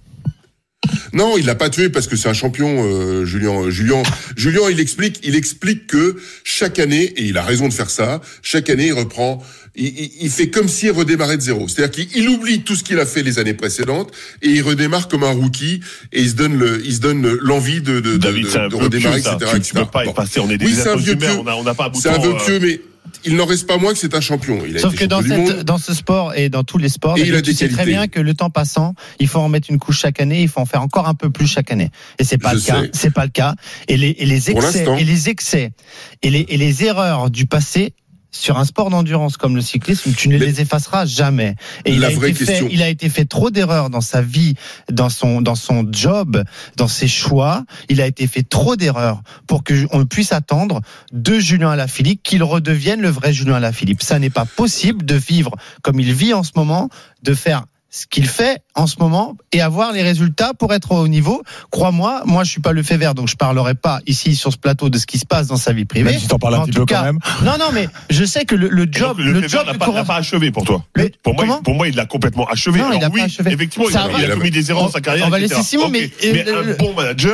Non, il l'a pas tué parce que c'est un champion, euh, Julien. Julien, Julien, il explique, il explique que chaque année, et il a raison de faire ça, chaque année, il reprend, il, il, il fait comme s'il redémarrait de zéro. C'est-à-dire qu'il il oublie tout ce qu'il a fait les années précédentes et il redémarre comme un rookie et il se donne le, il se donne l'envie de, de, David, de, c'est un de peu redémarrer, pieux, ça. et cetera, Tu- et tu cetera. peux pas y Bon. passer, on est des Oui, c'est un êtres vieux humains, pieux. on a- on n'a pas C'est un autant, vieux euh, pieux, mais il n'en reste pas moins que c'est un champion. Il a Sauf été que dans, champion du cette, monde. dans ce sport et dans tous les sports, Et il a tu des sais très qualités. bien que le temps passant, il faut en mettre une couche chaque année, il faut en faire encore un peu plus chaque année. Et c'est pas Je le cas. sais. C'est pas le cas. Et les, et les Pour excès, l'instant. et les excès, et les, et les erreurs du passé. Sur un sport d'endurance comme le cyclisme, tu ne Mais les effaceras jamais. Et il la a, vraie été fait, question- il a été fait trop d'erreurs dans sa vie, dans son, dans son job, dans ses choix. Il a été fait trop d'erreurs pour que on puisse attendre de Julien Alaphilippe qu'il redevienne le vrai Julien Alaphilippe. Ça n'est pas possible de vivre comme il vit en ce moment, de faire ce qu'il fait en ce moment et avoir les résultats pour être au haut niveau. Crois-moi, moi je suis pas le fait vert, donc je parlerai pas ici sur ce plateau de ce qui se passe dans sa vie privée. Même si t'en parles un En petit tout peu cas- quand même. Non, non, mais je sais que le, le Et donc, job, le, le Fever job n'a de pas, n'a correspond- pas achevé pour toi. Mais pour moi, comment il, pour moi, il l'a complètement achevé. Non, il Alors a oui, pas achevé. effectivement, il Ça a, va. il a commis des erreurs dans sa carrière. On va et cetera. laisser Simon, Ok. mais- mais euh, un le- bon manager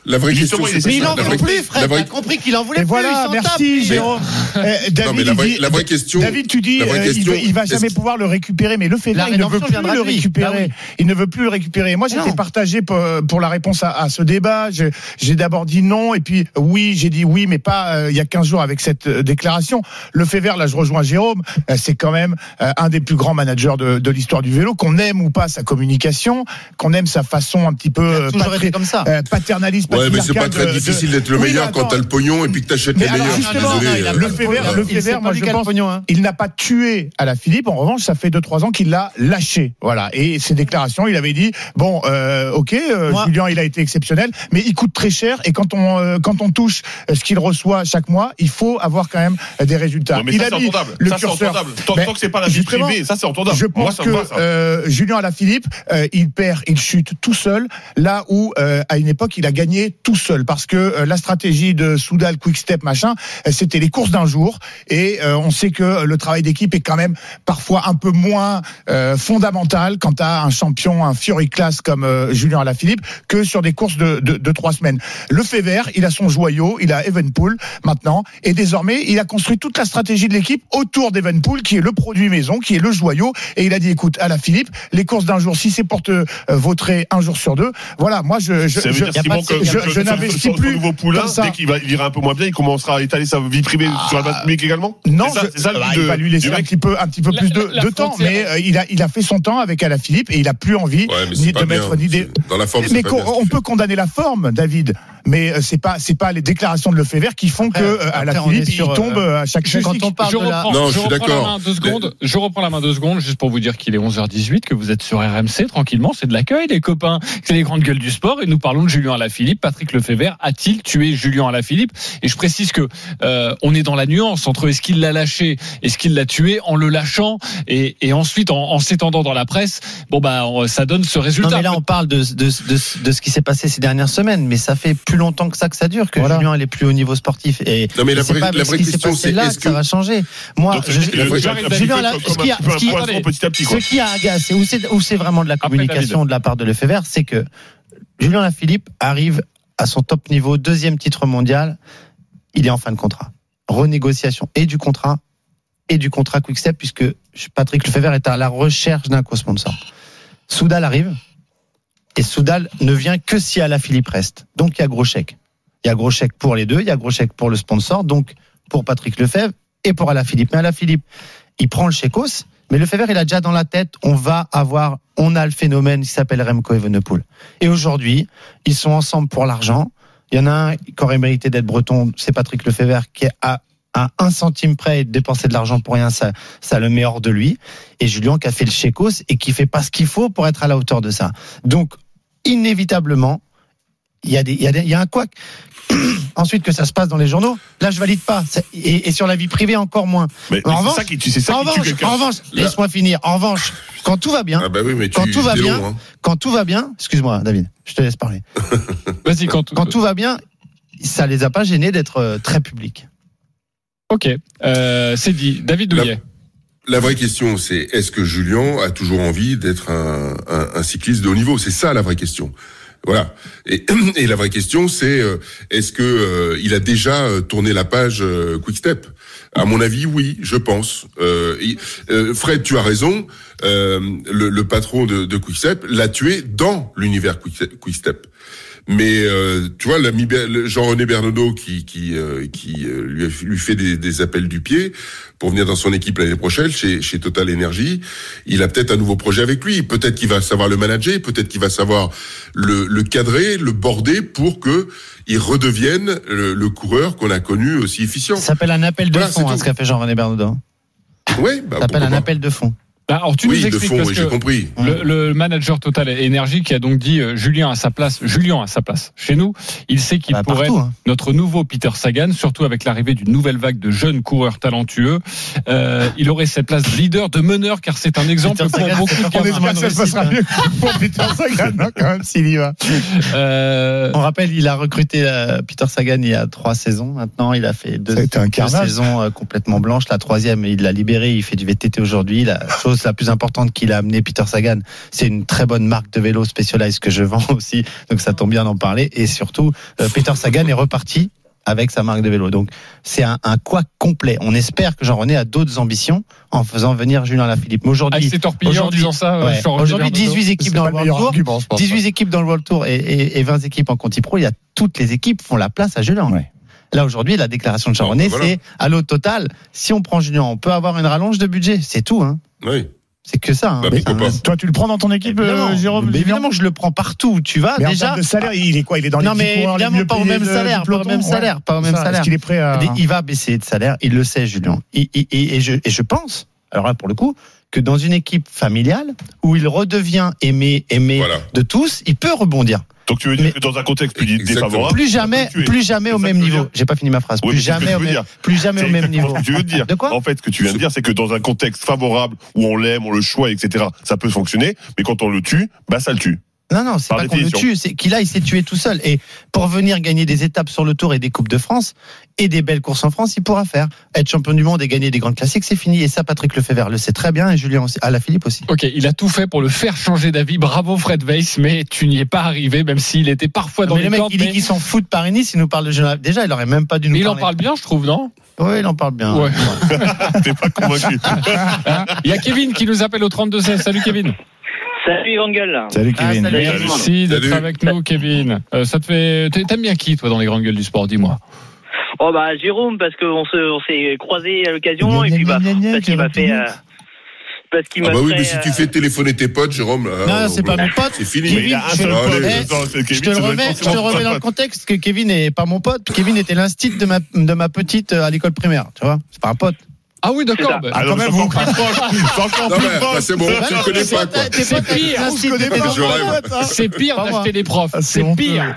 La vraie question, c'est mais il en la voulait vraie- plus, Fred. la vraie- T'as compris qu'il en voulait Et plus. voilà, il s'en merci tape. Jérôme. Eh, David, Non, mais la il vraie- dit- la vraie question- David, tu dis, la vraie euh, question, il, va- il va est-ce jamais que- pouvoir le récupérer, mais le fait La il ne veut rédemption plus viendra le de lui. récupérer. Ah oui. Il ne veut plus le récupérer. Moi, j'étais Non. partagé pour, pour la réponse à, à ce débat. Je- J'ai d'abord dit non, et puis oui, j'ai dit oui, mais pas euh, il y a quinze jours avec cette euh, déclaration. Le fait vert, là, je rejoins Jérôme. euh, c'est quand même euh, un des plus grands managers de, de l'histoire du vélo. Qu'on aime ou pas sa communication, qu'on aime sa façon un petit peu euh, toujours patri- été comme ça. euh, paternaliste. Ouais, mais c'est pas patriarcale très de- difficile de- d'être le Oui, meilleur mais quand attends. t'as le pognon et puis que t'achètes Mais les alors, meilleurs. Je suis justement, désolé. non, euh, le fait vert, le Il fait s'est vert, pas moi dit je quel pense, pognon, hein. il n'a pas tué Alaphilippe. En revanche, ça fait deux trois ans qu'il l'a lâché. Voilà. Et ses déclarations, il avait dit bon, euh, ok, euh, Moi- Julien, il a été exceptionnel, mais il coûte très cher. Et quand on euh, quand on touche ce qu'il reçoit chaque mois, il faut avoir quand même des résultats. Non, mais il ça, a c'est dit entendable. le Ça, c'est curseur. entendable. Tant, Mais tant que c'est pas la vie justement, privée, ça, c'est entendable. Je pense Moi, ça que me va, ça. euh, Julien Alaphilippe, euh, il perd, il chute tout seul, là où euh, à une époque il a gagné tout seul, parce que euh, la stratégie de Soudal, Quick-Step, machin, euh, c'était les courses d'un jour, et euh, on sait que le travail d'équipe est quand même parfois un peu moins euh, fondamental quand t'as un champion, un Fury Class comme euh, Julien Alaphilippe, que sur des courses de, de, de trois semaines. Le fait vert, il a son joyau, il a Evenepoel maintenant, et désormais il a construit toute la stratégie de l'équipe autour d'Evenepoel, qui est le produit maison, qui est le joyau, et il a dit écoute Alaphilippe, les courses d'un jour, si c'est pour te euh, vautrer un jour sur deux, voilà, moi je je Ça veut je, dire, Simon, que, je, que- je que n'investis son- son plus nouveau poulain, comme ça. dès qu'il va, il ira un peu moins bien, il commencera à étaler sa vie privée sur la place publique également. Non, c'est ça, je- c'est ça le bah, but il de- va lui laisser du un mec. petit peu, un petit peu La- plus de, la de temps, frontière- mais euh, il a, il a fait son temps avec Alaphilippe et il a plus envie Ouais, mais ni c'est pas de bien. mettre ni des. Dans la forme, c'est Mais pas qu'on- bien ce on qu'il peut condamner la forme, David, mais euh, c'est pas, c'est pas les déclarations de Lefebvre qui font Après, que euh, après, on Alaphilippe est sur, il tombe euh, à chaque quand chute. on parle je de la- reprends, Non, je je suis reprends la d'accord. main deux secondes. Je reprends la main deux secondes juste pour vous dire qu'il est onze heures dix-huit, que vous êtes sur R M C tranquillement. C'est de l'accueil, les copains. C'est les grandes gueules du sport et nous parlons de Julien Alaphilippe. Patrick Lefebvre a-t-il tué Julien Alaphilippe? Et je précise que euh, on est dans la nuance entre est-ce qu'il l'a lâché, est-ce qu'il l'a tué en le lâchant et, et ensuite en, en s'étendant dans la presse. Bon bah on- ça donne ce résultat. Non, mais là, on parle de, de, de, de ce qui s'est passé ces dernières semaines, mais ça fait plus longtemps que ça que ça dure, que Voilà. Julien elle est plus au niveau sportif. Et Non, mais la c'est vraie- pas la avec vraie ce qui s'est question, passé c'est là est-ce que ça que- va changer. Moi, Donc, je, ça veut dire qu'il je- faut- Julien, il faut- Julien, il là, faut- ce qui a, comme un ce qui- poisson petit à petit, quoi. ce qui a agacé, où c'est, où c'est vraiment de la Après, communication David. de la part de Lefebvre, c'est que Julien Alaphilippe arrive à son top niveau, deuxième titre mondial, il est en fin de contrat. Renégociation et du contrat et du contrat Quick-Step, puisque Patrick Lefebvre est à la recherche d'un co-sponsor. Soudal arrive, et Soudal ne vient que si Alaphilippe reste. Donc il y a gros chèque. Il y a gros chèque pour les deux, il y a gros chèque pour le sponsor, donc pour Patrick Lefebvre et pour Alaphilippe. Mais Alaphilippe, il prend le chécos, mais Lefebvre, il a déjà dans la tête, on va avoir, on a le phénomène qui s'appelle Remco Evenepoel. Et aujourd'hui, ils sont ensemble pour l'argent. Il y en a un qui aurait mérité d'être breton, c'est Patrick Lefebvre, qui est à à un centime près et de dépenser de l'argent pour rien, ça, ça le met hors de lui. Et Julien qui a fait le chécos et qui fait pas ce qu'il faut pour être à la hauteur de ça. Donc, inévitablement, il y a des, il y a des, il y a un couac. Ensuite, que ça se passe dans les journaux, là, je valide pas. Et, et sur la vie privée, encore moins. Mais, en mais revanche, c'est ça qui, tu sais ça en qui tue revanche, quelqu'un. en revanche, laisse-moi finir. En revanche, quand tout va bien, Ah bah oui, mais tu- quand tout va t'es bien, long, hein. quand tout va bien, excuse-moi, David, je te laisse parler. Vas-y, quand, Quand tout va bien, ça les a pas gênés d'être euh, très publics. Ok, euh, c'est dit. David Douillet. La vraie question, c'est est-ce que Julien a toujours envie d'être un, un, un cycliste de haut niveau? C'est ça la vraie question. Voilà. Et, et la vraie question, c'est euh, est-ce que euh, il a déjà euh, tourné la page euh, Quick-Step? À mon avis, oui, je pense. Euh, il- euh, Fred, tu as raison. Euh, le, le patron de, de Quick-Step l'a tué dans l'univers Quick- Quick-Step. Mais euh, tu vois, l'ami Ber- le Jean-René Bernodeau qui qui euh, qui euh, lui, a- lui fait des, des appels du pied pour venir dans son équipe l'année prochaine chez chez Total Energy, il a peut-être un nouveau projet avec lui. Peut-être qu'il va savoir le manager, peut-être qu'il va savoir le, le cadrer, le border pour que il redevienne le, le coureur qu'on a connu aussi efficient. Ça s'appelle un appel de Voilà, fond, c'est hein, tout. ce qu'a fait Jean-René Bernodeau. Oui, bah, Ça s'appelle pourquoi un pas. appel de fond. Bah, alors tu Oui, nous de expliques fond, parce oui, que j'ai compris. Le, le manager Total Énergie qui a donc dit euh, Julien à sa place, Julien à sa place chez nous, il sait qu'il Bah, pourrait partout, être hein. notre nouveau Peter Sagan, surtout avec l'arrivée d'une nouvelle vague de jeunes coureurs talentueux. Euh, il aurait cette place de leader, de meneur, car c'est un exemple Peter pour Sagan, beaucoup c'est de pas gamins. forcément Ça se passera mieux pour Peter Sagan, hein, quand même, s'il y va. Euh, On rappelle, il a recruté euh, Peter Sagan il y a trois saisons. Maintenant, il a fait deux, Ça a été un deux carnage. saisons euh, complètement blanches. La troisième, il l'a libéré. Il fait du V T T aujourd'hui. La chose chose la plus importante qu'il a amené Peter Sagan, c'est une très bonne marque de vélo Specialized que je vends aussi, donc ça tombe bien d'en parler. Et surtout, euh, Peter Sagan est reparti avec sa marque de vélo. Donc c'est un, un couac complet. On espère que Jean-René a d'autres ambitions en faisant venir Julien Alaphilippe. Mais aujourd'hui, ah, c'est torpillé en disant ça. Ouais, aujourd'hui, dix-huit équipes dans le World Tour, argument, dix-huit ouais. équipes dans le World Tour et, et, et vingt équipes en Conti Pro. Il y a toutes les équipes font la place à Julien. Ouais. Là aujourd'hui, la déclaration de Jean-René, voilà. c'est à l'eau total. Si on prend Julien, on peut avoir une rallonge de budget. C'est tout. Hein. Oui. C'est que ça. Hein. Bah, euh, toi, tu le prends dans ton équipe, euh, Jérôme? Mais évidemment, je le prends partout où tu vas. Mais déjà. En termes de salaire, il est quoi? Il est dans les non, mais coureurs, évidemment les pas au même de, salaire, pas au même salaire, ouais. pas au même ça, salaire. Est-ce qu'il est prêt à... Il va baisser de salaire. Il le sait, Julien. Et, et, et, et, je, et je pense, alors là, pour le coup, que dans une équipe familiale où il redevient aimé, aimé voilà. de tous, il peut rebondir. Donc tu veux dire mais que dans un contexte plus défavorable, plus jamais, plus jamais au même niveau. J'ai pas fini ma phrase. Oui, plus jamais au même, plus jamais au même niveau. Ce que tu veux dire. De quoi? En fait, ce que tu viens de dire, c'est que dans un contexte favorable où on l'aime, on le choisit, et cetera, ça peut fonctionner. Mais quand on le tue, bah ça le tue. Non, non, c'est Par pas qu'on le tue, c'est qu'il a, il s'est tué tout seul. Et pour venir gagner des étapes sur le Tour et des Coupes de France et des belles courses en France, il pourra faire. Être champion du monde et gagner des grandes classiques, c'est fini. Et ça, Patrick Lefebvre le sait très bien et Julien aussi, Alaphilippe aussi. Ok, il a tout fait pour le faire changer d'avis. Bravo Fred Weiss, mais tu n'y es pas arrivé, même s'il était parfois dans mais les le cordes. Il dit mais... qu'il s'en fout de Paris-Nice, il nous parle de Julien. Déjà, il aurait même pas dû nous mais parler. Il en parle bien, je trouve, non? Oui, il en parle bien. Ouais. T'es pas convaincu. Il y a Kevin qui nous appelle au trente-deux seize. Salut Kevin. Salut Van Gueule. Salut Kevin. Ah, salut. Merci d'être salut. avec nous Kevin. Euh, ça te fait, t'aimes bien qui toi dans les grandes gueules du sport, dis-moi? Oh bah Jérôme, parce qu'on se, on s'est croisés à l'occasion et puis bah parce qu'il m'a fait. Euh, parce qu'il ah m'a bah oui, fait, mais si tu fais téléphoner tes potes, Jérôme. Non, non c'est pas mon pote. C'est fini. Kevin, je, je, je te le remets, je te le remets dans le contexte que Kevin n'est pas mon pote. Kevin était l'instit de ma de ma petite à l'école primaire. Tu vois, c'est pas un pote. Ah oui, d'accord. Bah, ah, quand même, vous c'est bon, tu ne connais pas, quoi. C'est pire. C'est pire d'acheter des profs. C'est pire.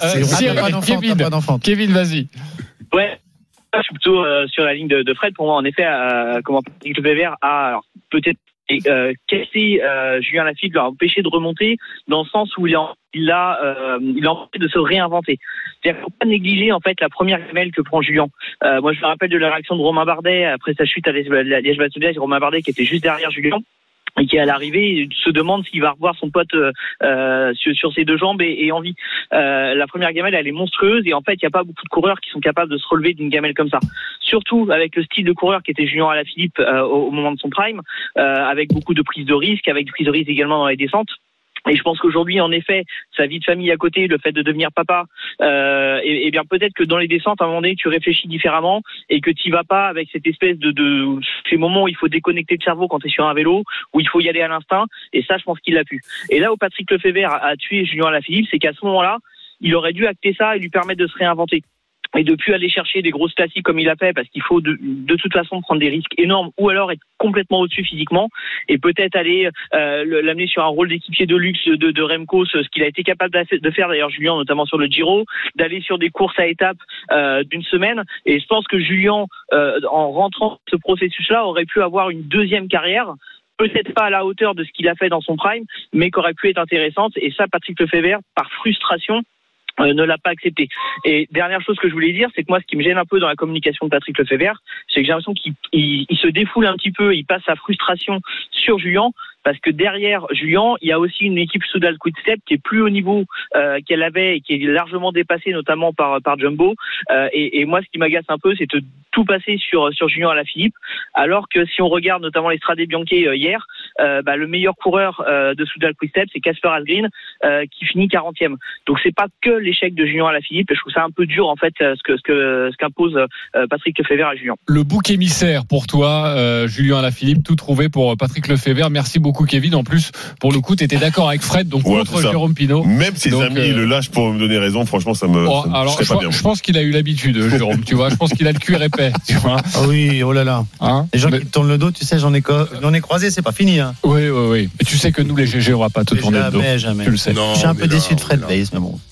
Kevin, vas-y. Ouais. Je suis plutôt sur la ligne de Fred. Pour moi, en effet, comment Patrick Lefebvre a peut-être euh, cassé euh, Julien Alaphilippe, l'a empêché de remonter dans le sens où il a, il a, euh, il a empêché de se réinventer. C'est-à-dire qu'il ne faut pas négliger en fait la première gamelle que prend Julien. Euh, moi, je me rappelle de la réaction de Romain Bardet après sa chute à Liège-Bastogne-Liège. Romain Bardet qui était juste derrière Julien et qui à l'arrivée se demande s'il va revoir son pote euh, sur, sur ses deux jambes et, et en vie. Euh, la première gamelle, elle est monstrueuse et en fait, il n'y a pas beaucoup de coureurs qui sont capables de se relever d'une gamelle comme ça. Surtout avec le style de coureur qui était Julien Alaphilippe euh, au, au moment de son prime, euh, avec beaucoup de prises de risques, avec des prises de risques également dans les descentes. Et je pense qu'aujourd'hui, en effet, sa vie de famille à côté, le fait de devenir papa, euh, et, et bien peut-être que dans les descentes, à un moment donné, tu réfléchis différemment et que tu vas pas avec cette espèce de, de ces moments où il faut déconnecter le cerveau quand tu es sur un vélo, où il faut y aller à l'instinct. Et ça, je pense qu'il l'a pu. Et là où Patrick Lefebvre a, a tué Julien Alaphilippe, c'est qu'à ce moment-là, il aurait dû acter ça et lui permettre de se réinventer. Et de plus aller chercher des grosses classiques comme il a fait, parce qu'il faut de, de toute façon prendre des risques énormes, ou alors être complètement au-dessus physiquement, et peut-être aller euh, l'amener sur un rôle d'équipier de luxe de, de Remco, ce qu'il a été capable de faire d'ailleurs Julien, notamment sur le Giro, d'aller sur des courses à étapes euh, d'une semaine. Et je pense que Julien, euh, en rentrant dans ce processus-là, aurait pu avoir une deuxième carrière, peut-être pas à la hauteur de ce qu'il a fait dans son prime, mais qui aurait pu être intéressante. Et ça, Patrick Lefebvre, par frustration, Euh, ne l'a pas accepté. Et dernière chose que je voulais dire, c'est que moi, ce qui me gêne un peu dans la communication de Patrick Lefebvre, c'est que j'ai l'impression qu'il il, il se défoule un petit peu, il passe sa frustration sur Julien, parce que derrière Julien, il y a aussi une équipe Soudal Quick-Step qui est plus au niveau euh, qu'elle avait et qui est largement dépassée, notamment par par Jumbo. Euh, et, et moi, ce qui m'agace un peu, c'est de tout passer sur sur Julien Alaphilippe, alors que si on regarde notamment les Strade Bianche euh, hier, euh, bah, le meilleur coureur euh, de Soudal Quick-Step, c'est Casper Asgreen, euh, qui finit quarantième. Donc c'est pas que l'échec de Julien Alaphilippe, et je trouve ça un peu dur en fait ce que ce que ce qu'impose euh, Patrick Lefebvre à Julien. Le bouc émissaire pour toi, euh, Julien Alaphilippe, tout trouvé pour Patrick Lefebvre. Merci beaucoup Kevin. En plus, pour le coup, tu étais d'accord avec Fred, donc ouais, contre Jérôme Pinault. Même ses donc, amis euh... le lâchent pour me donner raison. Franchement, ça me. Oh, ça, alors, je, je, pas bien, je pense qu'il a eu l'habitude, Jérôme. Tu vois, je pense qu'il a le cuir épais. Tu vois. Ah oui, oh là là. Hein les gens Mais... qui te tournent le dos, tu sais, j'en ai, co... j'en ai croisé, c'est pas fini. Hein. Oui, oui, oui. Mais tu sais que nous, les G G, on va pas te mais tourner jamais, le dos. Jamais. Tu le sais. Non, je suis un peu déçu de Fred Weiss, mais bon.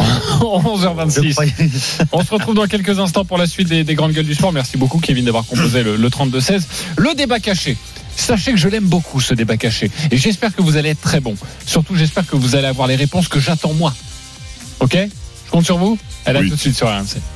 onze heures vingt-six. On se retrouve dans quelques instants pour la suite des, des grandes gueules du sport. Merci beaucoup Kevin d'avoir composé le, le trente-deux seize. Le débat caché. Sachez que je l'aime beaucoup ce débat caché. Et j'espère que vous allez être très bon. Surtout j'espère que vous allez avoir les réponses que j'attends moi. Ok ? Je compte sur vous ? Elle a oui. tout de suite sur R M C.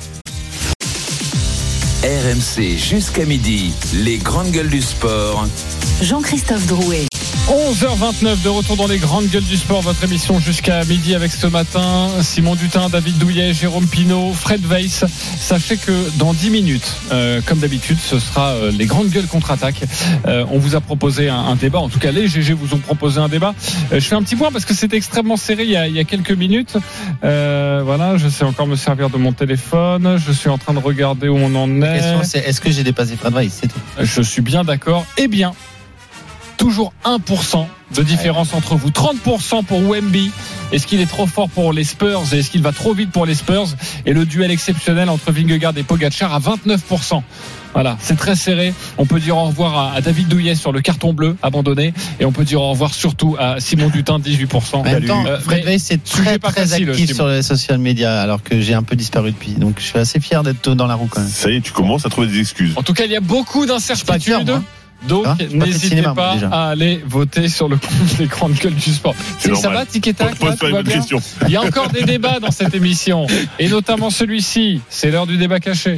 R M C jusqu'à midi. Les grandes gueules du sport. Jean-Christophe Drouet. onze heures vingt-neuf de retour dans les grandes gueules du sport, votre émission jusqu'à midi avec ce matin Simon Dutin, David Douillet, Jérôme Pinault, Fred Weiss. Sachez que dans dix minutes, euh, comme d'habitude, ce sera euh, les grandes gueules contre-attaque. Euh, on vous a proposé un, un débat, en tout cas les G G vous ont proposé un débat. Euh, je fais un petit point parce que c'était extrêmement serré il y a, il y a quelques minutes. Euh, voilà, je sais encore me servir de mon téléphone. Je suis en train de regarder où on en est. La question c'est est-ce que j'ai dépassé Fred Weiss, c'est tout. Je suis bien d'accord. Eh bien, toujours un pour cent de différence entre vous. trente pour cent pour Wemby. Est-ce qu'il est trop fort pour les Spurs et est-ce qu'il va trop vite pour les Spurs? Et le duel exceptionnel entre Vingegaard et Pogacar à vingt-neuf pour cent. Voilà, c'est très serré. On peut dire au revoir à David Douillet sur le carton bleu abandonné et on peut dire au revoir surtout à Simon Dutin, dix-huit pour cent. En même temps, euh, Fred Weiss est très, très facile, actif Simon. Sur les social media alors que j'ai un peu disparu depuis. Donc je suis assez fier d'être dans la roue quand même. Ça y est, tu commences à trouver des excuses. En tout cas, il y a beaucoup d'incertitudes. Donc, hein, n'hésitez cinéma, pas à aller voter sur le compte des grandes gueules du sport. C'est, c'est ça va, tic et tac, là, tout va bien. Il y a encore des débats dans cette émission, et notamment celui-ci. C'est l'heure du débat caché.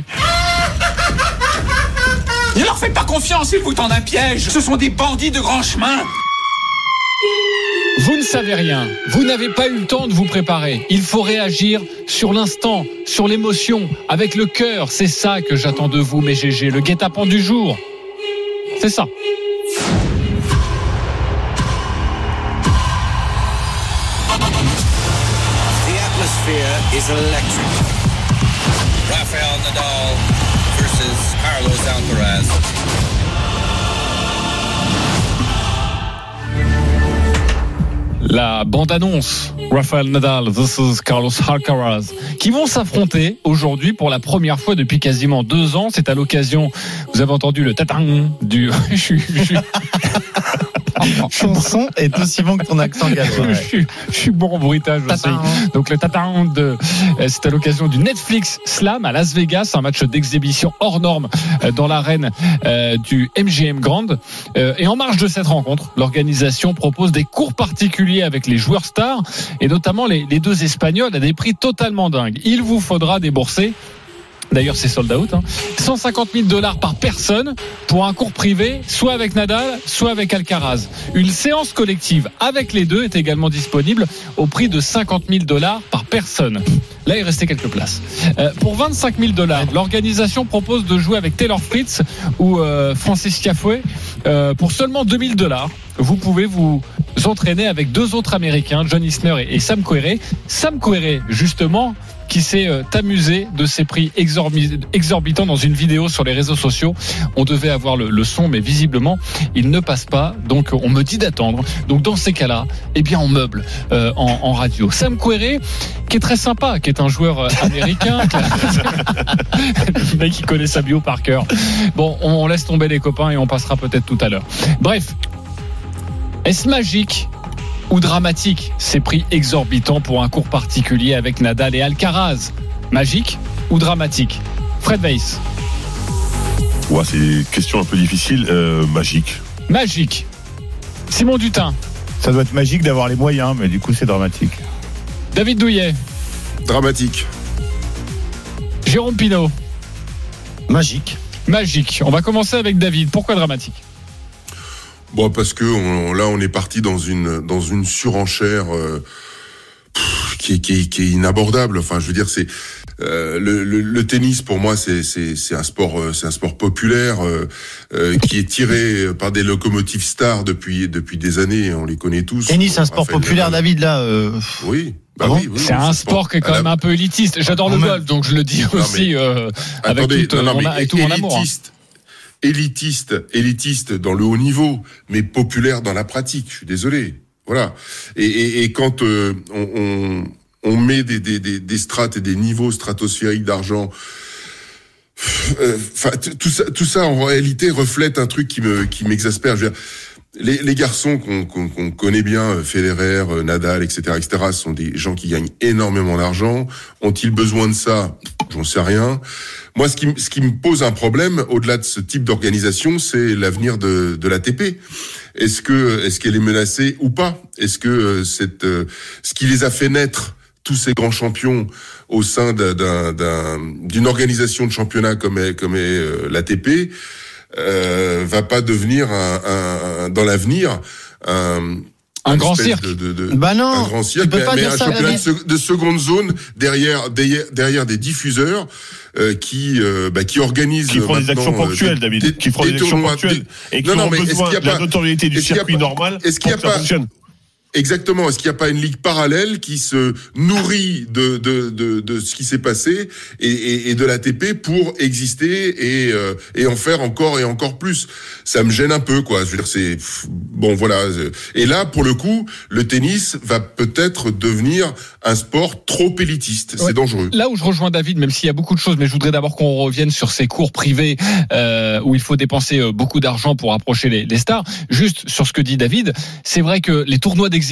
Ne leur faites pas confiance, ils vous tendent un piège. Ce sont des bandits de grand chemin. Vous ne savez rien, vous n'avez pas eu le temps de vous préparer. Il faut réagir sur l'instant, sur l'émotion, avec le cœur. C'est ça que j'attends de vous, mes G G, le guet-apens du jour. C'est ça. The atmosphere is electric. Rafael Nadal versus Carlos Alcaraz. La bande-annonce, Rafael Nadal versus Carlos Alcaraz, qui vont s'affronter aujourd'hui pour la première fois depuis quasiment deux ans. C'est à l'occasion, vous avez entendu le tatang du... je suis... Je suis... Ton son est aussi bon que ton accent gallois. je, suis, je suis bon en bruitage aussi. Donc le tatang de, c'est à l'occasion du Netflix Slam à Las Vegas, un match d'exhibition hors norme dans l'arène euh, du M G M Grand. Euh, et en marge de cette rencontre, l'organisation propose des cours particuliers avec les joueurs stars et notamment les, les deux Espagnols à des prix totalement dingues. Il vous faudra débourser. D'ailleurs, c'est sold out. Hein. cent cinquante mille dollars par personne pour un cours privé, soit avec Nadal, soit avec Alcaraz. Une séance collective avec les deux est également disponible au prix de cinquante mille dollars par personne. Là, il restait quelques places. Euh, pour vingt-cinq mille dollars, l'organisation propose de jouer avec Taylor Fritz ou euh, Francis Tiafoe. Euh, pour seulement deux mille dollars, vous pouvez vous entraîner avec deux autres Américains, John Isner et, et Sam Querrey. Sam Querrey, justement, qui s'est euh, amusé de ces prix exorbi- exorbitants dans une vidéo sur les réseaux sociaux. On devait avoir le, le son, mais visiblement, il ne passe pas. Donc, on me dit d'attendre. Donc, dans ces cas-là, eh bien, on meuble euh, en, en radio. Sam Querrey, qui est très sympa, qui est un joueur euh, américain. Le mec qui connaît sa bio par cœur. Bon, on, on laisse tomber les copains et on passera peut-être tout à l'heure. Bref, est-ce magique ou dramatique ces prix exorbitants pour un cours particulier avec Nadal et Alcaraz? Magique ou dramatique? Fred Weiss. Ouais, c'est une question un peu difficile. Euh, magique. Magique. Simon Dutin. Ça doit être magique d'avoir les moyens, mais du coup c'est dramatique. David Douillet. Dramatique. Jérôme Pinault. Magique. Magique. On va commencer avec David. Pourquoi dramatique? Bon, parce que on, là, on est parti dans une dans une surenchère euh, pff, qui, est, qui, est, qui est inabordable. Enfin, je veux dire, c'est euh, le, le, le tennis pour moi, c'est c'est c'est un sport euh, c'est un sport populaire euh, euh, qui est tiré par des locomotives stars depuis depuis des années. On les connaît tous. Tennis, c'est un sport Raphaël populaire, Nadal. David. Là. Euh... Oui. Bah ah bon oui, oui, c'est un sport qui est quand même un peu élitiste. J'adore le golf, donc je le dis non, aussi mais, euh, avec, attendez, tout, non, non, mon, avec tout mon amour. Hein. élitiste, élitiste dans le haut niveau, mais populaire dans la pratique. Je suis désolé. Voilà. Et, et, et quand euh, on, on, on met des, des, des, des strates et des niveaux stratosphériques d'argent, enfin euh, tout ça, tout ça en réalité reflète un truc qui me, qui m'exaspère. Je veux dire, les, les garçons qu'on, qu'on, qu'on connaît bien, Federer, Nadal, et cetera, et cetera, sont des gens qui gagnent énormément d'argent. Ont-ils besoin de ça? J'en sais rien. Moi, ce qui, ce qui me pose un problème, au-delà de ce type d'organisation, c'est l'avenir de, de l'A T P. Est-ce que, est-ce qu'elle est menacée ou pas? Est-ce que cette, ce qui les a fait naître, tous ces grands champions, au sein d'un, d'un, d'une organisation de championnat comme est, comme est l'A T P, euh, va pas devenir un, un, dans l'avenir un Un grand espèce cirque. de, de, de, Bah non, un grand cirque, tu peux mais, pas mais dire un ça, championnat de, David. se- de seconde zone derrière derrière, derrière des diffuseurs euh, qui euh, bah, qui organisent Qui font des maintenant, actions euh, ponctuelles, des- David. des- Qui font des des actions tournois, ponctuelles. des- Et qui non, non, ont mais est-ce besoin qu'il y a de la pas- notoriété du est-ce qu'il y a circuit pas- normal est-ce qu'il y a pour que ça pas- fonctionne. Exactement. Est-ce qu'il n'y a pas une ligue parallèle qui se nourrit de de de, de ce qui s'est passé et, et, et de l'A T P pour exister et euh, et en faire encore et encore plus? Ça me gêne un peu, quoi. Je veux dire, c'est pff, bon, voilà. Et là, pour le coup, le tennis va peut-être devenir un sport trop élitiste. Ouais. C'est dangereux. Là où je rejoins David, même s'il y a beaucoup de choses, mais je voudrais d'abord qu'on revienne sur ces cours privés euh, où il faut dépenser euh, beaucoup d'argent pour approcher les, les stars. Juste sur ce que dit David, c'est vrai que les tournois d'exhibition,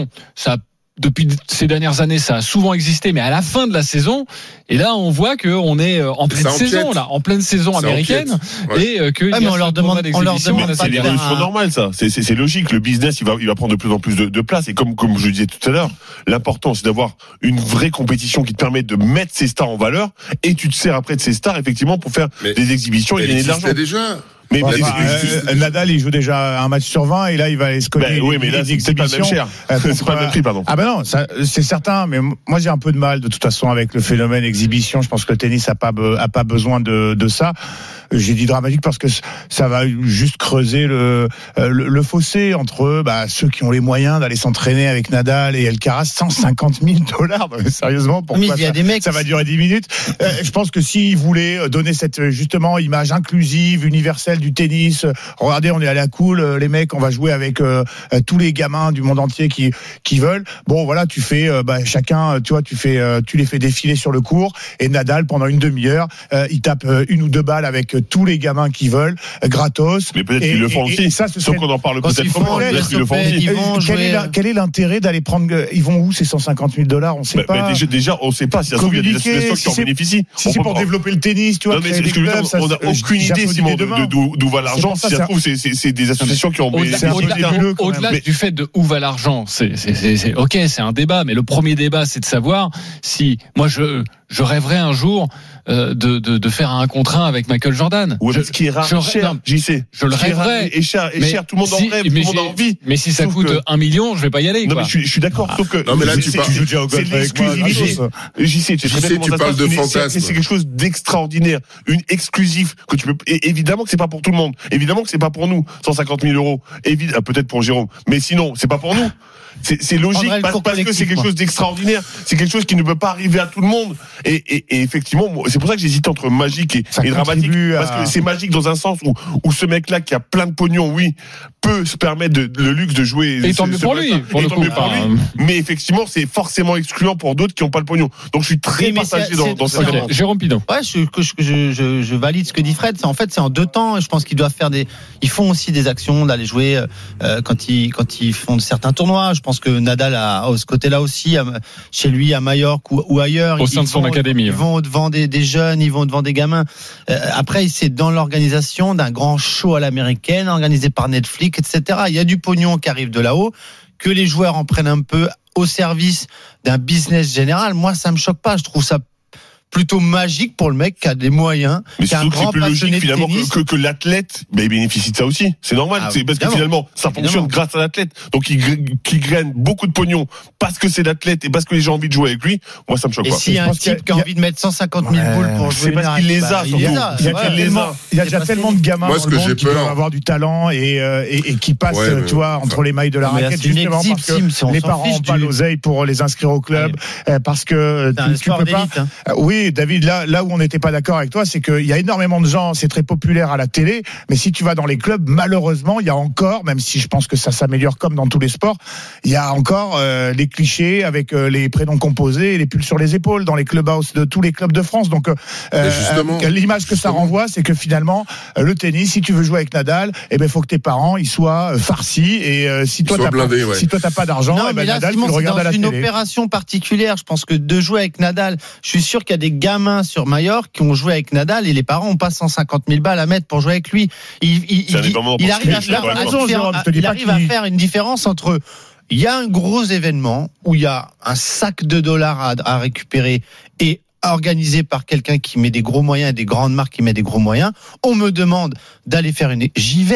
ça depuis ces dernières années, ça a souvent existé, mais à la fin de la saison, et là, on voit qu'on est en pleine saison, là, en pleine saison Ça américaine, ouais. et que Ouais, mais on leur demande, on leur demande Mais pas c'est de faire l'évolution un- normale, ça. C'est, c'est, c'est logique. Le business, il va, il va prendre de plus en plus de, de place. Et comme, comme je le disais tout à l'heure, l'important, c'est d'avoir une vraie compétition qui te permet de mettre ces stars en valeur. Et tu te sers après de ces stars, effectivement, pour faire Mais des exhibitions et elle gagner de existait l'argent. déjà. Mais, Bah, mais- bah, euh, Nadal, il joue déjà un match sur vingt et là, il va aller se cogner. Ben oui, mais là, des c'est pas le même exhibitions, cher. euh, C'est contre- pas le même prix, pardon. Ah ben non, ça, c'est certain. Mais m- moi, j'ai un peu de mal de toute façon avec le phénomène exhibition. Je pense que le tennis a pas be- a pas besoin de, de ça. J'ai dit dramatique parce que c- ça va juste creuser le euh, le, le fossé entre bah, ceux qui ont les moyens d'aller s'entraîner avec Nadal et Alcaraz. cent cinquante mille dollars. Sérieusement, pourquoi Mais il y a ça, des mecs- ça va durer dix minutes. Euh, je pense que s'ils voulaient donner cette justement image inclusive, universelle du tennis, euh, regardez, on est à la cool, euh, les mecs, on va jouer avec euh, euh, tous les gamins du monde entier qui qui veulent. Bon, voilà, tu fais euh, bah, chacun, tu vois, tu fais, euh, tu les fais défiler sur le court et Nadal pendant une demi-heure, euh, il tape euh, une ou deux balles avec euh, tous les gamins qui veulent, euh, gratos. Mais peut-être Et- qu'ils le et- font et aussi. ça, ce Sauf serait- qu'on en parle Quand peut-être ils trop font peu. les Peut-être qu'ils le font Open, aussi. ils vont quel, jouer, est la- euh, quel est l'intérêt d'aller prendre, ils vont où ces cent cinquante mille dollars? On sait Bah, pas. bah, déjà, déjà, on sait pas si ça se trouve, il y a des Communiquer, associations si qui en c'est- bénéficient. Si On c'est peut pour pas- développer le tennis, tu vois, Non, mais créer c'est ce des que je veux clubs, dire, ça, on n'a euh, aucune idée, j'applaudis Simon, dès de, demain. de- d'où, d'où va l'argent. pour ça, Si ça se ça- trouve, c'est, c'est, c'est des associations qui ont Au-delà, c'est un peu au-delà- nébuleux, quand au-delà même. du fait de où va l'argent, c'est, c'est, c'est, c'est ok, c'est un débat, mais le premier débat, c'est de savoir si moi je je rêverais un jour euh, de, de de faire un contre un avec Michael Jordan. Ouais, je, mais ce qui est rare, je- cher, non, j'y sais. je le Ce qui est rare rêverais. Et cher, et Mais cher, tout le monde si- en rêve, mais tout le monde j'ai- a envie. Mais si ça Sauf coûte que- un million, je vais pas y aller. Non, quoi. mais je suis, je suis d'accord, sauf que. Non, mais là, j'y tu sais, parles- c'est- Tu joues déjà au c'est golf avec moi, l'exclusivité. gratos. J'y sais, tu sais J'y très sais, bien comment tu ça se parles passe, de mais c'est- fantasme. C'est quelque chose d'extraordinaire, une exclusive que tu peux. Et évidemment que c'est pas pour tout le monde. Évidemment que c'est pas pour nous. cent cinquante mille euros. Évi- ah, peut-être pour Jérôme, mais sinon, c'est pas pour nous. C'est, c'est logique Prendrait le parce, cours parce que c'est collectif, quelque moi. chose d'extraordinaire. C'est quelque chose qui ne peut pas arriver à tout le monde. Et, et, et effectivement, moi, c'est pour ça que j'hésite entre magique et, Ça et dramatique. contribue à- Parce que c'est magique dans un sens où, où ce mec-là qui a plein de pognon, oui, peut se permettre de, le luxe de jouer. Et tant ce- mieux ce pour match-là. lui, pour Et le tant coup. mieux pour lui. Ah, Mais effectivement, c'est forcément excluant pour d'autres qui n'ont pas le pognon. Donc je suis très Oui, mais partagé c'est- dans, c'est- dans cette c'est- remarque. Jérôme Pidon. Ouais, je, que je, je, je, je valide ce que dit Fred. C'est, en fait, c'est en deux temps. Je pense qu'ils doivent faire des. Ils font aussi des actions d'aller jouer euh, quand ils quand ils font certains tournois. Je pense que Nadal a ce côté-là aussi, à- chez lui à Majorque ou, ou ailleurs. Au Ils sein de son vont- académie, Ils ouais. vont devant des, des jeunes, ils vont devant des gamins. Euh, après, c'est dans l'organisation d'un grand show à l'américaine, organisé par Netflix, et cetera. Il y a du pognon qui arrive de là-haut, que les joueurs en prennent un peu au service d'un business général. Moi, ça me choque pas. Je trouve ça plutôt magique pour le mec qui a des moyens, Mais qui a un surtout que c'est grand plus passionné logique de finalement tennis. que, que, que l'athlète, ben, il bénéficie de ça aussi. C'est normal, Ah, c'est parce que évidemment. finalement ça fonctionne Évidemment. grâce à l'athlète. Donc il, gr- qui graine beaucoup de pognon parce que c'est l'athlète et parce que les gens ont envie de jouer avec lui. Moi ça me choque Et pas. s'il y a Je un pense qu'il y a- type qui a envie de mettre cent cinquante mille Ouais, boules pour c'est jouer parce une qu'il les bah, a, il les surtout. a. Il y a Ouais, qu'il les tellement, a. il y a C'est déjà parce tellement que- de gamins Moi, dans ce le que monde j'ai qui peur- doivent avoir du talent et, euh, et, et qui passent, Ouais, mais- tu vois, entre les mailles de la Mais là, raquette c'est une justement exhibe, parce que Sim, c'est- on les s'en parents fiche n'ont pas du- l'oseille pour les inscrire au club, euh, parce que euh, C'est un tu, tu sport peux pas. d'élite, hein. Euh, Oui, David, là, là où on n'était pas d'accord avec toi, c'est qu'il y a énormément de gens, c'est très populaire à la télé, mais si tu vas dans les clubs, malheureusement, il y a encore, même si je pense que ça s'améliore comme dans tous les sports, il y a encore euh, les clichés avec euh, les prénoms composés et les pulls sur les épaules dans les clubhouses de tous les clubs de France. Donc, euh, Mais justement, euh, l'image que ça renvoie, c'est que finalement, euh, le tennis, si tu veux jouer avec Nadal, eh ben, faut que tes parents ils soient euh, farcis et euh, si toi soient t'as blindés, pas, ouais. si toi t'as pas d'argent, Non, eh ben, mais là, Nadal, Simon, tu le c'est regardes à dans la une télé. opération particulière. Je pense que de jouer avec Nadal, je suis sûr qu'il y a des gamins sur Majorque qui ont joué avec Nadal et les parents ont pas cent cinquante mille balles à mettre pour jouer avec lui. Il, il, C'est il- indépendant il pour arrive, ce à que je faire, dis, à par faire- exemple. Jérôme, je te dis il pas arrive qu'il- à faire une différence entre il y a un gros événement où il y a un sac de dollars à, à récupérer et organisé par quelqu'un qui met des gros moyens et des grandes marques qui met des gros moyens. On me demande d'aller faire une, j'y vais.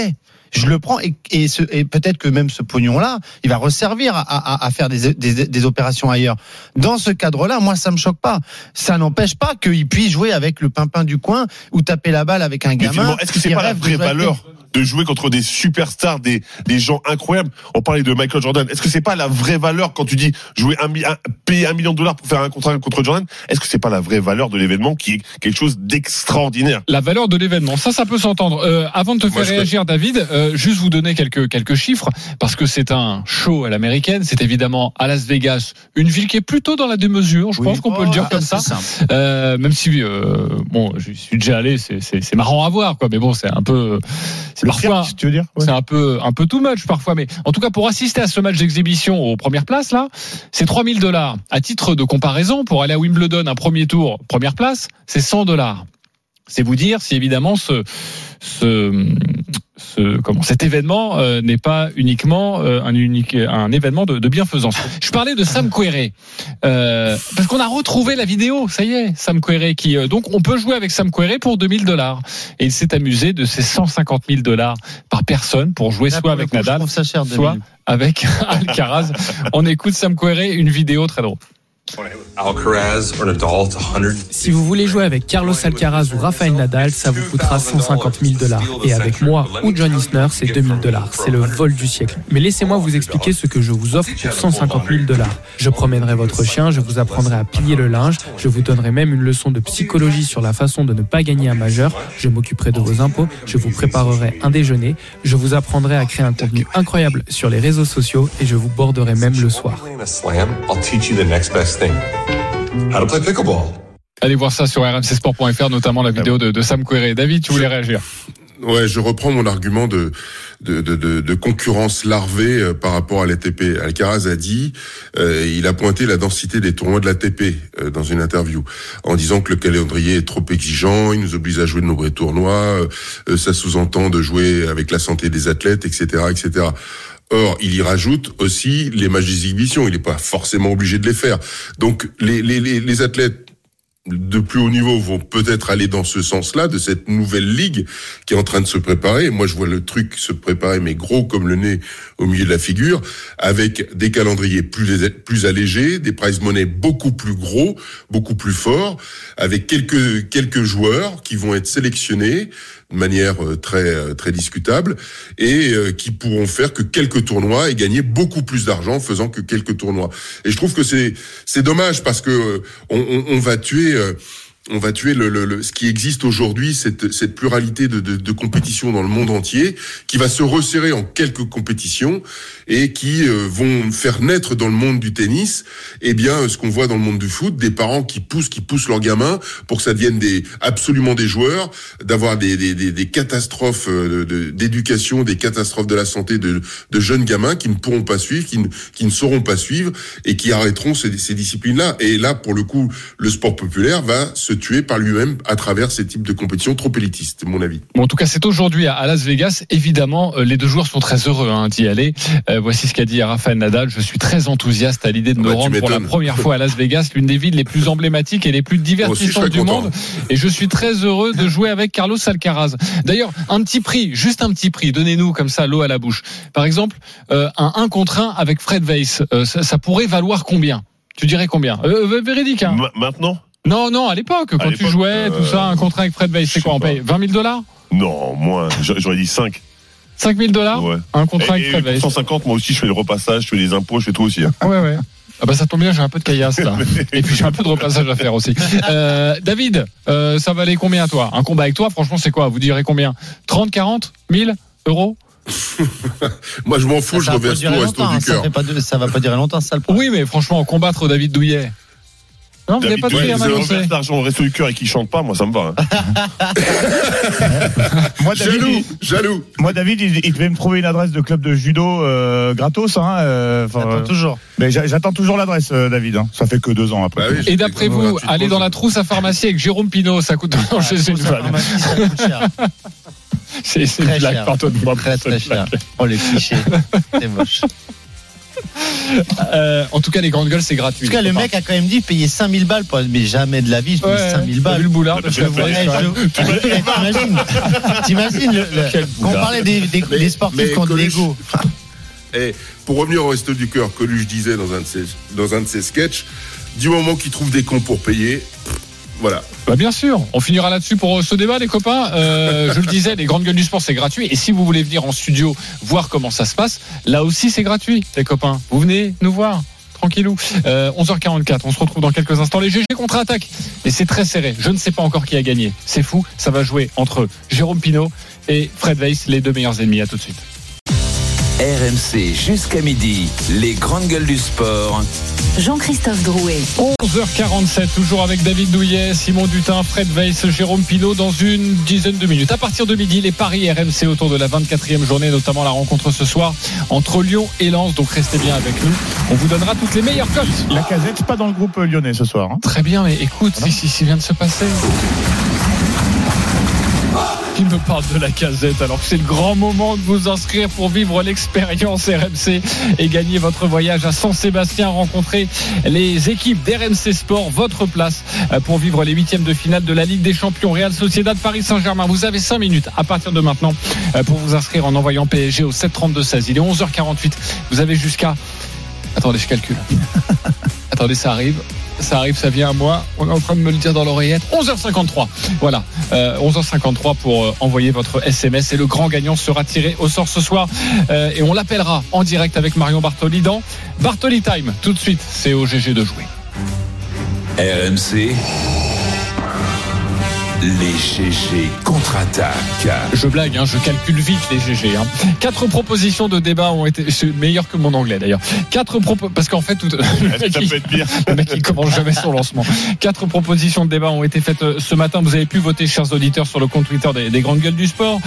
je le prends et, et, ce, et peut-être que même ce pognon-là, il va resservir à, à, à faire des, des, des opérations ailleurs. Dans ce cadre-là, moi, ça me choque pas. Ça n'empêche pas qu'il puisse jouer avec le pimpin du coin ou taper la balle avec un gamin. Est-ce que c'est pas la vraie valeur de jouer contre des superstars, des, des gens incroyables? On parlait de Michael Jordan. Est-ce que c'est pas la vraie valeur quand tu dis jouer un, un payer un million de dollars pour faire un contrat contre Jordan? Est-ce que c'est pas la vraie valeur de l'événement qui est quelque chose d'extraordinaire? La valeur de l'événement, ça, ça peut s'entendre. Euh, avant de te faire Moi, réagir, peux... David, euh, juste vous donner quelques quelques chiffres parce que c'est un show à l'américaine. C'est évidemment à Las Vegas, une ville qui est plutôt dans la démesure. Je oui. pense qu'on oh, peut le dire comme ça. Euh, même si euh, bon, je suis déjà allé, c'est, c'est c'est marrant à voir, quoi. Mais bon, c'est un peu c'est le parfois cirque, tu veux dire ouais. c'est un peu un peu too much parfois. Mais en tout cas, pour assister à ce match d'exhibition aux premières places là, c'est trois mille dollars. À titre de comparaison, pour aller à Wimbledon, un premier tour, première place, c'est cent dollars. C'est vous dire si évidemment ce, ce, ce comment cet événement euh, n'est pas uniquement euh, un unique un événement de, de bienfaisance. Je parlais de Sam Querrey euh, parce qu'on a retrouvé la vidéo. Ça y est, Sam Querrey qui euh, donc on peut jouer avec Sam Querrey pour deux mille dollars et il s'est amusé de ces cent cinquante mille dollars par personne pour jouer Là, soit avec Nadal, cher, soit avec Alcaraz. On écoute Sam Querrey, une vidéo très drôle. Si vous voulez jouer avec Carlos Alcaraz ou Rafael Nadal, ça vous coûtera cent cinquante mille dollars. Et avec moi ou John Isner, c'est deux mille dollars. C'est le vol du siècle. Mais laissez-moi vous expliquer ce que je vous offre pour cent cinquante mille dollars. Je promènerai votre chien, je vous apprendrai à plier le linge, je vous donnerai même une leçon de psychologie sur la façon de ne pas gagner un majeur, je m'occuperai de vos impôts, je vous préparerai un déjeuner, je vous apprendrai à créer un contenu incroyable sur les réseaux sociaux et je vous borderai même le soir. How to play pickleball. Allez voir ça sur r m c sport point f r, notamment la vidéo de, de Sam Querrey. David, tu voulais réagir? Ouais, je reprends mon argument de de de, de, de concurrence larvée euh, par rapport à l'A T P. Alcaraz a dit, euh, il a pointé la densité des tournois de l'A T P euh, dans une interview, en disant que le calendrier est trop exigeant, il nous oblige à jouer de nombreux tournois, euh, ça sous-entend de jouer avec la santé des athlètes, et cetera, et cetera. Or, il y rajoute aussi les matchs d'exhibition. Il n'est pas forcément obligé de les faire. Donc, les, les, les, les athlètes de plus haut niveau vont peut-être aller dans ce sens-là, de cette nouvelle ligue qui est en train de se préparer. Moi, je vois le truc se préparer, mais gros comme le nez au milieu de la figure, avec des calendriers plus, plus allégés, des prize money beaucoup plus gros, beaucoup plus forts, avec quelques, quelques joueurs qui vont être sélectionnés de manière très très discutable et euh, qui pourront faire que quelques tournois et gagner beaucoup plus d'argent en faisant que quelques tournois. Et je trouve que c'est c'est dommage parce que euh, on, on, on va tuer euh, on va tuer le, le, le ce qui existe aujourd'hui, cette cette pluralité de, de de compétitions dans le monde entier qui va se resserrer en quelques compétitions et qui euh, vont faire naître dans le monde du tennis eh bien ce qu'on voit dans le monde du foot, des parents qui poussent qui poussent leurs gamins pour que ça devienne des absolument des joueurs, d'avoir des des des, des catastrophes de, de, d'éducation, des catastrophes de la santé de de jeunes gamins qui ne pourront pas suivre, qui ne qui ne sauront pas suivre et qui arrêteront ces ces disciplines-là. Et là pour le coup, le sport populaire va se tué par lui-même à travers ces types de compétitions trop élitistes, à mon avis. Bon, en tout cas, c'est aujourd'hui à Las Vegas. Évidemment, les deux joueurs sont très heureux hein, d'y aller. Euh, voici ce qu'a dit Rafael Nadal. Je suis très enthousiaste à l'idée de me bah, rendre pour la première fois à Las Vegas, l'une des villes les plus emblématiques et les plus divertissantes aussi, du content. monde. Et je suis très heureux de jouer avec Carlos Alcaraz. D'ailleurs, un petit prix, juste un petit prix. Donnez-nous comme ça l'eau à la bouche. Par exemple, euh, un un contre un avec Fred Weiss. Euh, ça, ça pourrait valoir combien? Tu dirais combien? euh, Véridique. Hein. M- maintenant Non, non, à l'époque, quand à l'époque, tu jouais, euh, tout ça, un contrat avec Fred Weiss, c'est quoi, on paye vingt mille dollars? Non, moins, j'aurais dit cinq. cinq mille dollars? Ouais. Un contrat et, avec Fred Weiss. cent cinquante, moi aussi, je fais le repassage, je fais les impôts, je fais tout aussi. Hein. Ouais, ouais. Ah bah ça tombe bien, j'ai un peu de caillasse là. Et puis j'ai un peu de repassage à faire aussi. Euh, David, euh, ça valait combien toi? Un combat avec toi, franchement, c'est quoi? Vous direz combien? trente, quarante, mille euros? Moi, je m'en fous, ça, je reverse tout au resto du cœur. Ça, ça va pas durer longtemps, ça le problème. Oui, mais franchement, combattre David Douillet. Non, vous n'avez pas de prix à m'annoncer. Si l'argent au resto du cœur et qu'il chante pas, moi ça me va. Hein. moi, David, jaloux, il, jaloux. Moi, David, il, il devait me trouver une adresse de club de judo euh, gratos. Hein, euh, j'attends toujours. Mais j'attends toujours l'adresse, euh, David. Hein. Ça fait que deux ans après. Bah oui, et d'après vous, aller dans la trousse à pharmacie avec Jérôme Pinault, ça coûte ah, chez une pharmacie, ça coûte cher. C'est, c'est une blague, pardonne-moi. Très, très cher. Oh, les clichés. C'est moche. Euh, en tout cas, les grandes gueules, c'est gratuit. En tout cas, le mec a quand même dit payer cinq mille balles, pour... mais jamais de la vie, je paye Ouais, cinq mille balles. t'as vu le boulard de je vois, je- T'imagines, t'imagines le, le- quand on parlait des, des, Mais- des sportifs mais qui ont de Coluche- l'ego. Et pour revenir au Resto du Cœur, Coluche disait dans un de ses, dans un de ses sketchs, du moment qu'il trouve des cons pour payer, voilà. Bah bien sûr, on finira là-dessus pour ce débat, les copains. Euh, je le disais, les grandes gueules du sport, c'est gratuit. Et si vous voulez venir en studio voir comment ça se passe, là aussi, c'est gratuit, les copains. Vous venez nous voir. Tranquillou. Euh, onze heures quarante-quatre, on se retrouve dans quelques instants. Les G G contre-attaque. Et c'est très serré. Je ne sais pas encore qui a gagné. C'est fou. Ça va jouer entre Jérôme Pinault et Fred Weiss, les deux meilleurs ennemis. À tout de suite. R M C jusqu'à midi, les grandes gueules du sport. Jean-Christophe Drouet. onze heures quarante-sept, toujours avec David Douillet, Simon Dutin, Fred Weiss, Jérôme Pinault dans une dizaine de minutes. À partir de midi, les paris R M C autour de la vingt-quatrième journée, notamment la rencontre ce soir entre Lyon et Lens. Donc restez bien avec nous. On vous donnera toutes les meilleures cotes. La Casette, pas dans le groupe lyonnais ce soir. Hein. Très bien, mais écoute, voilà. si, si, si vient de se passer. Il me parle de la Casette alors que c'est le grand moment de vous inscrire pour vivre l'expérience R M C et gagner votre voyage à Saint-Sébastien, rencontrer les équipes d'R M C Sport, votre place pour vivre les huitièmes de finale de la Ligue des Champions. Real Sociedad Paris Saint-Germain. Vous avez cinq minutes à partir de maintenant pour vous inscrire en envoyant P S G au sept trente-deux seize. Il est onze heures quarante-huit. Vous avez jusqu'à... Attendez, je calcule. Attendez, ça arrive. Ça arrive, ça vient à moi. On est en train de me le dire dans l'oreillette. onze heures cinquante-trois. Voilà. Euh, onze heures cinquante-trois pour euh, envoyer votre S M S. Et le grand gagnant sera tiré au sort ce soir. Euh, et on l'appellera en direct avec Marion Bartoli dans Bartoli Time. Tout de suite, c'est au G G de jouer. R M C, les G G contre-attaquent. Je blague, hein, je calcule vite les G G. Hein. Quatre propositions de débat ont été... C'est meilleur que mon anglais d'ailleurs. Quatre propos... Parce qu'en fait... Tout... Le mec, ça il... peut être pire. Le mec, il commence jamais son lancement. Quatre propositions de débat ont été faites ce matin. Vous avez pu voter, chers auditeurs, sur le compte Twitter des, des grandes gueules du sport.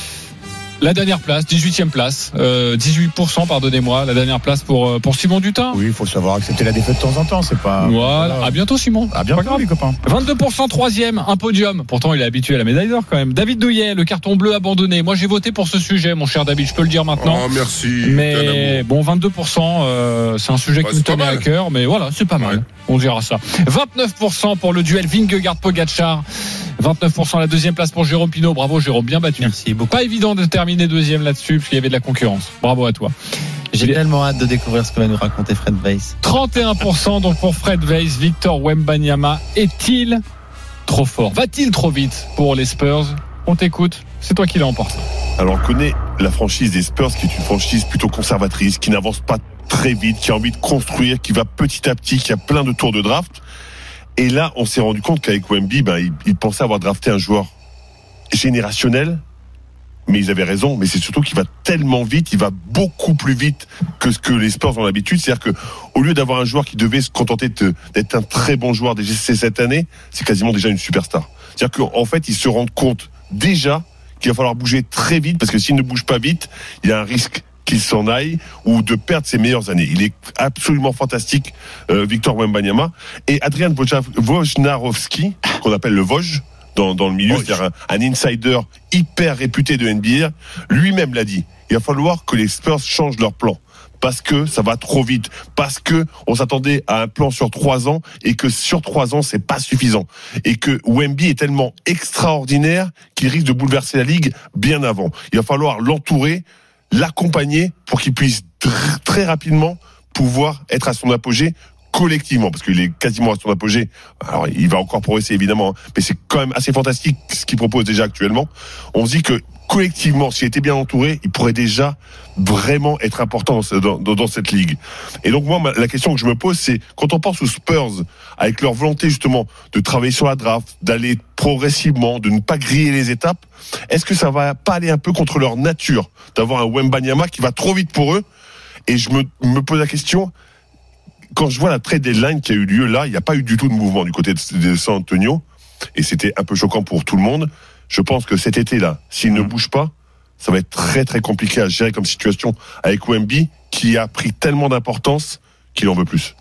La dernière place, dix-huitième place, euh, dix-huit pour cent, pardonnez-moi, la dernière place pour, pour Simon Dutin. Oui, il faut savoir accepter la défaite de temps en temps, c'est pas... Voilà, à bientôt Simon. À bientôt les copains. vingt-deux pour cent, troisième, un podium. Pourtant, il est habitué à la médaille d'or quand même. David Douillet, le carton bleu abandonné. Moi, j'ai voté pour ce sujet, mon cher David, je peux le dire maintenant. Oh, merci. Mais bon, vingt-deux pour cent, euh, c'est un sujet bah, qui me tenait à cœur, mais voilà, c'est pas mal. Ouais. On dira ça. vingt-neuf pour cent pour le duel Vingegaard-Pogačar. vingt-neuf pour cent la deuxième place pour Jérôme Pinault. Bravo Jérôme, bien battu. Merci beaucoup. Pas évident de terminer deuxième là-dessus parce qu'il y avait de la concurrence. Bravo à toi. J'ai tellement hâte de découvrir ce que va nous raconter Fred Weiss. trente et un pour cent donc pour Fred Weiss. Victor Wembanyama est-il trop fort? Va-t-il trop vite pour les Spurs? On t'écoute, c'est toi qui l'as emporté. Alors on connaît la franchise des Spurs qui est une franchise plutôt conservatrice, qui n'avance pas très vite, qui a envie de construire, qui va petit à petit, qui a plein de tours de draft. Et là, on s'est rendu compte qu'avec Wemby, ben, il, il pensait avoir drafté un joueur générationnel, mais ils avaient raison. Mais c'est surtout qu'il va tellement vite, il va beaucoup plus vite que ce que les Spurs ont l'habitude. C'est-à-dire que, au lieu d'avoir un joueur qui devait se contenter de, d'être un très bon joueur déjà cette année, c'est quasiment déjà une superstar. C'est-à-dire qu'en fait, ils se rendent compte déjà qu'il va falloir bouger très vite, parce que s'il ne bouge pas vite, il y a un risque qu'il s'en aille ou de perdre ses meilleures années. Il est absolument fantastique, euh, Victor Wembanyama. Et Adrian Wojnarowski, qu'on appelle le Woj dans, dans le milieu, Woj. C'est-à-dire un, un insider hyper réputé de N B A, lui-même l'a dit. Il va falloir que les Spurs changent leur plan. Parce que ça va trop vite, parce que on s'attendait à un plan sur trois ans et que sur trois ans c'est pas suffisant et que Wemby est tellement extraordinaire qu'il risque de bouleverser la ligue bien avant. Il va falloir l'entourer, l'accompagner pour qu'il puisse très rapidement pouvoir être à son apogée collectivement, parce qu'il est quasiment à son apogée. Alors il va encore progresser évidemment, mais c'est quand même assez fantastique ce qu'il propose déjà actuellement. On se dit que collectivement, s'il était bien entouré, il pourrait déjà vraiment être important dans, dans, dans cette ligue. Et donc moi, la question que je me pose, c'est quand on pense aux Spurs, avec leur volonté justement de travailler sur la draft, d'aller progressivement, de ne pas griller les étapes, est-ce que ça va pas aller un peu contre leur nature d'avoir un Wembanyama qui va trop vite pour eux? Et je me, me pose la question, quand je vois la trade deadline qui a eu lieu là, il n'y a pas eu du tout de mouvement du côté de, de San Antonio, et c'était un peu choquant pour tout le monde. Je pense que cet été-là, s'il ne bouge pas, ça va être très très compliqué à gérer comme situation avec Wemby qui a pris tellement d'importance qu'il en veut plus.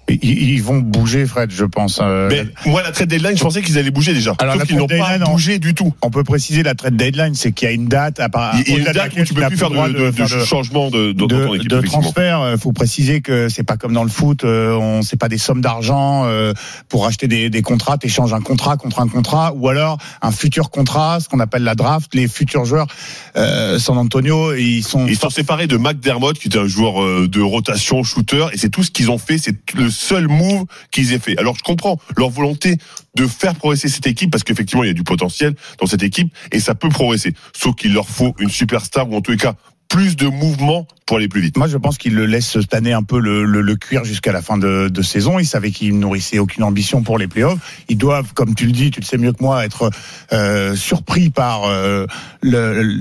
Ils, ils vont bouger, Fred, je pense. Euh, mais moi, la trade deadline, je pensais qu'ils allaient bouger déjà. Alors, Sauf qu'ils n'ont pas bougé du tout. On peut préciser la trade deadline, c'est qu'il y a une date à part. Il y a une date où tu peux plus faire de, de, de, de changement de, de, de, ton équipe, de transfert. Il faut préciser que c'est pas comme dans le foot. Euh, on c'est pas des sommes d'argent euh, pour acheter des, des contrats. T'échanges un contrat contre un contrat, ou alors un futur contrat, ce qu'on appelle la draft. Les futurs joueurs, euh, San Antonio, ils sont ils sont séparés de McDermott, qui était un joueur de rotation, shooter, et c'est tout ce qu'ils ont fait. C'est le seul move qu'ils aient fait. Alors je comprends leur volonté de faire progresser cette équipe, parce qu'effectivement il y a du potentiel dans cette équipe et ça peut progresser, sauf qu'il leur faut une superstar, ou en tous les cas plus de mouvement pour aller plus vite. Moi je pense qu'ils le laissent cette année un peu le, le, le cuir jusqu'à la fin de, de saison. Ils savaient qu'ils nourrissaient aucune ambition pour les playoffs. Ils doivent, comme tu le dis, tu le sais mieux que moi, être euh, surpris par euh, le, le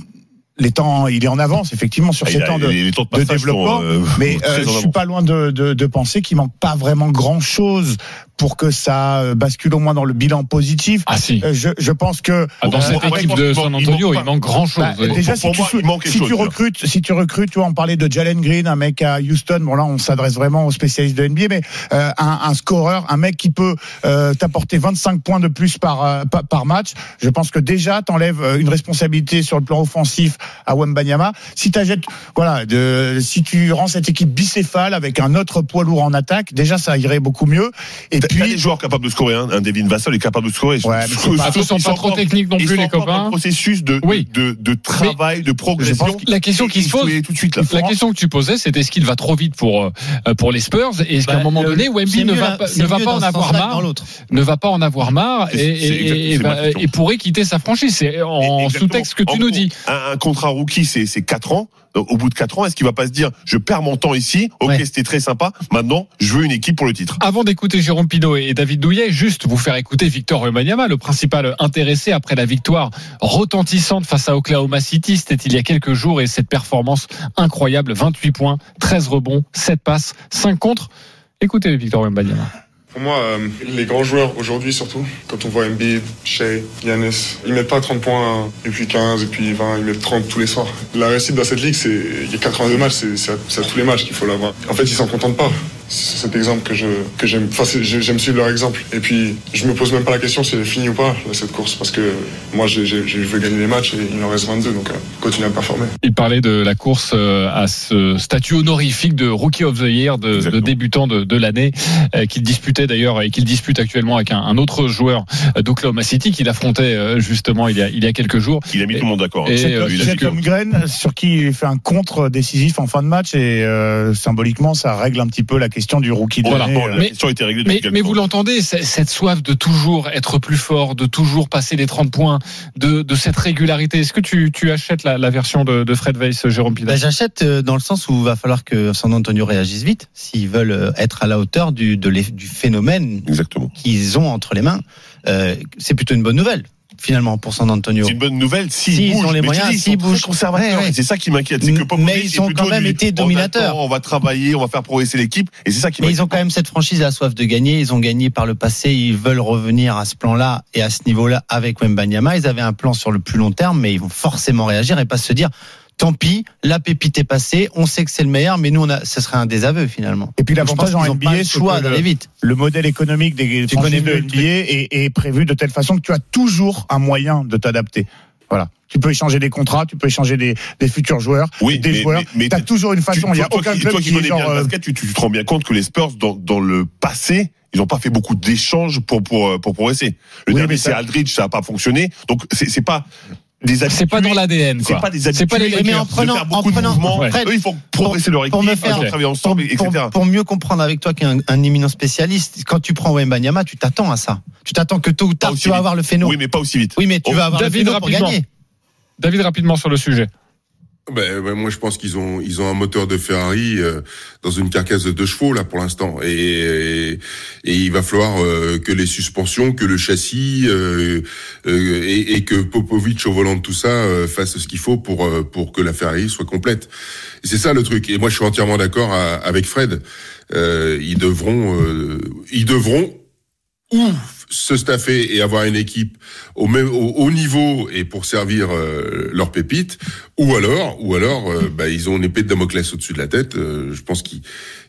les temps, il est en avance effectivement sur ces temps de, les, les temps de, de développement, sont, euh, mais euh, je suis pas loin de, de, de penser qu'il manque pas vraiment grand chose pour que ça bascule au moins dans le bilan positif. Ah si. Euh, je, je pense que ah, dans euh, cette équipe de San Antonio, il, il manque grand chose. Bah, oui. Déjà, pour, si, pour tu, moi, si chose, tu recrutes, si tu recrutes, tu vois, on parlait de Jalen Green, un mec à Houston. Bon là, on s'adresse vraiment aux spécialistes de N B A, mais euh, un, un scoreur, un mec qui peut euh, t'apporter vingt-cinq points de plus par, euh, par par match. Je pense que déjà, t'enlèves une responsabilité sur le plan offensif à Wembanyama. Si t'achètes, voilà, de, si tu rends cette équipe bicéphale avec un autre poids lourd en attaque, déjà ça irait beaucoup mieux. Et t'as, puis t'as des joueurs capables de scorer, hein. Un Devin Vassell est capable de scorer. Ouais, mais pas, ils sont pas trop techniques non plus, les copains. Un processus de, oui. de, de travail, mais de progression. La question qui se pose, tout de suite, là. La question que tu posais, c'était est-ce qu'il va trop vite pour pour les Spurs, et est-ce bah, qu'à un moment le, donné, Wemby ne va pas ne va pas en avoir marre, ne va pas en avoir marre et et, et, et pourrait quitter sa franchise. C'est en sous-texte que tu nous dis. Un contrat rookie, c'est c'est quatre ans. Au bout de quatre ans, est-ce qu'il va pas se dire je perds mon temps ici, ok, ouais. C'était très sympa, maintenant je veux une équipe pour le titre. Avant d'écouter Jérôme Pinault et David Douillet, juste vous faire écouter Victor Wembanyama, le principal intéressé après la victoire retentissante face à Oklahoma City, c'était il y a quelques jours, et cette performance incroyable, vingt-huit points, treize rebonds, sept passes, cinq contres. Écoutez Victor Wembanyama. Pour moi, euh, les grands joueurs aujourd'hui surtout, quand on voit Embiid, Shea, Giannis, ils mettent pas trente points et puis quinze et puis vingt, ils mettent trente tous les soirs. La réussite dans cette ligue, c'est il y a quatre-vingt-deux matchs, c'est, c'est, à, c'est à tous les matchs qu'il faut l'avoir. En fait, ils s'en contentent pas. C'est cet exemple que je que j'aime. Enfin, j'aime suivre leur exemple. Et puis, je me pose même pas la question si elle est finie ou pas là, cette course, parce que moi, j'ai, j'ai, je veux gagner les matchs et il en reste vingt-deux, donc euh, continue à performer. Il parlait de la course euh, à ce statut honorifique de Rookie of the Year, de, de débutant de, de l'année, euh, qu'il disputait d'ailleurs et qu'il dispute actuellement avec un, un autre joueur d'Oklahoma City qu'il affrontait euh, justement il y a il y a quelques jours. Il a mis et, tout le monde d'accord. Et, et euh, Chet Holmgren, sur qui il fait un contre décisif en fin de match, et euh, symboliquement, ça règle un petit peu la question du rookie de voilà. l'année. Bon, la mais, question était réglée mais, mais vous l'entendez, cette soif de toujours être plus fort, de toujours passer les trente points, de, de cette régularité. Est-ce que tu, tu achètes la, la version de, de Fred Weiss, Jérôme Pinault? Ben, j'achète dans le sens où il va falloir que San Antonio réagisse vite s'ils veulent être à la hauteur du, de du phénomène Exactement. qu'ils ont entre les mains. Euh, c'est plutôt une bonne nouvelle. Finalement, pour San Antonio. C'est une bonne nouvelle s'ils si bougent. Ils ont les mais moyens, ils s'ils bougent. Conservateurs. Ouais, ouais. C'est ça qui m'inquiète. C'est que mais ils ont quand même été dominateurs. On va travailler, on va faire progresser l'équipe, et c'est ça qui mais m'inquiète. Ils ont quand même cette franchise à la soif de gagner. Ils ont gagné par le passé. Ils veulent revenir à ce plan-là et à ce niveau-là avec Wembanyama. Ils avaient un plan sur le plus long terme, mais ils vont forcément réagir et pas se dire tant pis, la pépite est passée, on sait que c'est le meilleur, mais nous, on a, ce serait un désaveu finalement. Et puis l'avantage en N B A, c'est choix d'aller vite. Le modèle économique des franchises de N B A est, est prévu de telle façon que tu as toujours un moyen de t'adapter. Voilà. Tu peux échanger des contrats, tu peux échanger des, des futurs joueurs, oui, des mais, joueurs. Mais, mais t'as toujours une façon. Il y a toi, aucun qui, club toi qui, qui connais genre, bien le basket, tu, tu te rends bien compte que les Spurs, dans, dans le passé, ils n'ont pas fait beaucoup d'échanges pour pour pour progresser. Le oui, dernier, c'est ça... Aldridge, ça n'a pas fonctionné. Donc c'est, c'est pas. C'est pas dans l'A D N, quoi. C'est pas des habitués. C'est pas les mais en prenant, faire beaucoup en prenant, de mouvements. Ouais. Eux, ils font progresser leur équipe, pour me faire, ils travailler ensemble, pour, et cetera. Pour, pour mieux comprendre avec toi qu'un un éminent spécialiste, quand tu prends Wembanyama, tu t'attends à ça. Tu t'attends que tôt ou tard, tu vas avoir le phénomène. Oui, mais pas aussi vite. Oui, mais tu oh, vas avoir David, le phénomène pour gagner. David, rapidement sur le sujet. Ben, ben moi je pense qu'ils ont ils ont un moteur de Ferrari euh, dans une carcasse de deux chevaux là pour l'instant, et, et, et il va falloir euh, que les suspensions, que le châssis euh, euh, et, et que Popovic au volant de tout ça euh, fasse ce qu'il faut pour euh, pour que la Ferrari soit complète. Et c'est ça le truc. Et moi je suis entièrement d'accord à, avec Fred. Euh, ils devront euh, ils devront ou se staffer et avoir une équipe au même au haut niveau et pour servir euh, leurs pépites, ou alors ou alors euh, bah, ils ont une épée de Damoclès au-dessus de la tête. Euh, je pense qu'ils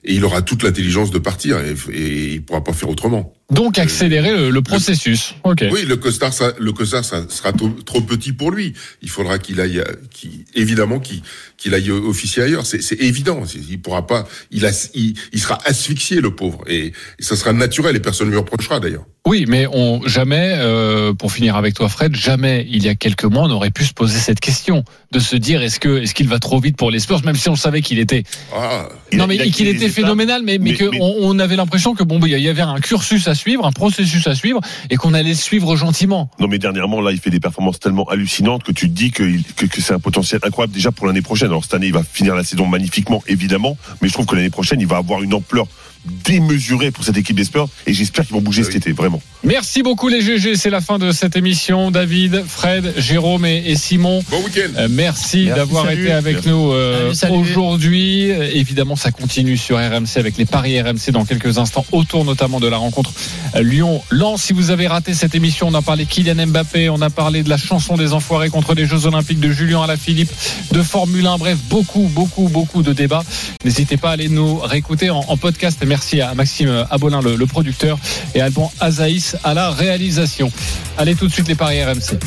et il aura toute l'intelligence de partir et, et il pourra pas faire autrement. Donc accélérer le, le processus. Le, okay. Oui, le costard, ça, le costard, ça sera trop, trop petit pour lui. Il faudra qu'il aille, qu'il, évidemment, qu'il, qu'il aille officier ailleurs. C'est, c'est évident. Il pourra pas. Il, a, il, il sera asphyxié, le pauvre, et, et ça sera naturel et personne ne lui reprochera d'ailleurs. Oui, mais on jamais, euh, pour finir avec toi, Fred, jamais il y a quelques mois on aurait pu se poser cette question de se dire est-ce que est-ce qu'il va trop vite pour les Spurs, même si on savait qu'il était. Ah, non, mais qu'il était phénoménal, mais mais, mais qu'on on avait l'impression que bon, il y avait un cursus à suivre, un processus à suivre, et qu'on allait le suivre gentiment. Non, mais dernièrement, là, il fait des performances tellement hallucinantes que tu te dis que, que, que c'est un potentiel incroyable déjà pour l'année prochaine. Alors cette année, il va finir la saison magnifiquement, évidemment, mais je trouve que l'année prochaine, il va avoir une ampleur démesurée pour cette équipe des Spurs, et j'espère qu'ils vont bouger oui. cet été, vraiment. Merci beaucoup les G G, c'est la fin de cette émission. David, Fred, Jérôme et, et Simon. Bon week-end. Euh, merci, merci d'avoir salut. été avec merci. nous euh, salut, salut. aujourd'hui. Évidemment, ça continue sur R M C avec les paris R M C dans quelques instants, autour notamment de la rencontre Lyon-Lens. Si vous avez raté cette émission, on a parlé Kylian Mbappé, on a parlé de la chanson des Enfoirés contre les Jeux Olympiques de Julien Alaphilippe, de Formule un, bref, beaucoup, beaucoup, beaucoup de débats. N'hésitez pas à aller nous réécouter en, en podcast. Merci à Maxime Abolin, le, le producteur, et à Alban Azaïs à la réalisation. Allez, tout de suite les paris R M C.